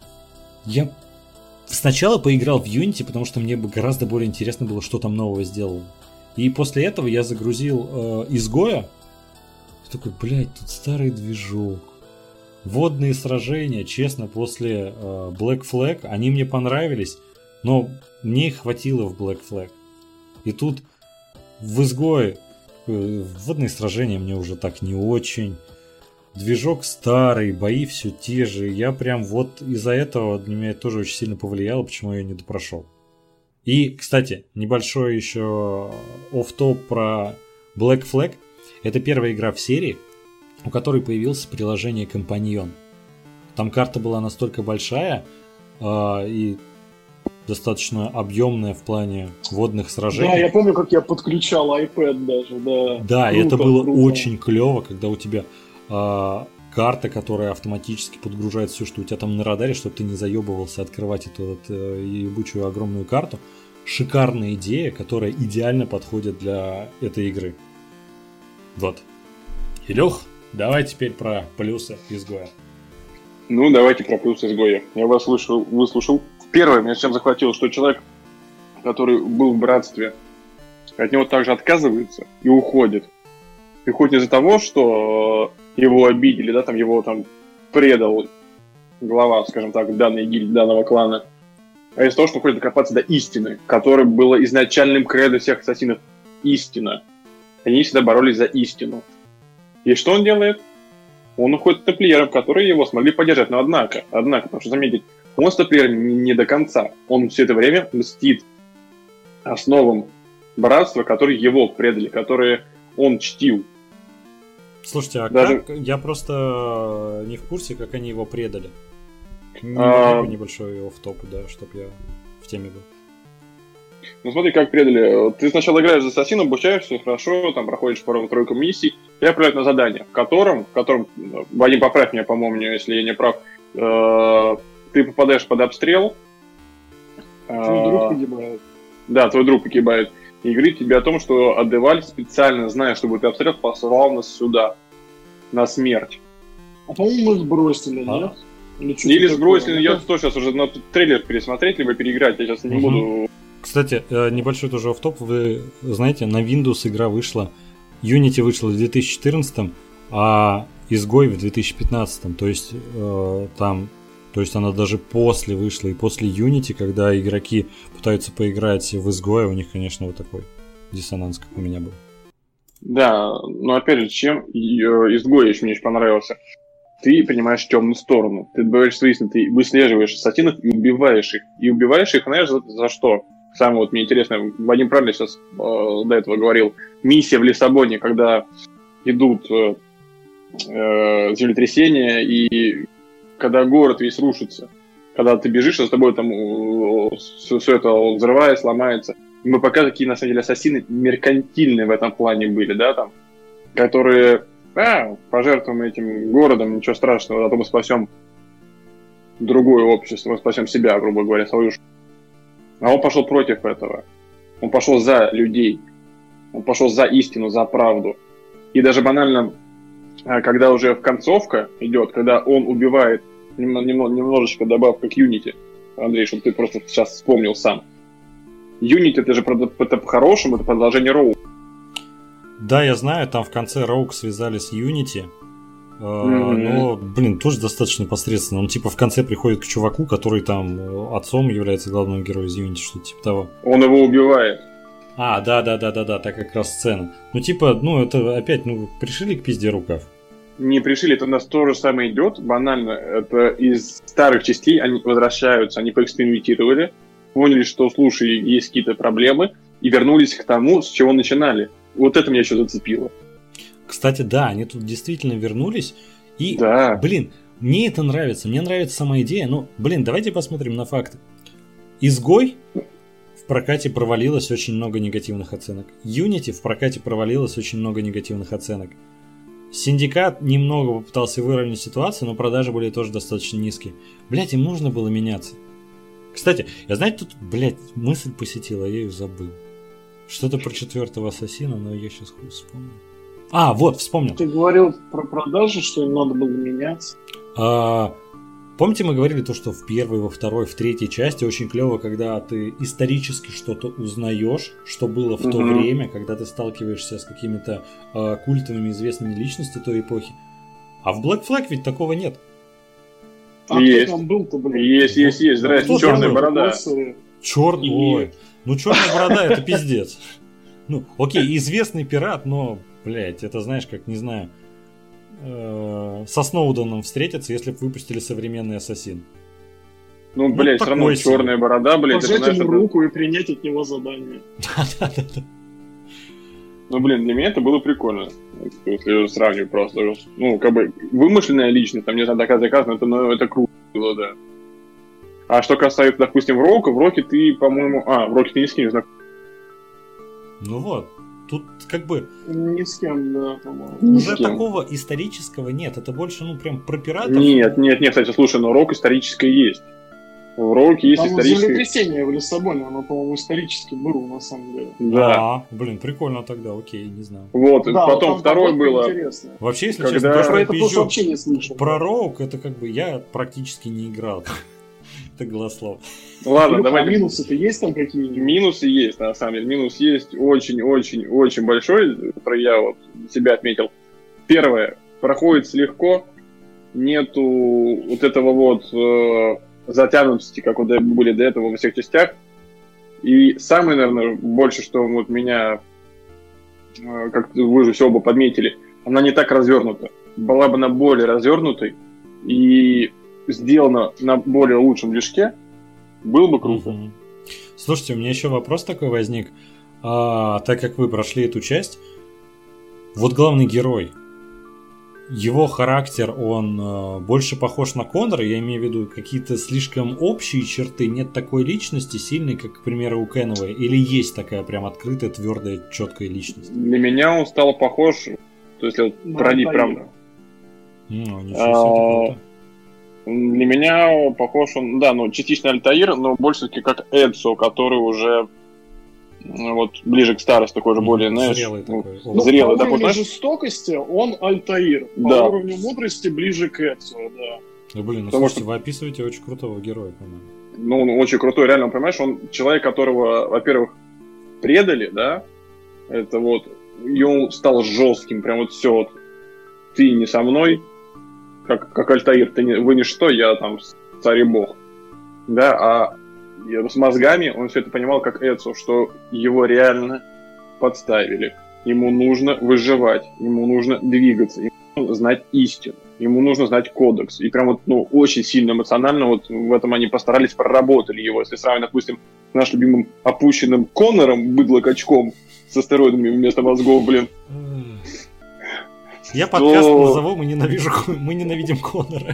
я сначала поиграл в Unity, потому что мне гораздо более интересно было, что там нового сделал. И после этого я загрузил Изгоя. И такой, блядь, тут старый движок. Водные сражения, честно, после Black Flag, они мне понравились, но мне их хватило в Black Flag. И тут в Изгое водные сражения мне уже так не очень. Движок старый, бои все те же. Я прям вот из-за этого для меня это тоже очень сильно повлияло, почему я не допрошел. И, кстати, небольшой еще офф-топ про Black Flag. Это первая игра в серии, у которой появилось приложение Компаньон. Там карта была настолько большая и достаточно объемная в плане водных сражений. Да, я помню, как я подключал iPad даже. Да, и это было очень клево, когда у тебя карта, которая автоматически подгружает все, что у тебя там на радаре, чтобы ты не заебывался открывать эту ебучую огромную карту. Шикарная идея, которая идеально подходит для этой игры. Вот. Илюх, давай теперь про плюсы Изгоя. Ну, давайте про плюсы Изгоя. Я вас выслушал. Первое, меня всем захватило, что человек, который был в братстве, от него также отказывается и уходит. И хоть из-за того, что его обидели, да, там его там предал глава, скажем так, данной гильдии, данного клана, а из-за того, что он хочет докопаться до истины, которая была изначальным кредо всех ассасинов — истина. Они всегда боролись за истину. И что он делает? Он уходит к тамплиерам, которые его смогли поддержать. Но однако, потому что, заметить, он с тамплиерами не до конца. Он все это время мстит основам братства, которые его предали, которые он чтил. Слушайте, а даже... как? Я просто не в курсе, как они его предали. Небольшой офф-топ, да, чтоб я в теме был. Ну смотри, как предали. Ты сначала играешь за ассасином, обучаешься хорошо, там проходишь пару-тройку миссий, и отправляют на задание, в котором, Вадим, поправь меня, по-моему, если я не прав, ты попадаешь под обстрел. Твой друг погибает. Да, твой друг погибает. И говорит тебе о том, что Адеваль специально, зная, чтобы ты обстрел, послал нас сюда, на смерть. А по-моему, их бросили, нет? Или сбросили, я тоже сейчас уже на трейлер пересмотреть, либо переиграть, я сейчас не буду... Кстати, небольшой тоже офф-топ, вы знаете, на Windows игра вышла, Unity вышла в 2014, а Изгой в 2015, то есть она даже после вышла, и после Unity, когда игроки пытаются поиграть в Изгоя, у них, конечно, вот такой диссонанс, как у меня был. Да, но опять же, чем Изгой еще мне очень понравился. Ты принимаешь темную сторону, ты добавляешь свои сны, ты выслеживаешь ассасинов и убиваешь их. И убиваешь их, знаешь, за что? Самое вот мне интересное, Вадим правильно сейчас до этого говорил, миссия в Лиссабоне, когда идут землетрясения, и когда город весь рушится, когда ты бежишь, а с тобой там все это взрывается, ломается. И мы показываем, какие на самом деле ассасины меркантильные в этом плане были, да, там, которые Да, пожертвуем этим городом, ничего страшного, зато мы спасем другое общество, мы спасем себя, грубо говоря, свою. А он пошел против этого. Он пошел за людей. Он пошел за истину, за правду. И даже банально, когда уже концовка идет, когда он убивает, немножечко добавка к Unity, Андрей, чтобы ты просто сейчас вспомнил сам. Unity, это же это по-хорошему, это продолжение Rogue. Да, я знаю, там в конце Rogue связали с Unity. Но, блин, тоже достаточно посредственно. Он типа в конце приходит к чуваку, который там отцом является главным героем из Unity, что-то типа того. Он его убивает. А, да, так как раз сцена. Ну, типа, это опять, пришили к пизде рукав. Не пришили, это у нас то же самое идет, банально. Это из старых частей они возвращаются, они поэкспериментировали, поняли, что, слушай, есть какие-то проблемы, и вернулись к тому, с чего начинали. Вот это меня еще зацепило. Кстати, да, они тут действительно вернулись. И, да. Блин, мне это нравится. Мне нравится сама идея. Но, блин, давайте посмотрим на факты. «Изгой» в прокате провалилось очень много негативных оценок. «Unity» в прокате провалилось очень много негативных оценок. «Синдикат» немного попытался выровнять ситуацию, но продажи были тоже достаточно низкие. Блять, им нужно было меняться. Кстати, я, знаете, тут, мысль посетила, я ее забыл. Что-то про 4-го ассасина, но я сейчас хуй вспомню. А, вот, вспомнил. Ты говорил про продажи, что им надо было меняться. Помните, мы говорили то, что в первой, во второй, в третьей части очень клево, когда ты исторически что-то узнаешь, что было в то время, когда ты сталкиваешься с какими-то культовыми известными личностями той эпохи. А в Black Flag ведь такого нет. А есть. кто там был-то, блин? Есть. Здрасте, черная борода. Черная борода, это пиздец. Окей, известный пират, но, блядь, это знаешь, как, не знаю, со Сноуденом встретиться, если бы выпустили современный Ассасин. Все равно черная борода, блядь. Пожать ему руку и принять от него задание. Да. Для меня это было прикольно. Если сравнивать просто. Вымышленная личность, там не знаю, доказано, это круто было, да. А что касается, допустим, в Роке ты, по-моему... в Роке ты ни с кем не знаком. Тут как бы... Ни с кем, да, по-моему. Уже такого исторического нет. Это больше, прям про пиратов. Нет, кстати, слушай, но Рок историческое есть. В Роке есть историческое... Землетрясение в Лиссабоне, оно, по-моему, исторически было, на самом деле. Да. Прикольно тогда, окей, не знаю. Да, потом второе было... Интересно. Вообще, если честно, про это просто вообще не слышал. Про Рок, это как бы я практически не играл. Это голослов. Ладно, давай. Минусы-то есть там какие-нибудь? Минусы есть, на самом деле. Минус есть очень большой, который я себя отметил. Первое. Проходит легко. Нету вот этого затянутости, как были до этого во всех частях. И самое, наверное, больше, что меня, как вы же все оба подметили, она не так развернута. Была бы она более развернутой и сделано на более лучшем движке, было бы круто. Слушайте, у меня еще вопрос такой возник. Так как вы прошли эту часть, главный герой, его характер, он больше похож на Коннора, я имею в виду какие-то слишком общие черты, нет такой личности сильной, как, к примеру, у Кенуэя, или есть такая прям открытая, твердая, четкая личность? Для меня он стал похож, то есть продить правду. Ничего себе, для меня похож он, частично Альтаир, но больше таки как Эдсо, который уже ближе к старости, такой же более, зрелый такой. Зрелый, по да, уровню жестокости он Альтаир, по уровню мудрости ближе к Эдсо, да. Слушайте, вы описываете очень крутого героя, по-моему. Он очень крутой, реально, понимаешь, он человек, которого, во-первых, предали, да, это и он стал жестким, прям все, ты не со мной, как Альтаир, вы ничто, я там царь и бог. Да, а с мозгами он все это понимал как Эдсо, что его реально подставили. Ему нужно выживать, ему нужно двигаться, ему нужно знать истину, ему нужно знать кодекс. И прям очень сильно эмоционально в этом они постарались, проработали его. Если сравнивать, допустим, с нашим любимым опущенным Коннором, быдло-качком, с астероидами вместо мозгов, Я подкаст назову «Мы ненавидим Коннора».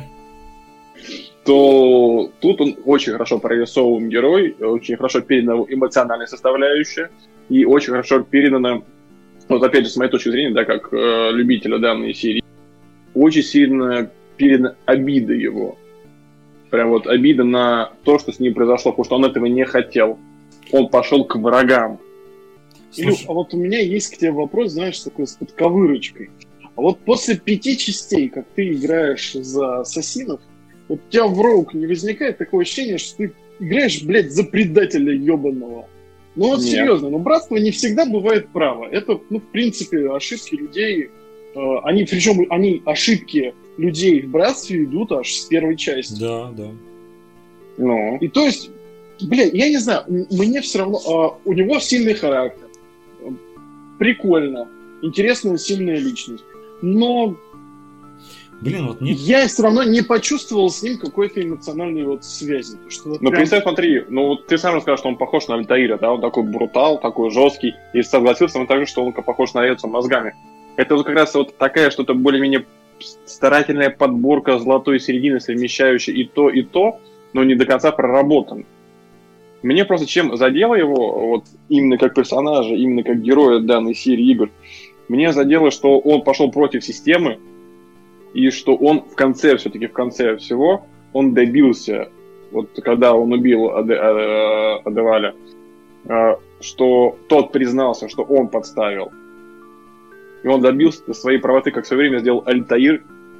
То тут он очень хорошо прорисован герой, очень хорошо передана эмоциональная составляющая, и очень хорошо передана вот опять же, с моей точки зрения, да, как любителя данной серии, очень сильно перед обидой его. Прям вот обида на то, что с ним произошло, потому что он этого не хотел. Он пошел к врагам. Илюх, а вот у меня есть к тебе вопрос, знаешь, такой с подковырочкой. А вот после 5 частей, как ты играешь за ассасинов, вот у тебя в Роук не возникает такое ощущение, что ты играешь, блядь, за предателя ебаного? Ну вот серьезно, но братство не всегда бывает право. Это, ну, в принципе, ошибки людей. Причем ошибки людей в братстве идут аж с первой части. Да, да. Ну. И то есть, блядь, я не знаю, мне все равно... у него сильный характер. Прикольно. Интересная, сильная личность. Но... Блин, вот мне... Я все равно не почувствовал с ним какой-то эмоциональной вот связи. Что вот ну, прям... представь, смотри, ну вот ты сам рассказал, что он похож на Альтаира, да, он такой брутал, такой жесткий, и согласился он также, что он похож на Эдсо мозгами. Это вот как раз вот такая что-то более-менее старательная подборка золотой середины, совмещающая и то, но не до конца проработан. Мне просто чем задело его, вот именно как персонажа, именно как героя данной серии игр, мне задело, что он пошел против системы, и что он в конце всего, он добился, вот когда он убил Адеваля, что тот признался, что он подставил. И он добился своей правоты, как в свое время сделал Альтаир.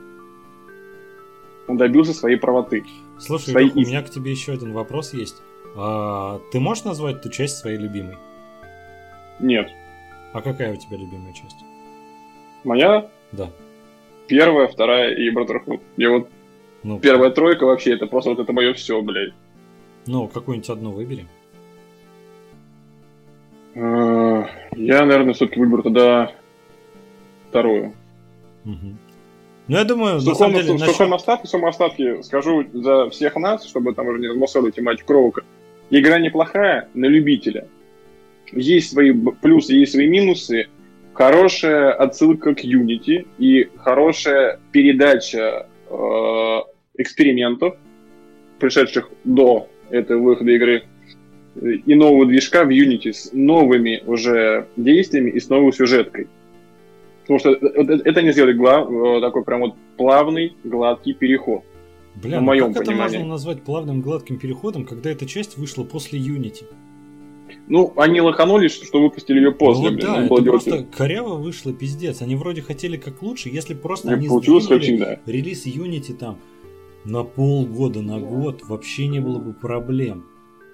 Он добился своей правоты. Слушай, Лех, у меня к тебе еще один вопрос есть. Ты можешь назвать ту часть своей любимой? Нет. А какая у тебя любимая часть? Моя? Да. Первая, вторая и Brotherhood. Я вот первая тройка вообще, это просто вот это мое все, блядь. Ну, какую-нибудь одну выбери. Я, наверное, все-таки выберу тогда вторую. Угу. Ну, я думаю, в сухом остатке скажу за всех нас, чтобы там уже не размусоли тематику Роука. Игра неплохая, на любителя. Есть свои плюсы, есть свои минусы. Хорошая отсылка к Unity и хорошая передача экспериментов, пришедших до этого выхода игры, и нового движка в Unity с новыми уже действиями и с новой сюжеткой. Потому что это не сделали такой прям вот плавный, гладкий переход. Бля, ну как это можно назвать плавным, гладким переходом, когда эта часть вышла после Unity? Ну, они лоханулись, что выпустили ее после. Ну, да, это просто коряво вышло, пиздец. Они вроде хотели как лучше, если просто они сдвинули релиз Unity там на полгода, на год, вообще не было бы проблем.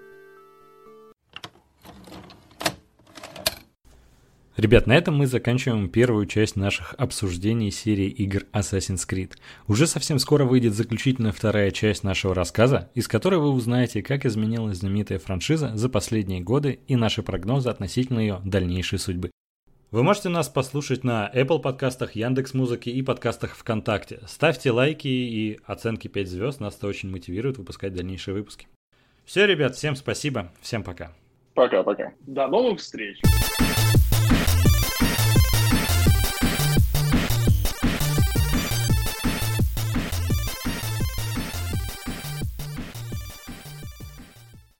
Ребят, на этом мы заканчиваем первую часть наших обсуждений серии игр Assassin's Creed. Уже совсем скоро выйдет заключительная вторая часть нашего рассказа, из которой вы узнаете, как изменилась знаменитая франшиза за последние годы и наши прогнозы относительно ее дальнейшей судьбы. Вы можете нас послушать на Apple подкастах, Яндекс.Музыке и подкастах ВКонтакте. Ставьте лайки и оценки 5 звезд, нас это очень мотивирует выпускать дальнейшие выпуски. Все, ребят, всем спасибо, всем пока. Пока-пока. До новых встреч.